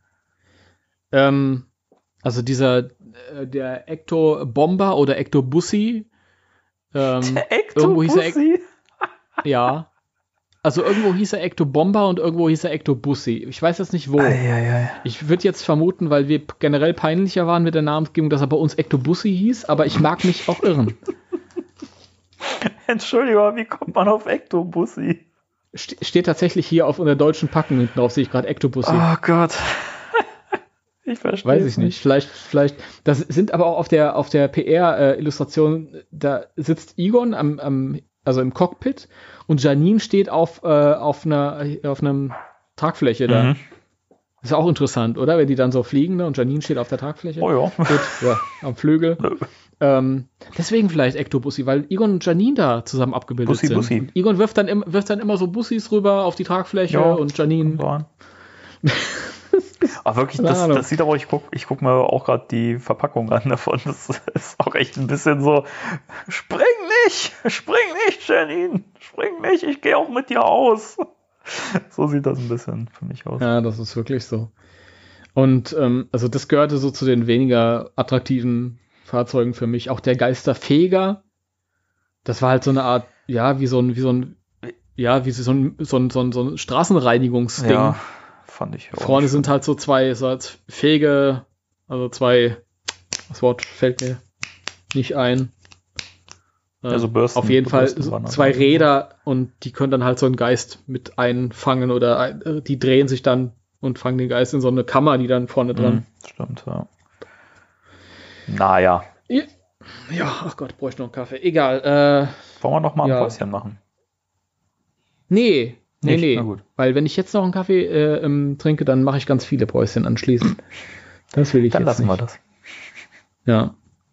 der Ecto Bomber oder Ecto Bussi. Der irgendwo hieß er Ecto-Bussi? Ja. Also irgendwo hieß er Ecto Bomber und irgendwo hieß er Ecto Bussi. Ich weiß jetzt nicht wo. Ich würde jetzt vermuten, weil wir generell peinlicher waren mit der Namensgebung, dass er bei uns Ecto Bussi hieß, aber ich mag mich auch irren. Entschuldigung, wie kommt man auf Ecto Bussi? Steht tatsächlich hier auf unserer deutschen Packung hinten drauf, sehe ich gerade Ecto Bussi. Oh Gott. Ich verstehe. Weiß ich nicht. Vielleicht. Das sind aber auch auf der PR-Illustration, da sitzt Egon also im Cockpit und Janine steht auf einer Tragfläche da. Mhm. Ist auch interessant, oder? Wenn die dann so fliegen, ne? Und Janine steht auf der Tragfläche. Oh ja. Gut, ja, am Flügel. Deswegen vielleicht Ecto-Bussi, weil Egon und Janine da zusammen abgebildet sind. Bussi. Und Egon wirft dann immer so Bussis rüber auf die Tragfläche und Janine. Aber wirklich, das sieht aber, ich guck mir auch gerade die Verpackung an davon. Das ist auch echt ein bisschen so, spring nicht, Janine, spring nicht, ich gehe auch mit dir aus. So sieht das ein bisschen für mich aus. Ja, das ist wirklich so. Und also das gehörte so zu den weniger attraktiven Fahrzeugen für mich. Auch der Geisterfeger, das war halt so eine Art, ja, wie so ein Straßenreinigungsding. Ja, fand ich auch. Vorne sind halt so zwei, so als Fege, also zwei, das Wort fällt mir nicht ein. Also Bürsten, auf jeden Fall Bürsten zwei Räder und die können dann halt so einen Geist mit einfangen oder die drehen sich dann und fangen den Geist in so eine Kammer, die dann vorne dran. Stimmt, ja. Naja. Ja, ach Gott, bräuchte noch einen Kaffee. Egal. Wollen wir noch mal ein Päuschen machen? Nee. Na gut. Weil wenn ich jetzt noch einen Kaffee trinke, dann mache ich ganz viele Päuschen anschließend. Das will ich dann jetzt lassen nicht. wir das. Ja.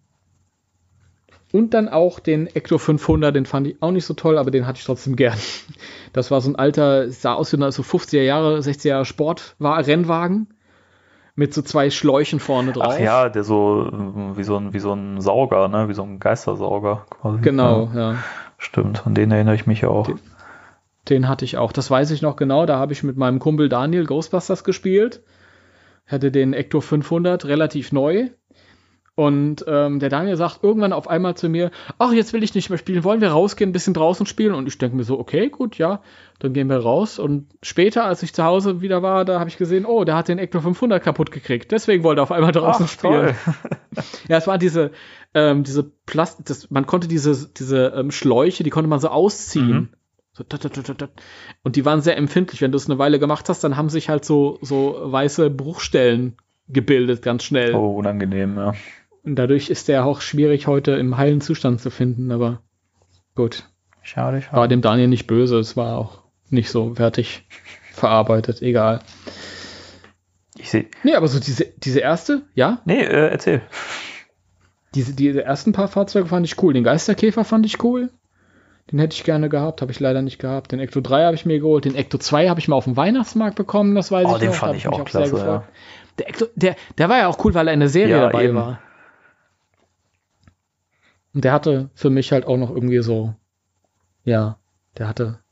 Und dann auch den Ecto 500, den fand ich auch nicht so toll, aber den hatte ich trotzdem gern. Das war so ein alter, sah aus wie so 50er Jahre, 60er Jahre Rennwagen mit so zwei Schläuchen vorne drauf. Ach ja, der so wie so ein Sauger, ne? Wie so ein Geistersauger quasi. Genau, ja. Stimmt, an den erinnere ich mich auch. Den hatte ich auch. Das weiß ich noch genau. Da habe ich mit meinem Kumpel Daniel Ghostbusters gespielt. hatte den Ecto 500 relativ neu. Und der Daniel sagt irgendwann auf einmal zu mir, ach, jetzt will ich nicht mehr spielen, wollen wir rausgehen, ein bisschen draußen spielen? Und ich denke mir so, okay, gut, ja, dann gehen wir raus. Und später, als ich zu Hause wieder war, da habe ich gesehen, oh, der hat den Ecto 500 kaputt gekriegt. Deswegen wollte er auf einmal draußen spielen. Ja, es waren diese man konnte diese Schläuche, die konnte man so ausziehen. So, und die waren sehr empfindlich. Wenn du es eine Weile gemacht hast, dann haben sich halt so weiße Bruchstellen gebildet, ganz schnell. Oh, unangenehm, ja. Und dadurch ist der auch schwierig heute im heilen Zustand zu finden, aber gut. Schade. War dem Daniel nicht böse, es war auch nicht so fertig verarbeitet, egal. Ich sehe. Nee, aber so diese erste, ja? Nee, erzähl. Diese ersten paar Fahrzeuge fand ich cool. Den Geisterkäfer fand ich cool. Den hätte ich gerne gehabt, habe ich leider nicht gehabt. Den Ecto 3 habe ich mir geholt. Den Ecto 2 habe ich mal auf dem Weihnachtsmarkt bekommen, das weiß ich noch. Den fand ich auch klasse, ja. Der Ecto, der war ja auch cool, weil er in der Serie dabei war. Und der hatte für mich halt auch noch irgendwie so, ja, der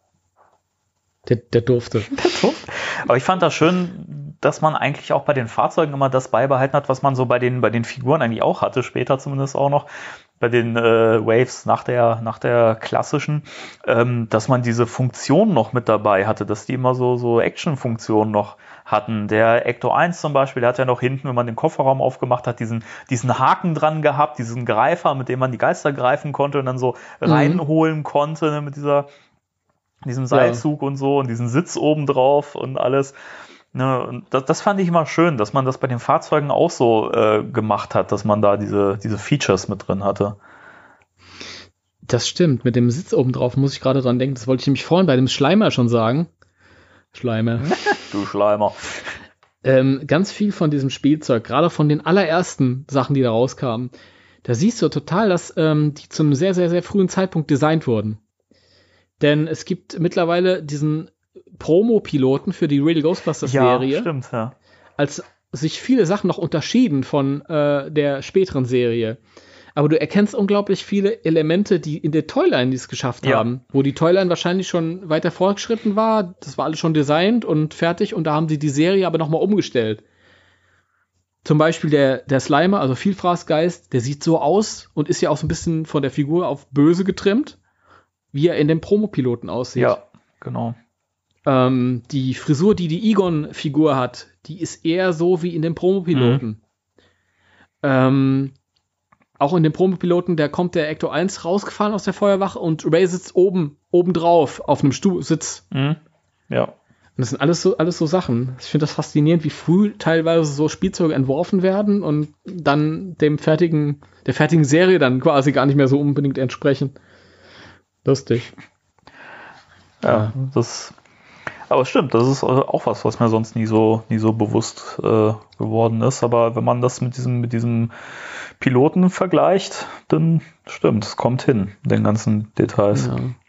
durfte. Aber ich fand das schön, dass man eigentlich auch bei den Fahrzeugen immer das beibehalten hat, was man so bei den Figuren eigentlich auch hatte, später zumindest auch noch, bei den Waves nach der klassischen, dass man diese Funktion noch mit dabei hatte, dass die immer so Action-Funktionen noch hatten. Der Ecto 1 zum Beispiel, der hat ja noch hinten, wenn man den Kofferraum aufgemacht hat, diesen Haken dran gehabt, diesen Greifer, mit dem man die Geister greifen konnte und dann so reinholen konnte, ne, mit diesem Seilzug und so und diesen Sitz oben drauf und alles. Ne, und das fand ich immer schön, dass man das bei den Fahrzeugen auch so gemacht hat, dass man da diese Features mit drin hatte. Das stimmt, mit dem Sitz oben drauf muss ich gerade dran denken. Das wollte ich nämlich vorhin bei dem Schleimer schon sagen. Schleimer. Du Schleimer. Ganz viel von diesem Spielzeug, gerade von den allerersten Sachen, die da rauskamen, da siehst du total, dass die zum sehr, sehr, sehr frühen Zeitpunkt designt wurden. Denn es gibt mittlerweile diesen Promo-Piloten für die Real Ghostbusters-Serie. Ja, stimmt, ja. Als sich viele Sachen noch unterschieden von der späteren Serie. Aber du erkennst unglaublich viele Elemente, die in der Toyline die es geschafft haben. Wo die Toyline wahrscheinlich schon weiter fortgeschritten war. Das war alles schon designt und fertig. Und da haben sie die Serie aber nochmal umgestellt. Zum Beispiel der Slimer, also Vielfraßgeist, der sieht so aus und ist ja auch so ein bisschen von der Figur auf böse getrimmt, wie er in dem Promopiloten aussieht. Ja, genau. Die Frisur, die Egon-Figur hat, die ist eher so wie in dem Promopiloten. Auch in dem Promopiloten, da kommt der Ecto 1 rausgefahren aus der Feuerwache und Ray sitzt oben drauf auf einem Sitz. Ja. Und das sind alles so Sachen. Ich finde das faszinierend, wie früh teilweise so Spielzeuge entworfen werden und dann der fertigen Serie dann quasi gar nicht mehr so unbedingt entsprechen. Lustig. Ja. Aber es stimmt, das ist auch was mir sonst nie so bewusst geworden ist. Aber wenn man das mit diesem Piloten vergleicht, dann stimmt, es kommt hin, den ganzen Details.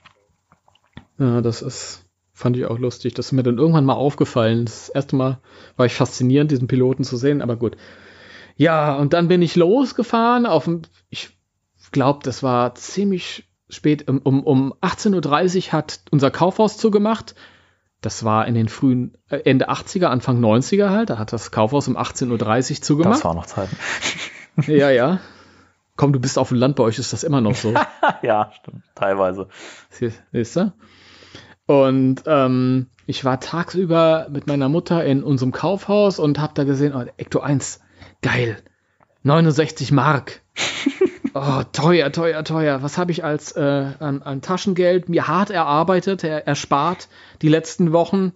Ja, fand ich auch lustig. Das ist mir dann irgendwann mal aufgefallen. Das erste Mal war ich faszinierend, diesen Piloten zu sehen, aber gut. Ja, und dann bin ich losgefahren ich glaube, das war ziemlich spät, um 18.30 Uhr hat unser Kaufhaus zugemacht. Das war in den frühen Ende 80er, Anfang 90er halt. Da hat das Kaufhaus um 18.30 Uhr zugemacht. Das war noch Zeiten. Ja. Komm, du bist auf dem Land, bei euch ist das immer noch so. Ja, stimmt. Teilweise. Siehst du? Und ich war tagsüber mit meiner Mutter in unserem Kaufhaus und hab da gesehen, oh, Ecto 1, geil. 69 Mark. Oh, teuer. Was habe ich an Taschengeld mir hart erspart die letzten Wochen?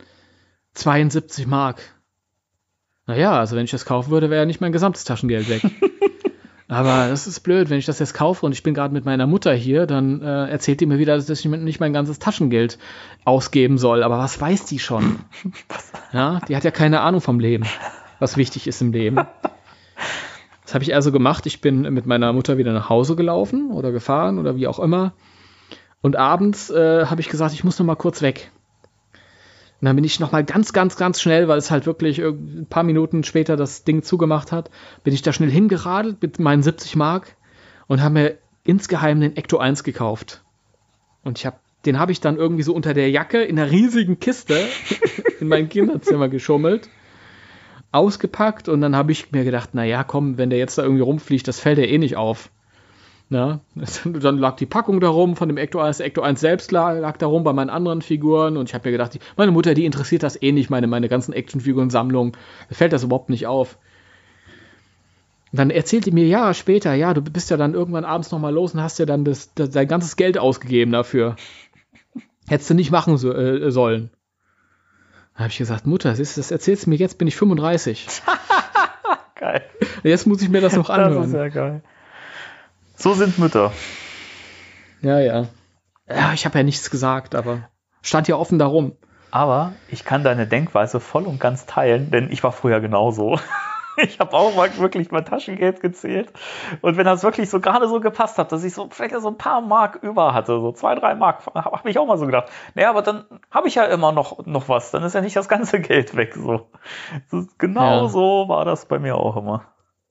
72 Mark. Naja, also wenn ich das kaufen würde, wäre ja nicht mein gesamtes Taschengeld weg. Aber das ist blöd, wenn ich das jetzt kaufe und ich bin gerade mit meiner Mutter hier, dann erzählt die mir wieder, dass ich nicht mein ganzes Taschengeld ausgeben soll. Aber was weiß die schon? Ja, die hat ja keine Ahnung vom Leben, was wichtig ist im Leben. Das habe ich also gemacht. Ich bin mit meiner Mutter wieder nach Hause gelaufen oder gefahren oder wie auch immer. Und abends habe ich gesagt, ich muss noch mal kurz weg. Und dann bin ich noch mal ganz, ganz, ganz schnell, weil es halt wirklich ein paar Minuten später das Ding zugemacht hat, bin ich da schnell hingeradelt mit meinen 70 Mark und habe mir insgeheim den Ecto 1 gekauft. Und den habe ich dann irgendwie so unter der Jacke in einer riesigen Kiste in mein Kinderzimmer geschummelt. ausgepackt und dann habe ich mir gedacht, naja, komm, wenn der jetzt da irgendwie rumfliegt, das fällt ja eh nicht auf. Na, dann lag die Packung da rum von dem Ecto 1. Der Ecto 1 selbst lag da rum bei meinen anderen Figuren und ich habe mir gedacht, meine Mutter, die interessiert das eh nicht, meine ganzen Actionfiguren-Sammlungen. Da fällt das überhaupt nicht auf. Und dann erzählt die mir Jahre später, ja, du bist ja dann irgendwann abends nochmal los und hast ja dann dein ganzes Geld ausgegeben dafür. Hättest du nicht machen sollen. Dann habe ich gesagt, Mutter, das erzählst du mir jetzt, bin ich 35. Geil. Jetzt muss ich mir das noch anhören. Das ist ja geil. So sind Mütter. Ja. Ja, ich habe ja nichts gesagt, aber stand ja offen darum. Aber ich kann deine Denkweise voll und ganz teilen, denn ich war früher genauso. Ich habe auch mal wirklich mein Taschengeld gezählt. Und wenn das wirklich so gerade so gepasst hat, dass ich so vielleicht so ein paar Mark über hatte, so 2, 3 Mark, habe ich auch mal so gedacht, naja, aber dann habe ich ja immer noch was. Dann ist ja nicht das ganze Geld weg. So so war das bei mir auch immer.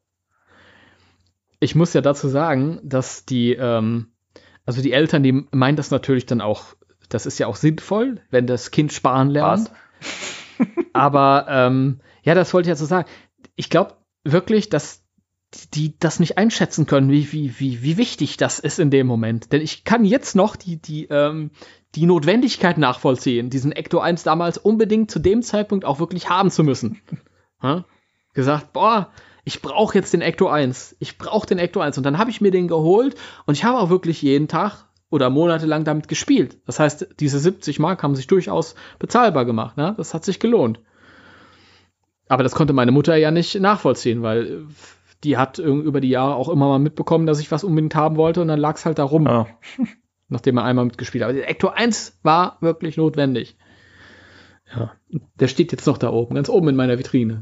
Ich muss ja dazu sagen, dass die Eltern, die meinen das natürlich dann auch, das ist ja auch sinnvoll, wenn das Kind sparen lernt. Aber das wollte ich ja so sagen. Ich glaube wirklich, dass die das nicht einschätzen können, wie wichtig das ist in dem Moment. Denn ich kann jetzt noch die Notwendigkeit nachvollziehen, diesen Ecto 1 damals unbedingt zu dem Zeitpunkt auch wirklich haben zu müssen. Gesagt, ich brauche jetzt den Ecto 1. Ich brauche den Ecto 1. Und dann habe ich mir den geholt und ich habe auch wirklich jeden Tag oder monatelang damit gespielt. Das heißt, diese 70 Mark haben sich durchaus bezahlbar gemacht. Ne? Das hat sich gelohnt. Aber das konnte meine Mutter ja nicht nachvollziehen, weil die hat über die Jahre auch immer mal mitbekommen, dass ich was unbedingt haben wollte und dann lag es halt da rum, nachdem er einmal mitgespielt hat. Aber der Ecto 1 war wirklich notwendig. Ja, der steht jetzt noch da oben, ganz oben in meiner Vitrine.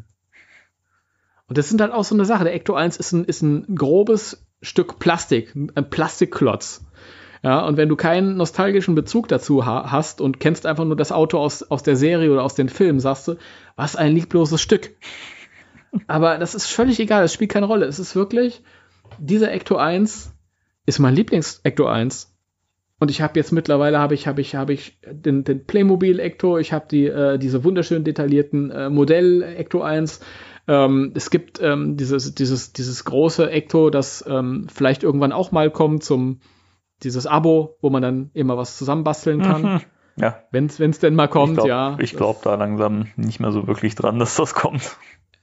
Und das sind halt auch so eine Sache. Der Ecto 1 ist ein grobes Stück Plastik, ein Plastikklotz. Ja, und wenn du keinen nostalgischen Bezug dazu hast und kennst einfach nur das Auto aus der Serie oder aus den Filmen, sagst du, was ein liebloses Stück. Aber das ist völlig egal, das spielt keine Rolle. Es ist wirklich, dieser Ecto 1 ist mein Lieblings-Ecto 1. Und ich habe jetzt mittlerweile den Playmobil Ecto, ich habe diese wunderschön detaillierten Modell Ecto 1. Es gibt dieses große Ecto, das vielleicht irgendwann auch mal kommt dieses Abo, wo man dann immer was zusammenbasteln kann. Ja. Wenn's denn mal kommt, Ich glaube da langsam nicht mehr so wirklich dran, dass das kommt.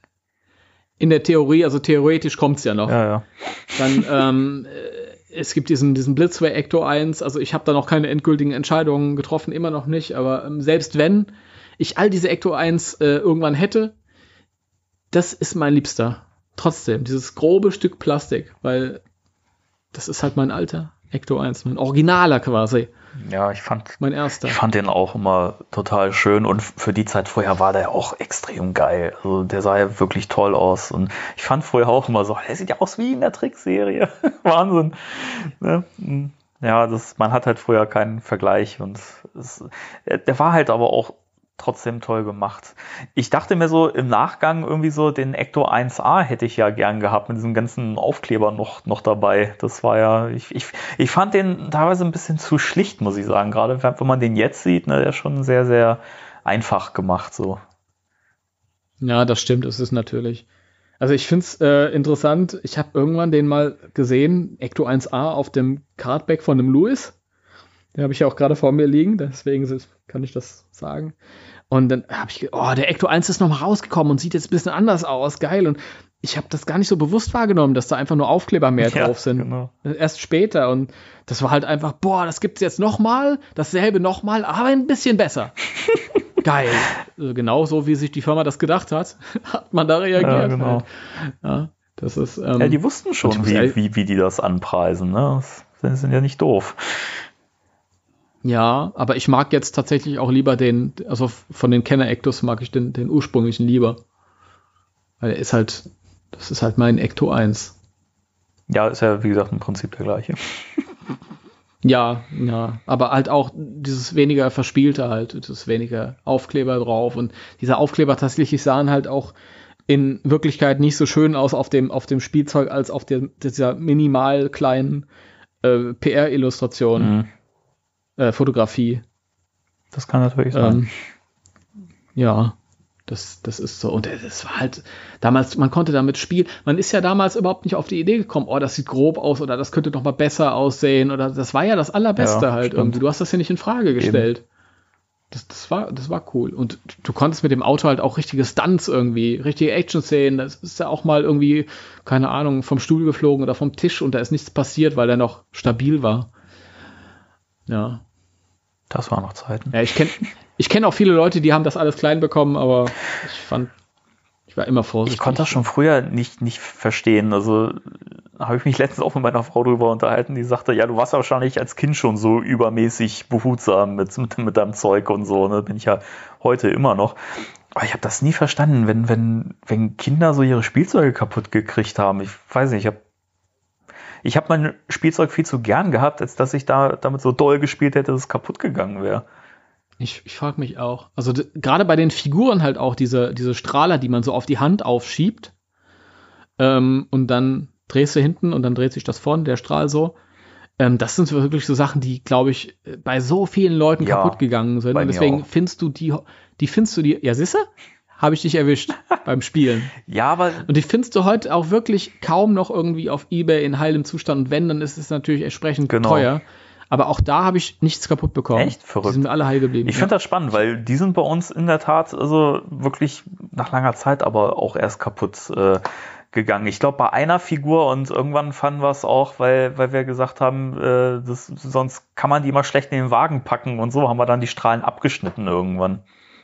In der Theorie, also theoretisch kommt's ja noch. Ja. Dann, es gibt diesen Blitzway Ecto 1, also ich habe da noch keine endgültigen Entscheidungen getroffen, immer noch nicht, aber selbst wenn ich all diese Ecto 1 irgendwann hätte, das ist mein Liebster. Trotzdem, dieses grobe Stück Plastik, weil das ist halt mein alter Ecto 1, mein Originaler quasi. Ja, ich fand den auch immer total schön und für die Zeit vorher war der auch extrem geil. Also der sah ja wirklich toll aus und ich fand vorher auch immer so, der sieht ja aus wie in der Trickserie. Wahnsinn. Ne? Ja, man hat halt vorher keinen Vergleich und der war halt aber auch trotzdem toll gemacht. Ich dachte mir so im Nachgang irgendwie so, den Ecto 1A hätte ich ja gern gehabt, mit diesem ganzen Aufkleber noch dabei. Das war ja, ich fand den teilweise ein bisschen zu schlicht, muss ich sagen. Gerade wenn man den jetzt sieht, ne, der ist schon sehr, sehr einfach gemacht so. Ja, das stimmt, es ist natürlich. Also ich finde es interessant, ich habe irgendwann den mal gesehen, Ecto 1A auf dem Cardback von dem Louis. Den habe ich ja auch gerade vor mir liegen, deswegen kann ich das sagen. Und dann habe ich gedacht, der Ecto 1 ist nochmal rausgekommen und sieht jetzt ein bisschen anders aus, geil. Und ich habe das gar nicht so bewusst wahrgenommen, dass da einfach nur Aufkleber mehr drauf sind. Genau. Erst später. Und das war halt einfach, das gibt's jetzt nochmal, dasselbe nochmal, aber ein bisschen besser. Geil. Also genau so, wie sich die Firma das gedacht hat, hat man da reagiert. Ja, genau. Halt. Ja, das ist, die wussten schon, wie die das anpreisen. Ne? Das sind ja nicht doof. Ja, aber ich mag jetzt tatsächlich auch lieber also von den Kenner-Ectos mag ich den ursprünglichen lieber. Weil das ist halt mein Ecto 1. Ja, ist ja wie gesagt im Prinzip der gleiche. Ja, aber halt auch dieses weniger Verspielte halt, das weniger Aufkleber drauf und diese Aufkleber tatsächlich sahen halt auch in Wirklichkeit nicht so schön aus auf dem Spielzeug als auf dieser minimal kleinen PR-Illustration. Fotografie. Das kann natürlich sein. Ja, Das ist so. Und das war halt damals, man konnte damit spielen. Man ist ja damals überhaupt nicht auf die Idee gekommen, oh, das sieht grob aus oder das könnte noch mal besser aussehen oder das war ja das Allerbeste halt stimmt. irgendwie. Du hast das ja nicht in Frage gestellt. Das war cool. Und du konntest mit dem Auto halt auch richtige Stunts irgendwie, richtige Action-Szenen. Das ist ja auch mal irgendwie, keine Ahnung, vom Stuhl geflogen oder vom Tisch und da ist nichts passiert, weil der noch stabil war. Ja. Das waren noch Zeiten. Ja, ich kenn auch viele Leute, die haben das alles klein bekommen, aber ich war immer vorsichtig. Ich konnte das schon früher nicht verstehen. Also habe ich mich letztens auch mit meiner Frau drüber unterhalten, die sagte, ja, du warst ja wahrscheinlich als Kind schon so übermäßig behutsam mit deinem Zeug und so. Ne? Bin ich ja heute immer noch. Aber ich habe das nie verstanden, wenn Kinder so ihre Spielzeuge kaputt gekriegt haben. Ich weiß nicht, ich hab mein Spielzeug viel zu gern gehabt, als dass ich damit so doll gespielt hätte, dass es kaputt gegangen wäre. Ich frage mich auch. Also gerade bei den Figuren halt auch diese Strahler, die man so auf die Hand aufschiebt und dann drehst du hinten und dann dreht sich das vorne, der Strahl so. Das sind wirklich so Sachen, die, glaube ich, bei so vielen Leuten kaputt gegangen sind. Und deswegen findest du die, ja, siehste? Habe ich dich erwischt beim Spielen. Ja, aber... Und die findest du heute auch wirklich kaum noch irgendwie auf eBay in heilem Zustand. Und wenn, dann ist es natürlich entsprechend teuer. Aber auch da habe ich nichts kaputt bekommen. Echt? Verrückt. Die sind mir alle heil geblieben. Ich finde das spannend, weil die sind bei uns in der Tat also wirklich nach langer Zeit aber auch erst kaputt gegangen. Ich glaube, bei einer Figur und irgendwann fanden wir es auch, weil wir gesagt haben, sonst kann man die immer schlecht in den Wagen packen und so haben wir dann die Strahlen abgeschnitten irgendwann.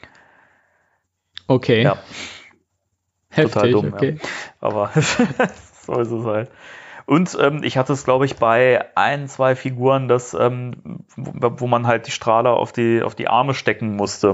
Okay. Ja. Heftig, total dumm, okay. Ja. Aber so ist es halt. Und ich hatte es, glaube ich, bei 1-2 Figuren, wo man halt die Strahler auf die Arme stecken musste.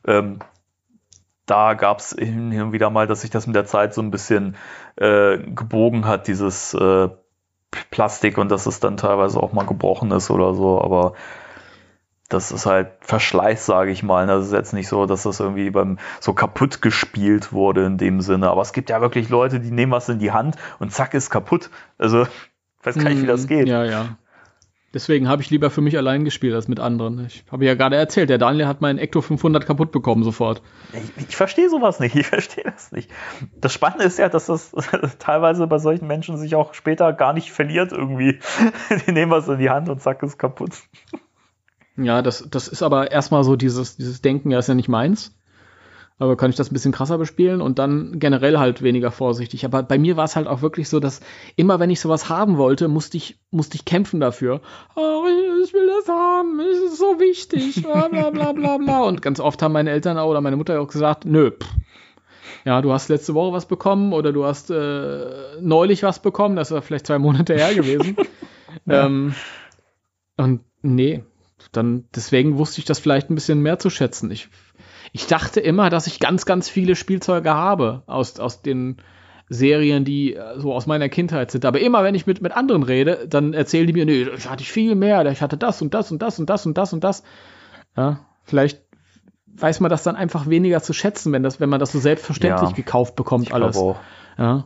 Da gab es hin und wieder mal, dass sich das mit der Zeit so ein bisschen gebogen hat, dieses Plastik, und dass es dann teilweise auch mal gebrochen ist oder so. Aber das ist halt Verschleiß, sage ich mal. Das ist jetzt nicht so, dass das irgendwie so kaputt gespielt wurde in dem Sinne. Aber es gibt ja wirklich Leute, die nehmen was in die Hand und zack, ist kaputt. Also, ich weiß gar nicht, wie das geht. Ja, ja. Deswegen habe ich lieber für mich allein gespielt als mit anderen. Ich habe ja gerade erzählt, der Daniel hat meinen Ecto 500 kaputt bekommen sofort. Ich verstehe sowas nicht. Ich verstehe das nicht. Das Spannende ist ja, dass das teilweise bei solchen Menschen sich auch später gar nicht verliert irgendwie. Die nehmen was in die Hand und zack, ist kaputt. Ja, das ist aber erstmal so dieses Denken, ja, ist ja nicht meins. Aber kann ich das ein bisschen krasser bespielen und dann generell halt weniger vorsichtig. Aber bei mir war es halt auch wirklich so, dass immer, wenn ich sowas haben wollte, musste ich kämpfen dafür. Oh, ich will das haben, es ist so wichtig, bla bla bla bla bla. Und ganz oft haben meine Eltern oder meine Mutter auch gesagt, nö, ja, du hast letzte Woche was bekommen oder du hast neulich was bekommen, das war vielleicht 2 Monate her gewesen. Ja. Und nee, dann deswegen wusste ich das vielleicht ein bisschen mehr zu schätzen. Ich dachte immer, dass ich ganz, ganz viele Spielzeuge habe aus den Serien, die so aus meiner Kindheit sind. Aber immer, wenn ich mit anderen rede, dann erzählen die mir, nee, ich hatte viel mehr, ich hatte das und das und das und das und das und das. Ja, vielleicht weiß man das dann einfach weniger zu schätzen, wenn man das so selbstverständlich gekauft bekommt, ich alles. Auch. Ja.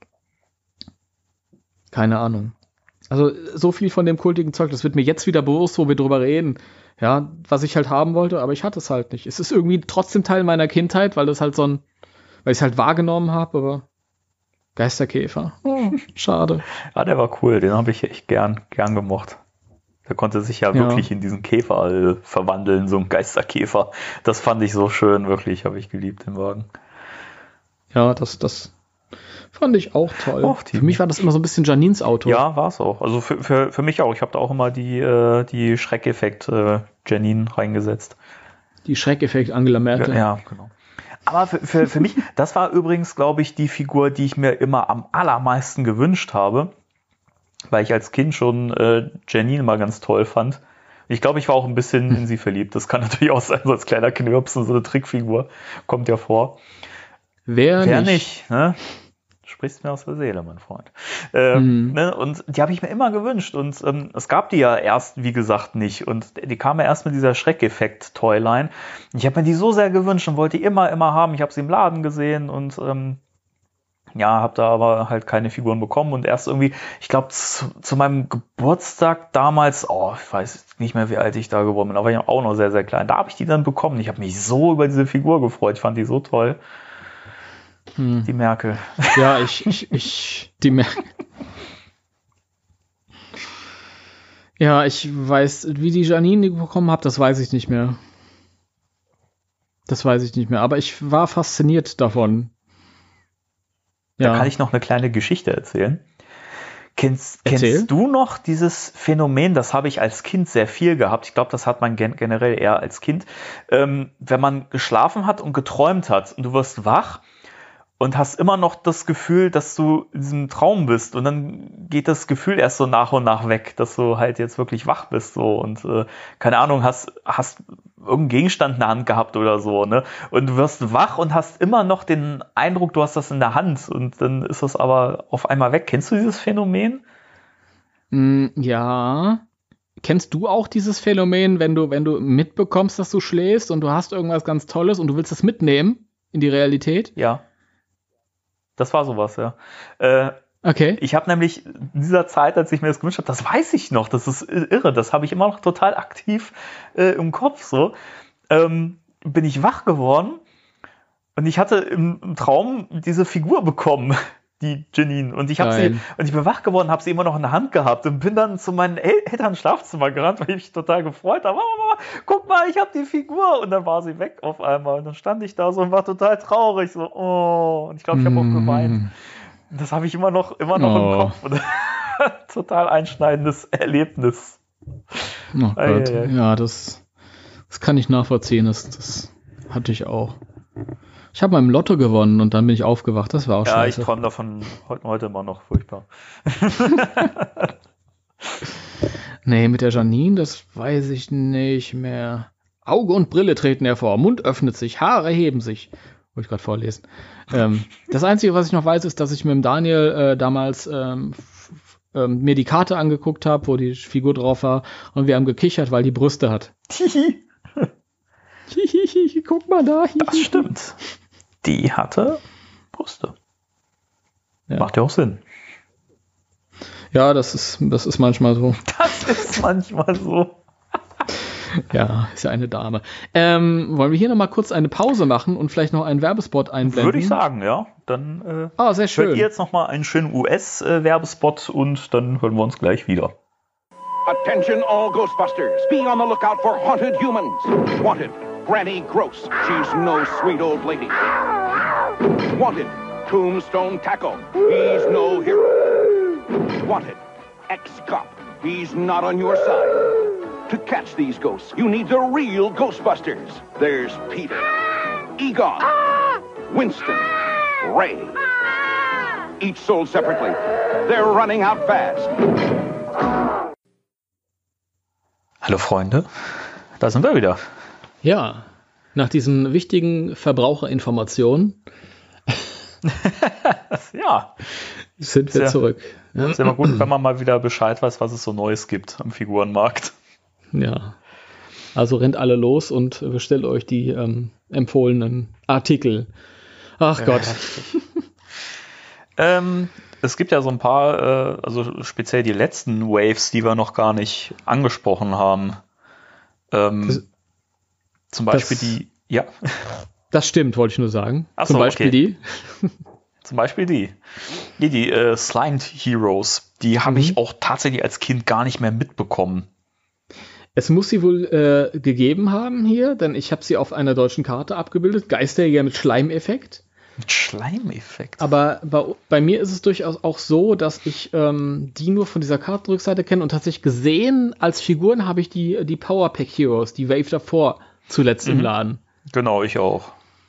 Keine Ahnung. Also so viel von dem kultigen Zeug, das wird mir jetzt wieder bewusst, wo wir drüber reden. Ja, was ich halt haben wollte, aber ich hatte es halt nicht. Es ist irgendwie trotzdem Teil meiner Kindheit, weil ich es halt wahrgenommen habe, aber Geisterkäfer. Oh, schade. Ja, der war cool, den habe ich echt gern gemocht. Der konnte sich ja wirklich in diesen Käfer verwandeln, so ein Geisterkäfer. Das fand ich so schön, wirklich, habe ich geliebt, den Wagen. Ja, das fand ich auch toll. Für mich war das immer so ein bisschen Janines Auto. Ja, war es auch. Also für mich auch. Ich habe da auch immer die Schreckeffekt Janine reingesetzt. Die Schreckeffekt Angela Merkel. Ja, genau. Aber für mich, das war übrigens, glaube ich, die Figur, die ich mir immer am allermeisten gewünscht habe, weil ich als Kind schon Janine mal ganz toll fand. Ich glaube, ich war auch ein bisschen in sie verliebt. Das kann natürlich auch sein, so als kleiner Knirpsen, so eine Trickfigur. Kommt ja vor. Wer nicht, ne? Sprichst mir aus der Seele, mein Freund. Ne? Und die habe ich mir immer gewünscht. Und es gab die ja erst, wie gesagt, nicht. Und die kam ja erst mit dieser Schreckeffekt-Toyline. Ich habe mir die so sehr gewünscht und wollte die immer haben. Ich habe sie im Laden gesehen und Ja, habe da aber halt keine Figuren bekommen und erst irgendwie, ich glaube, zu meinem Geburtstag damals, ich weiß nicht mehr, wie alt ich da geworden bin, aber ich war auch noch sehr, sehr klein. Da habe ich die dann bekommen. Ich habe mich so über diese Figur gefreut. Ich fand die so toll. Die Merkel. Ja, die Merkel. Ja, ich weiß, wie die Janine die bekommen habe, das weiß ich nicht mehr. Aber ich war fasziniert davon. Da kann ich noch eine kleine Geschichte erzählen. Kennst du noch dieses Phänomen, das habe ich als Kind sehr viel gehabt, ich glaube, das hat man generell eher als Kind, wenn man geschlafen hat und geträumt hat und du wirst wach und hast immer noch das Gefühl, dass du in diesem Traum bist und dann geht das Gefühl erst so nach und nach weg, dass du halt jetzt wirklich wach bist so und keine Ahnung, hast irgendeinen Gegenstand in der Hand gehabt oder so, ne? Und du wirst wach und hast immer noch den Eindruck, du hast das in der Hand und dann ist das aber auf einmal weg. Kennst du dieses Phänomen? Ja. Kennst du auch dieses Phänomen, wenn du mitbekommst, dass du schläfst und du hast irgendwas ganz Tolles und du willst das mitnehmen in die Realität? Ja. Das war sowas, ja. Okay. Ich habe nämlich in dieser Zeit, als ich mir das gewünscht habe, das weiß ich noch, das ist irre, das habe ich immer noch total aktiv im Kopf so, bin ich wach geworden und ich hatte im Traum diese Figur bekommen, die Janine, und ich bin wach geworden, habe sie immer noch in der Hand gehabt und bin dann zu meinen Eltern ins Schlafzimmer gerannt, weil ich mich total gefreut habe. Mama, guck mal, ich habe die Figur, und dann war sie weg auf einmal und dann stand ich da so und war total traurig, so, und ich glaube, ich habe auch geweint. Das habe ich immer noch im Kopf. Total einschneidendes Erlebnis. Oh Gott. Ja, das kann ich nachvollziehen. Das hatte ich auch. Ich habe mal im Lotto gewonnen und dann bin ich aufgewacht. Das war auch scheiße. Ja, ich träume davon heute immer noch furchtbar. Nee, mit der Janine, das weiß ich nicht mehr. Auge und Brille treten hervor, Mund öffnet sich, Haare heben sich. Wollte ich gerade vorlesen. Das Einzige, was ich noch weiß, ist, dass ich mit dem Daniel damals mir die Karte angeguckt habe, wo die Figur drauf war, und wir haben gekichert, weil die Brüste hat. Guck mal da. Das stimmt. Die hatte Brüste. Ja. Macht ja auch Sinn. Ja, das ist manchmal so. Das ist manchmal so. Ja, ist ja eine Dame. Wollen wir hier nochmal kurz eine Pause machen und vielleicht noch einen Werbespot einblenden? Würde ich sagen, ja. Dann sehr schön. hört ihr jetzt nochmal einen schönen US-Werbespot und dann hören wir uns gleich wieder. Attention all Ghostbusters. Be on the lookout for haunted humans. Wanted, Granny Gross. She's no sweet old lady. Wanted, Tombstone Tackle. He's no hero. Wanted, ex-cop. He's not on your side. To catch these ghosts, you need the real Ghostbusters. There's Peter, Egon, Winston, Ray. Each sold separately. They're running out fast. Hallo Freunde, da sind wir wieder. Ja, nach diesen wichtigen Verbraucherinformationen ja, sind wir zurück. Ist immer gut, wenn man mal wieder Bescheid weiß, was es so Neues gibt am Figurenmarkt. Ja, also rennt alle los und bestellt euch die empfohlenen Artikel. Ach Gott. Es gibt ja so ein paar, also speziell die letzten Waves, die wir noch gar nicht angesprochen haben. Zum Beispiel ja. Das stimmt, wollte ich nur sagen. Zum Beispiel die. Zum Beispiel die Slimed Heroes. Die habe ich auch tatsächlich als Kind gar nicht mehr mitbekommen. Es muss sie wohl gegeben haben hier, denn ich habe sie auf einer deutschen Karte abgebildet. Geisterjäger mit Schleimeffekt. Mit Schleimeffekt? Aber bei mir ist es durchaus auch so, dass ich die nur von dieser Kartenrückseite kenne und tatsächlich gesehen, als Figuren habe ich die Power Pack Heroes, die Wave davor, zuletzt im Laden. Genau, ich auch.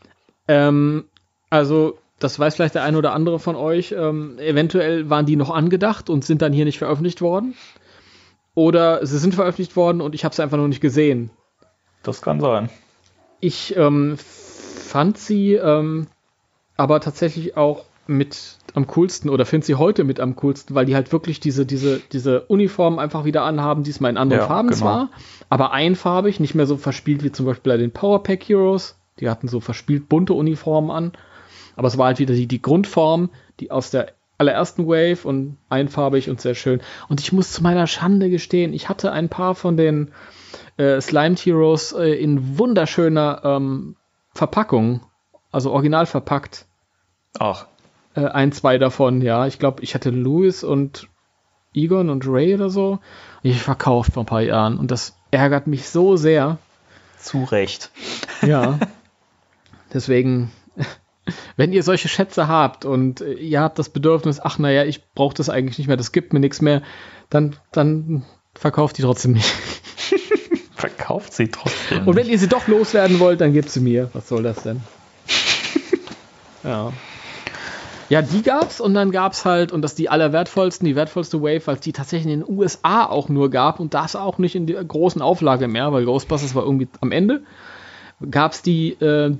Also, das weiß vielleicht der eine oder andere von euch. Eventuell waren die noch angedacht und sind dann hier nicht veröffentlicht worden. Oder sie sind veröffentlicht worden und ich habe sie einfach noch nicht gesehen. Das kann sein. Ich fand sie aber tatsächlich auch mit am coolsten oder finde sie heute mit am coolsten, weil die halt wirklich diese Uniformen einfach wieder anhaben, diesmal in anderen Farben zwar, aber einfarbig, nicht mehr so verspielt wie zum Beispiel bei den Power Pack Heroes. Die hatten so verspielt bunte Uniformen an. Aber es war halt wieder die Grundform, die aus der allerersten Wave und einfarbig und sehr schön. Und ich muss zu meiner Schande gestehen, ich hatte ein paar von den Slimed Heroes in wunderschöner Verpackung, also original verpackt. Ach. 1, 2 davon, ja. Ich glaube, ich hatte Louis und Egon und Ray oder so. Ich verkauft vor ein paar Jahren und das ärgert mich so sehr. Zu Recht. Ja. Deswegen, wenn ihr solche Schätze habt und ihr habt das Bedürfnis, ach naja, ich brauche das eigentlich nicht mehr, das gibt mir nichts mehr, dann verkauft die trotzdem nicht. Verkauft sie trotzdem. Und wenn ihr sie doch loswerden wollt, dann gebt sie mir. Was soll das denn? Ja. Ja, die gab's und dann gab's halt, und das die allerwertvollsten, die wertvollste Wave, weil es die tatsächlich in den USA auch nur gab und das auch nicht in der großen Auflage mehr, weil Ghostbusters war irgendwie am Ende. Gab's die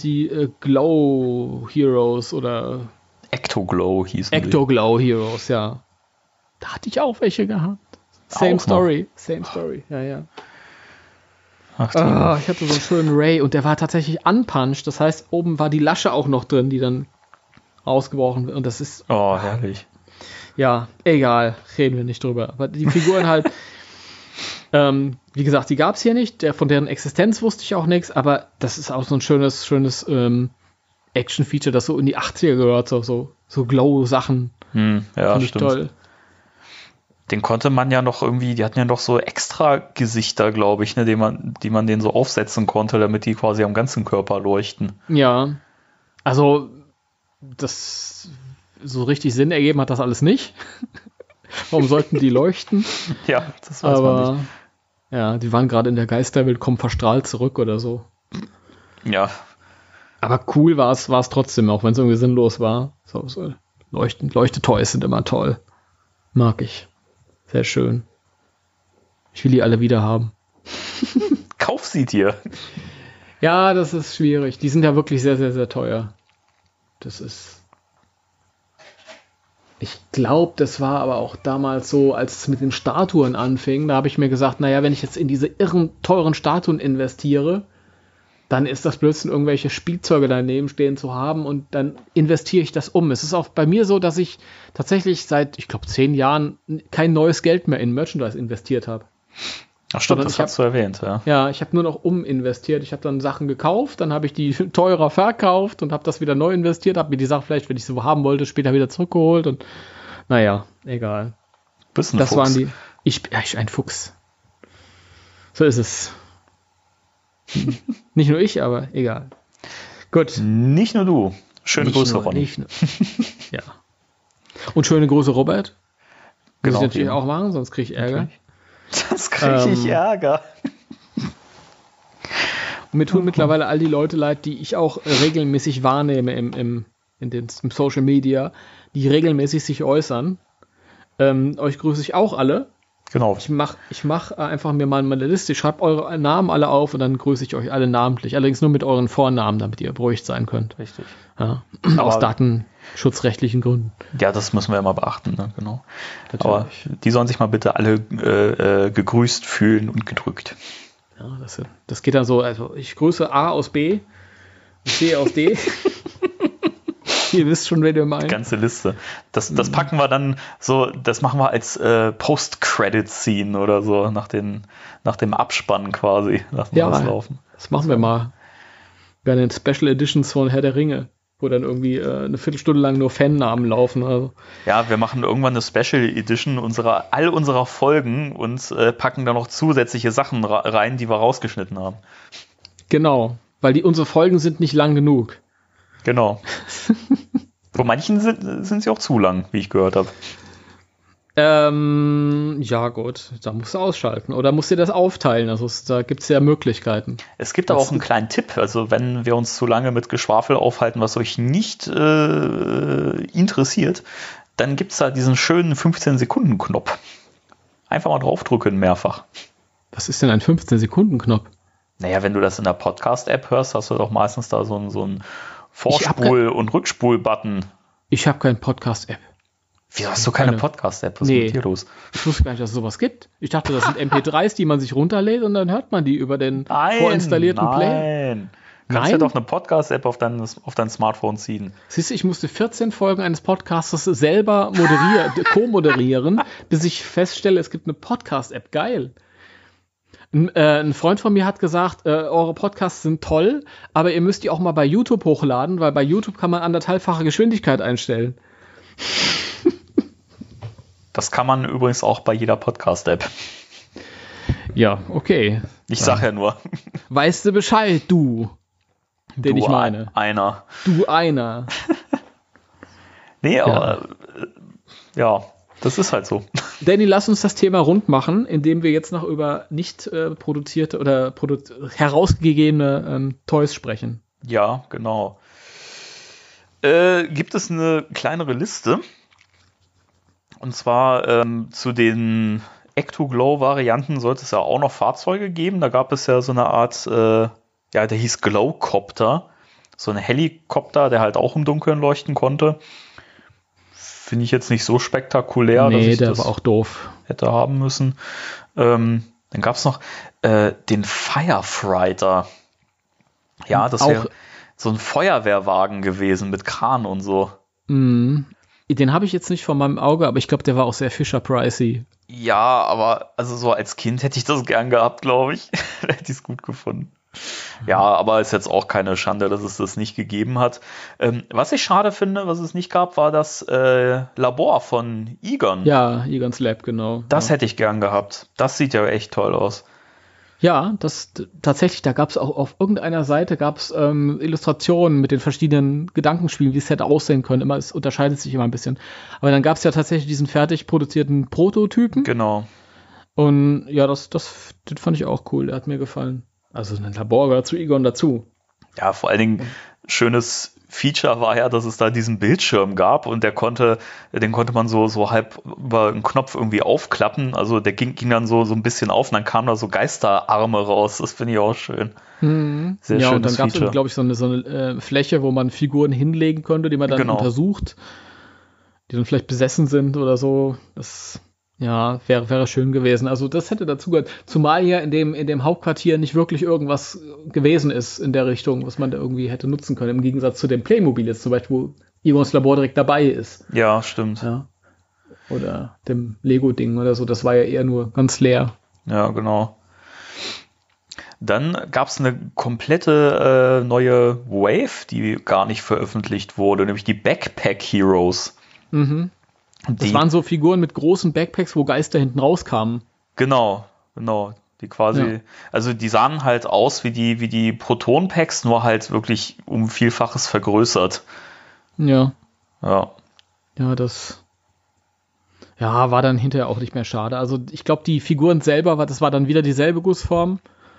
Glow Heroes oder Ectoglow hießen Ectoglow Heroes, ja. Da hatte ich auch welche gehabt. Same Story, ja. Ach, ich hatte so einen schönen Ray und der war tatsächlich unpunched. Das heißt, oben war die Lasche auch noch drin, die dann rausgebrochen wird. Und das ist... Oh, herrlich. Ja, egal. Reden wir nicht drüber. Aber die Figuren halt... wie gesagt, die gab es hier nicht. Von deren Existenz wusste ich auch nichts. Aber das ist auch so ein schönes Action-Feature, das so in die 80er gehört. So Glow-Sachen. Ja, Finde ich stimmt. toll. Den konnte man ja noch irgendwie, die hatten ja noch so extra Gesichter, glaube ich, ne, die man den so aufsetzen konnte, damit die quasi am ganzen Körper leuchten. Ja, also das so richtig Sinn ergeben hat das alles nicht. Warum sollten die leuchten? Ja, das weiß man nicht. Ja, die waren gerade in der Geisterwelt, kommen verstrahlt zurück oder so. Ja. Aber cool war es trotzdem, auch wenn es irgendwie sinnlos war. So Leuchtetoys sind immer toll. Mag ich. Sehr schön. Ich will die alle wieder haben. Kauf sie dir. Ja, das ist schwierig. Die sind ja wirklich sehr, sehr, sehr teuer. Ich glaube, das war aber auch damals so, als es mit den Statuen anfing, da habe ich mir gesagt, naja, wenn ich jetzt in diese irren, teuren Statuen investiere, dann ist das plötzlich irgendwelche Spielzeuge daneben stehen zu haben und dann investiere ich das um. Es ist auch bei mir so, dass ich tatsächlich seit, ich glaube, 10 Jahren kein neues Geld mehr in Merchandise investiert habe. Ach stimmt, das hast du erwähnt, ja. Ja, ich habe nur noch uminvestiert. Ich habe dann Sachen gekauft, dann habe ich die teurer verkauft und habe das wieder neu investiert, habe mir die Sache vielleicht, wenn ich sie haben wollte, später wieder zurückgeholt und naja, egal. Bist ein das Fuchs. Waren die. Ich ein Fuchs. So ist es. Nicht nur ich, aber egal. Gut. Nicht nur du. Schöne Grüße, Ronny. Ja. Und schöne Grüße, Robert. Muss Genau, ich natürlich auch machen, sonst kriege ich Ärger. Das kriege ich Ärger. Und mir tun mittlerweile all die Leute leid, die ich auch regelmäßig wahrnehme im Social Media, die regelmäßig sich äußern. Euch grüße ich auch alle. Genau. Ich mach einfach mir mal meine Liste, ich schreibe eure Namen alle auf und dann grüße ich euch alle namentlich. Allerdings nur mit euren Vornamen, damit ihr beruhigt sein könnt. Richtig. Ja. Aus datenschutzrechtlichen Gründen. Ja, das müssen wir immer beachten, ne? Genau. Natürlich. Aber die sollen sich mal bitte alle gegrüßt fühlen und gedrückt. Ja, das geht dann so, also ich grüße A aus B, C aus D. Ihr wisst schon, wer ihr meint. Ganze Liste. Das packen wir dann so, das machen wir als Post-Credit-Scene oder so, nach dem Abspann quasi. Lassen wir das laufen. Das machen wir mal. Bei den Special Editions von Herr der Ringe, wo dann irgendwie eine Viertelstunde lang nur Fannamen laufen. Also. Ja, wir machen irgendwann eine Special Edition all unserer Folgen und packen da noch zusätzliche Sachen rein, die wir rausgeschnitten haben. Genau, weil unsere Folgen sind nicht lang genug. Genau. Bei manchen sind sie auch zu lang, wie ich gehört habe. Ja gut, da musst du ausschalten. Oder musst du das aufteilen. Also da gibt es ja Möglichkeiten. Es gibt aber auch einen kleinen Tipp. Also wenn wir uns zu lange mit Geschwafel aufhalten, was euch nicht interessiert, dann gibt es da diesen schönen 15-Sekunden-Knopf. Einfach mal draufdrücken, mehrfach. Was ist denn ein 15-Sekunden-Knopf? Naja, wenn du das in der Podcast-App hörst, hast du doch meistens da so einen Vorspul- und Rückspul-Button. Ich habe keine Podcast-App. Wieso hast du keine Podcast-App? Was ist mit dir los? Ich wusste gar nicht, dass es sowas gibt. Ich dachte, das sind MP3s, die man sich runterlädt und dann hört man die über den vorinstallierten Player. kannst ja doch eine Podcast-App auf dein Smartphone ziehen. Siehst du, ich musste 14 Folgen eines Podcasts selber co-moderieren, bis ich feststelle, es gibt eine Podcast-App. Geil. Ein Freund von mir hat gesagt, eure Podcasts sind toll, aber ihr müsst die auch mal bei YouTube hochladen, weil bei YouTube kann man 1,5-fache Geschwindigkeit einstellen. Das kann man übrigens auch bei jeder Podcast-App. Ja, okay. Ich sag ja nur. Weißt du Bescheid, du, den ich meine. Einer. Du einer. Nee, aber ja, das ist halt so. Danny, lass uns das Thema rund machen, indem wir jetzt noch über nicht produzierte oder herausgegebene Toys sprechen. Ja, genau. Gibt es eine kleinere Liste? Und zwar zu den Ecto-Glow-Varianten sollte es ja auch noch Fahrzeuge geben. Da gab es ja so eine Art, der hieß Glowcopter. So ein Helikopter, der halt auch im Dunkeln leuchten konnte. Finde ich jetzt nicht so spektakulär, dass ich das war auch doof. Hätte haben müssen. Dann gab es noch den Firefighter. Ja, das wäre so ein Feuerwehrwagen gewesen mit Kran und so. Den habe ich jetzt nicht vor meinem Auge, aber ich glaube, der war auch sehr Fisher-Pricey. Ja, aber also so als Kind hätte ich das gern gehabt, glaube ich. Hätte ich es gut gefunden. Ja, aber ist jetzt auch keine Schande, dass es das nicht gegeben hat. Was ich schade finde, was es nicht gab, war das Labor von Egon. Ja, Egons Lab, genau. Das hätte ich gern gehabt. Das sieht ja echt toll aus. Ja, tatsächlich, da gab es auch auf irgendeiner Seite Illustrationen mit den verschiedenen Gedankenspielen, wie es hätte aussehen können. Es unterscheidet sich immer ein bisschen. Aber dann gab es ja tatsächlich diesen fertig produzierten Prototypen. Genau. Und ja, das fand ich auch cool. Der hat mir gefallen. Also ein Labor gehört zu Egon dazu. Ja, vor allen Dingen schönes Feature war ja, dass es da diesen Bildschirm gab und den konnte man so halb über einen Knopf irgendwie aufklappen. Also der ging dann so ein bisschen auf und dann kamen da so Geisterarme raus. Das finde ich auch schön. Sehr schönes und dann gab Feature. es, glaube ich, so eine Fläche, wo man Figuren hinlegen konnte, die man dann untersucht, die dann vielleicht besessen sind oder so. Das wäre schön gewesen. Also das hätte dazu gehört. Zumal hier in dem Hauptquartier nicht wirklich irgendwas gewesen ist in der Richtung, was man da irgendwie hätte nutzen können. Im Gegensatz zu dem Playmobil jetzt zum Beispiel, wo Egons Labor direkt dabei ist. Ja, stimmt. Ja. Oder dem Lego-Ding oder so. Das war ja eher nur ganz leer. Ja, genau. Dann gab es eine komplette neue Wave, die gar nicht veröffentlicht wurde, nämlich die Backpack Heroes. Mhm. Das waren so Figuren mit großen Backpacks, wo Geister hinten rauskamen. Genau. Die quasi, also die sahen halt aus wie die Proton-Packs, nur halt wirklich um Vielfaches vergrößert. Ja. Ja. Ja, das war dann hinterher auch nicht mehr schade. Also ich glaube, die Figuren selber, das war dann wieder dieselbe Gussform.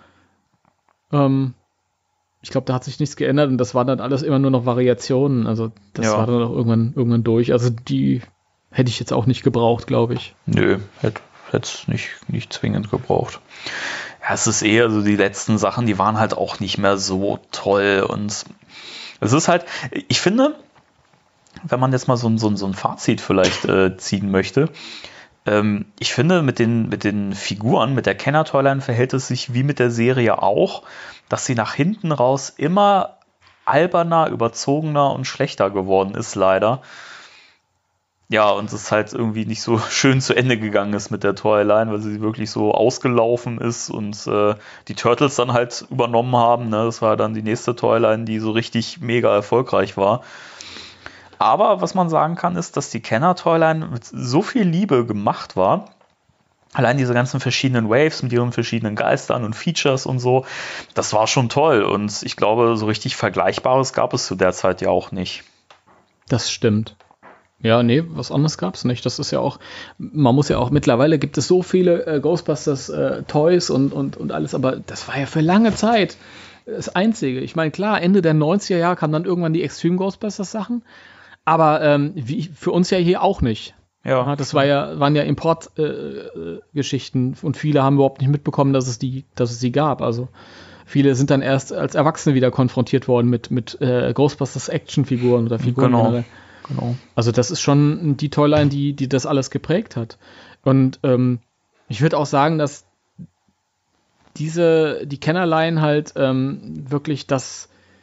Ich glaube, da hat sich nichts geändert und das waren dann alles immer nur noch Variationen. Also das war dann auch irgendwann durch. Also die hätte ich jetzt auch nicht gebraucht, glaube ich. Nö, hätte es nicht zwingend gebraucht. Ja, es ist eher so, die letzten Sachen, die waren halt auch nicht mehr so toll. Und es ist halt, ich finde, wenn man jetzt mal so ein Fazit vielleicht ziehen möchte, ich finde, mit den Figuren, mit der Kenner-Toyline verhält es sich wie mit der Serie auch, dass sie nach hinten raus immer alberner, überzogener und schlechter geworden ist, leider. Ja, und es halt irgendwie nicht so schön zu Ende gegangen ist mit der Toyline, weil sie wirklich so ausgelaufen ist und die Turtles dann halt übernommen haben. Ne? Das war dann die nächste Toyline, die so richtig mega erfolgreich war. Aber was man sagen kann, ist, dass die Kenner-Toyline mit so viel Liebe gemacht war. Allein diese ganzen verschiedenen Waves mit ihren verschiedenen Geistern und Features und so, das war schon toll. Und ich glaube, so richtig Vergleichbares gab es zu der Zeit ja auch nicht. Das stimmt. Ja, nee, was anderes gab es nicht. Das ist ja auch, man muss ja auch, mittlerweile gibt es so viele Ghostbusters Toys und alles, aber das war ja für lange Zeit das Einzige. Ich meine, klar, Ende der 90er Jahre kamen dann irgendwann die Extreme Ghostbusters Sachen, aber für uns ja hier auch nicht. Ja, das waren ja Importgeschichten und viele haben überhaupt nicht mitbekommen, dass es sie gab. Also viele sind dann erst als Erwachsene wieder konfrontiert worden mit Ghostbusters Actionfiguren oder Figuren generell. Genau. Also das ist schon die Toyline, die das alles geprägt hat. Und ich würde auch sagen, dass die Kennerline halt wirklich das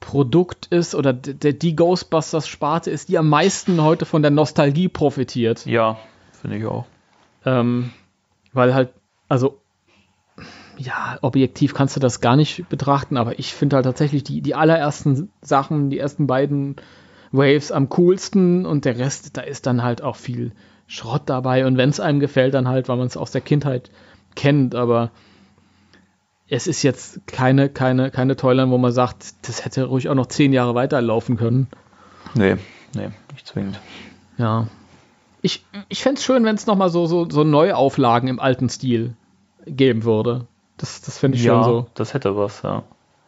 Produkt ist oder die Ghostbusters-Sparte ist, die am meisten heute von der Nostalgie profitiert. Ja, finde ich auch. Weil halt, also ja, objektiv kannst du das gar nicht betrachten, aber ich finde halt tatsächlich die allerersten Sachen, die ersten beiden Waves am coolsten und der Rest, da ist dann halt auch viel Schrott dabei und wenn es einem gefällt, dann halt, weil man es aus der Kindheit kennt, aber es ist jetzt keine Toyline, wo man sagt, das hätte ruhig auch noch 10 Jahre weiterlaufen können. Nee, nicht zwingend. Ja. Ich fände es schön, wenn es nochmal so Neuauflagen im alten Stil geben würde. Das fände ich schon so. Das hätte was, ja.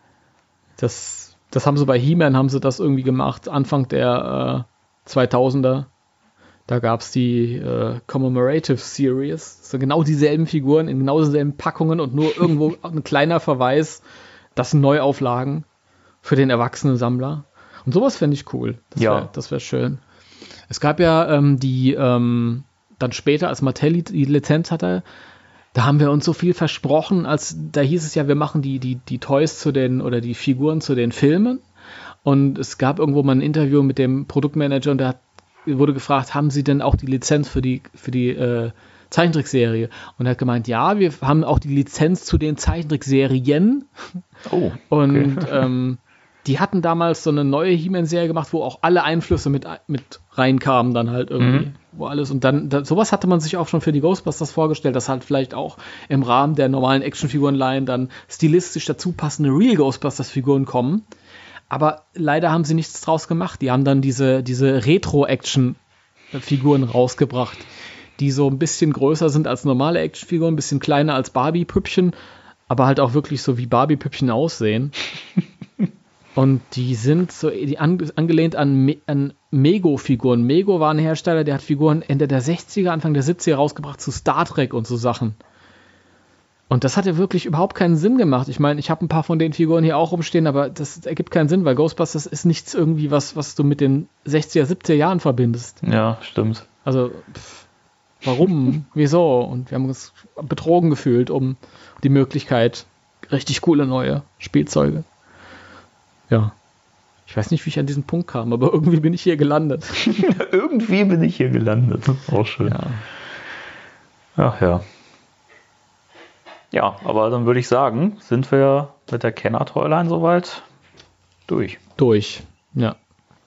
Das haben sie bei He-Man, haben sie das irgendwie gemacht, Anfang der 2000er. Da gab es die Commemorative Series. So genau dieselben Figuren in genau dieselben Packungen und nur irgendwo ein kleiner Verweis, das sind Neuauflagen für den erwachsenen Sammler. Und sowas fände ich cool. Das wäre schön. Es gab ja dann später, als Mattel die Lizenz hatte, da haben wir uns so viel versprochen, da hieß es ja, wir machen die Toys oder die Figuren zu den Filmen. Und es gab irgendwo mal ein Interview mit dem Produktmanager und der wurde gefragt, haben Sie denn auch die Lizenz für die Zeichentrickserie? Und er hat gemeint, ja, wir haben auch die Lizenz zu den Zeichentrickserien. Oh, okay. Und die hatten damals so eine neue He-Man-Serie gemacht, wo auch alle Einflüsse mit reinkamen dann halt irgendwie. Wo alles und dann sowas hatte man sich auch schon für die Ghostbusters vorgestellt, dass halt vielleicht auch im Rahmen der normalen Actionfigurenleihen dann stilistisch dazu passende Real Ghostbusters-Figuren kommen. Aber leider haben sie nichts draus gemacht. Die haben dann diese Retro-Action-Figuren rausgebracht, die so ein bisschen größer sind als normale Actionfiguren, ein bisschen kleiner als Barbie-Püppchen, aber halt auch wirklich so wie Barbie-Püppchen aussehen. Und die sind so angelehnt an Mego-Figuren. Mego war ein Hersteller, der hat Figuren Ende der 60er, Anfang der 70er rausgebracht zu Star Trek und so Sachen. Und das hat ja wirklich überhaupt keinen Sinn gemacht. Ich meine, ich habe ein paar von den Figuren hier auch rumstehen, aber das ergibt keinen Sinn, weil Ghostbusters ist nichts irgendwie, was du mit den 60er, 70er Jahren verbindest. Ja, stimmt. Also, warum? Wieso? Und wir haben uns betrogen gefühlt um die Möglichkeit, richtig coole neue Spielzeuge. Ja. Ich weiß nicht, wie ich an diesen Punkt kam, aber irgendwie bin ich hier gelandet. Irgendwie bin ich hier gelandet. Auch schön. Ja. Ach ja. Ja, aber dann würde ich sagen, sind wir mit der Kenner-Toyline soweit durch. Ja.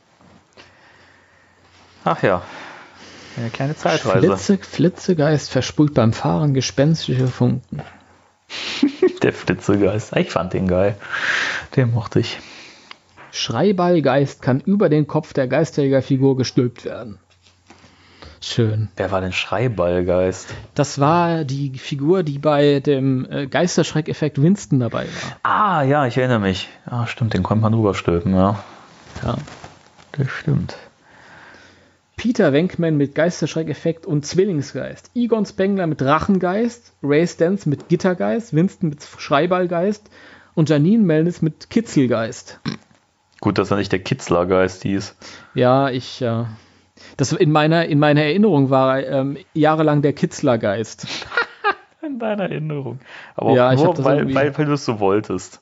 Ach ja. Eine kleine Zeitreise. Flitzegeist versprüht beim Fahren gespenstische Funken. Der Flitzegeist. Ich fand den geil. Den mochte ich. Schreiballgeist kann über den Kopf der Geisterjägerfigur gestülpt werden. Schön. Wer war denn Schreiballgeist? Das war die Figur, die bei dem Geisterschreck-Effekt Winston dabei war. Ah, ja, ich erinnere mich. Ah, stimmt, den konnte man rüberstülpen, ja. Ja. Das stimmt. Peter Venkman mit Geisterschreck-Effekt und Zwillingsgeist. Egon Spengler mit Drachengeist. Ray Stantz mit Gittergeist. Winston mit Schreiballgeist. Und Janine Melnis mit Kitzelgeist. Gut, dass er nicht der Kitzlergeist hieß. Ja, das in meiner Erinnerung war jahrelang der Kitzlergeist. In deiner Erinnerung. Aber ja, auch nur, weil du es so wolltest.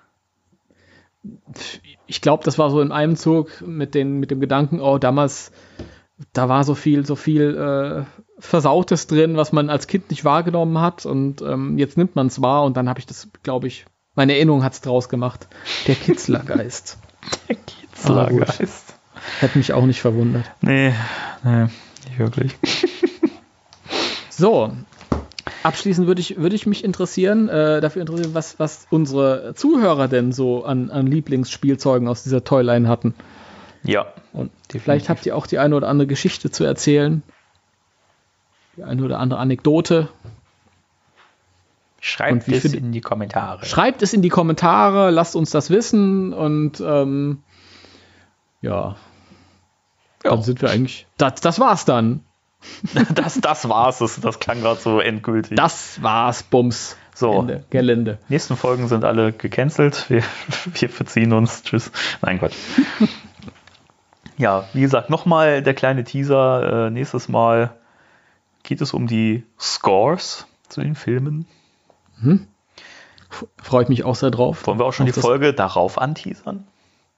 Ich glaube, das war so in einem Zug mit dem Gedanken, oh, damals, da war so viel Versautes drin, was man als Kind nicht wahrgenommen hat und jetzt nimmt man es wahr und dann habe ich das, glaube ich, meine Erinnerung hat es draus gemacht. Der Kitzlergeist. Der Kitzlergeist. Hätte mich auch nicht verwundert. Nee, nicht wirklich. So, abschließend würde ich mich dafür interessieren, was unsere Zuhörer denn so an Lieblingsspielzeugen aus dieser Toyline hatten. Ja. Und vielleicht habt ihr auch die eine oder andere Geschichte zu erzählen. Die eine oder andere Anekdote. Schreibt es in die Kommentare. Schreibt es in die Kommentare, lasst uns das wissen und ja. Dann sind wir eigentlich. Das war's dann. das war's. Das klang gerade so endgültig. Das war's, Bums. So. Ende, Gelände. Nächsten Folgen sind alle gecancelt. Wir verziehen uns. Tschüss. Nein, Gott. Ja, wie gesagt, nochmal der kleine Teaser. Nächstes Mal geht es um die Scores zu den Filmen. Freue ich mich auch sehr drauf. Wollen wir auch schon die Folge darauf anteasern?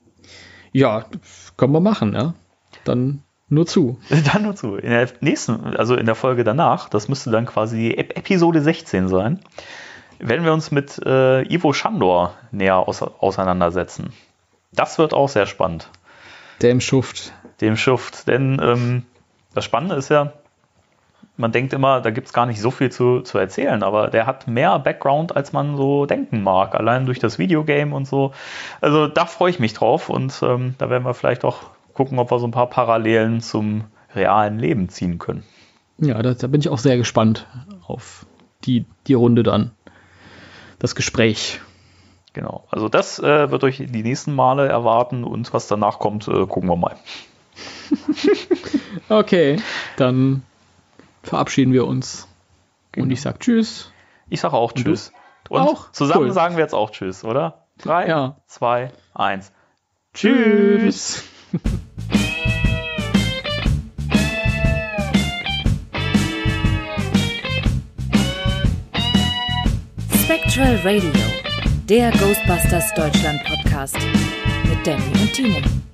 Ja, können wir machen, ja. Dann nur zu. Dann nur zu. In der nächsten, also in der Folge danach, das müsste dann quasi Episode 16 sein, werden wir uns mit Ivo Schandor näher auseinandersetzen. Das wird auch sehr spannend. Dem Schuft. Denn das Spannende ist ja, man denkt immer, da gibt es gar nicht so viel zu erzählen, aber der hat mehr Background, als man so denken mag, allein durch das Videogame und so. Also da freue ich mich drauf und da werden wir vielleicht auch gucken, ob wir so ein paar Parallelen zum realen Leben ziehen können. Ja, da bin ich auch sehr gespannt auf die Runde dann. Das Gespräch. Genau, also das wird euch die nächsten Male erwarten und was danach kommt, gucken wir mal. Okay, dann verabschieden wir uns. Genau. Und ich sag Tschüss. Ich sage auch Tschüss. Und auch? zusammen Cool. sagen wir jetzt auch Tschüss, oder? 3, 2, 1. Tschüss. Spectral Radio, der Ghostbusters Deutschland Podcast mit Danny und Timo.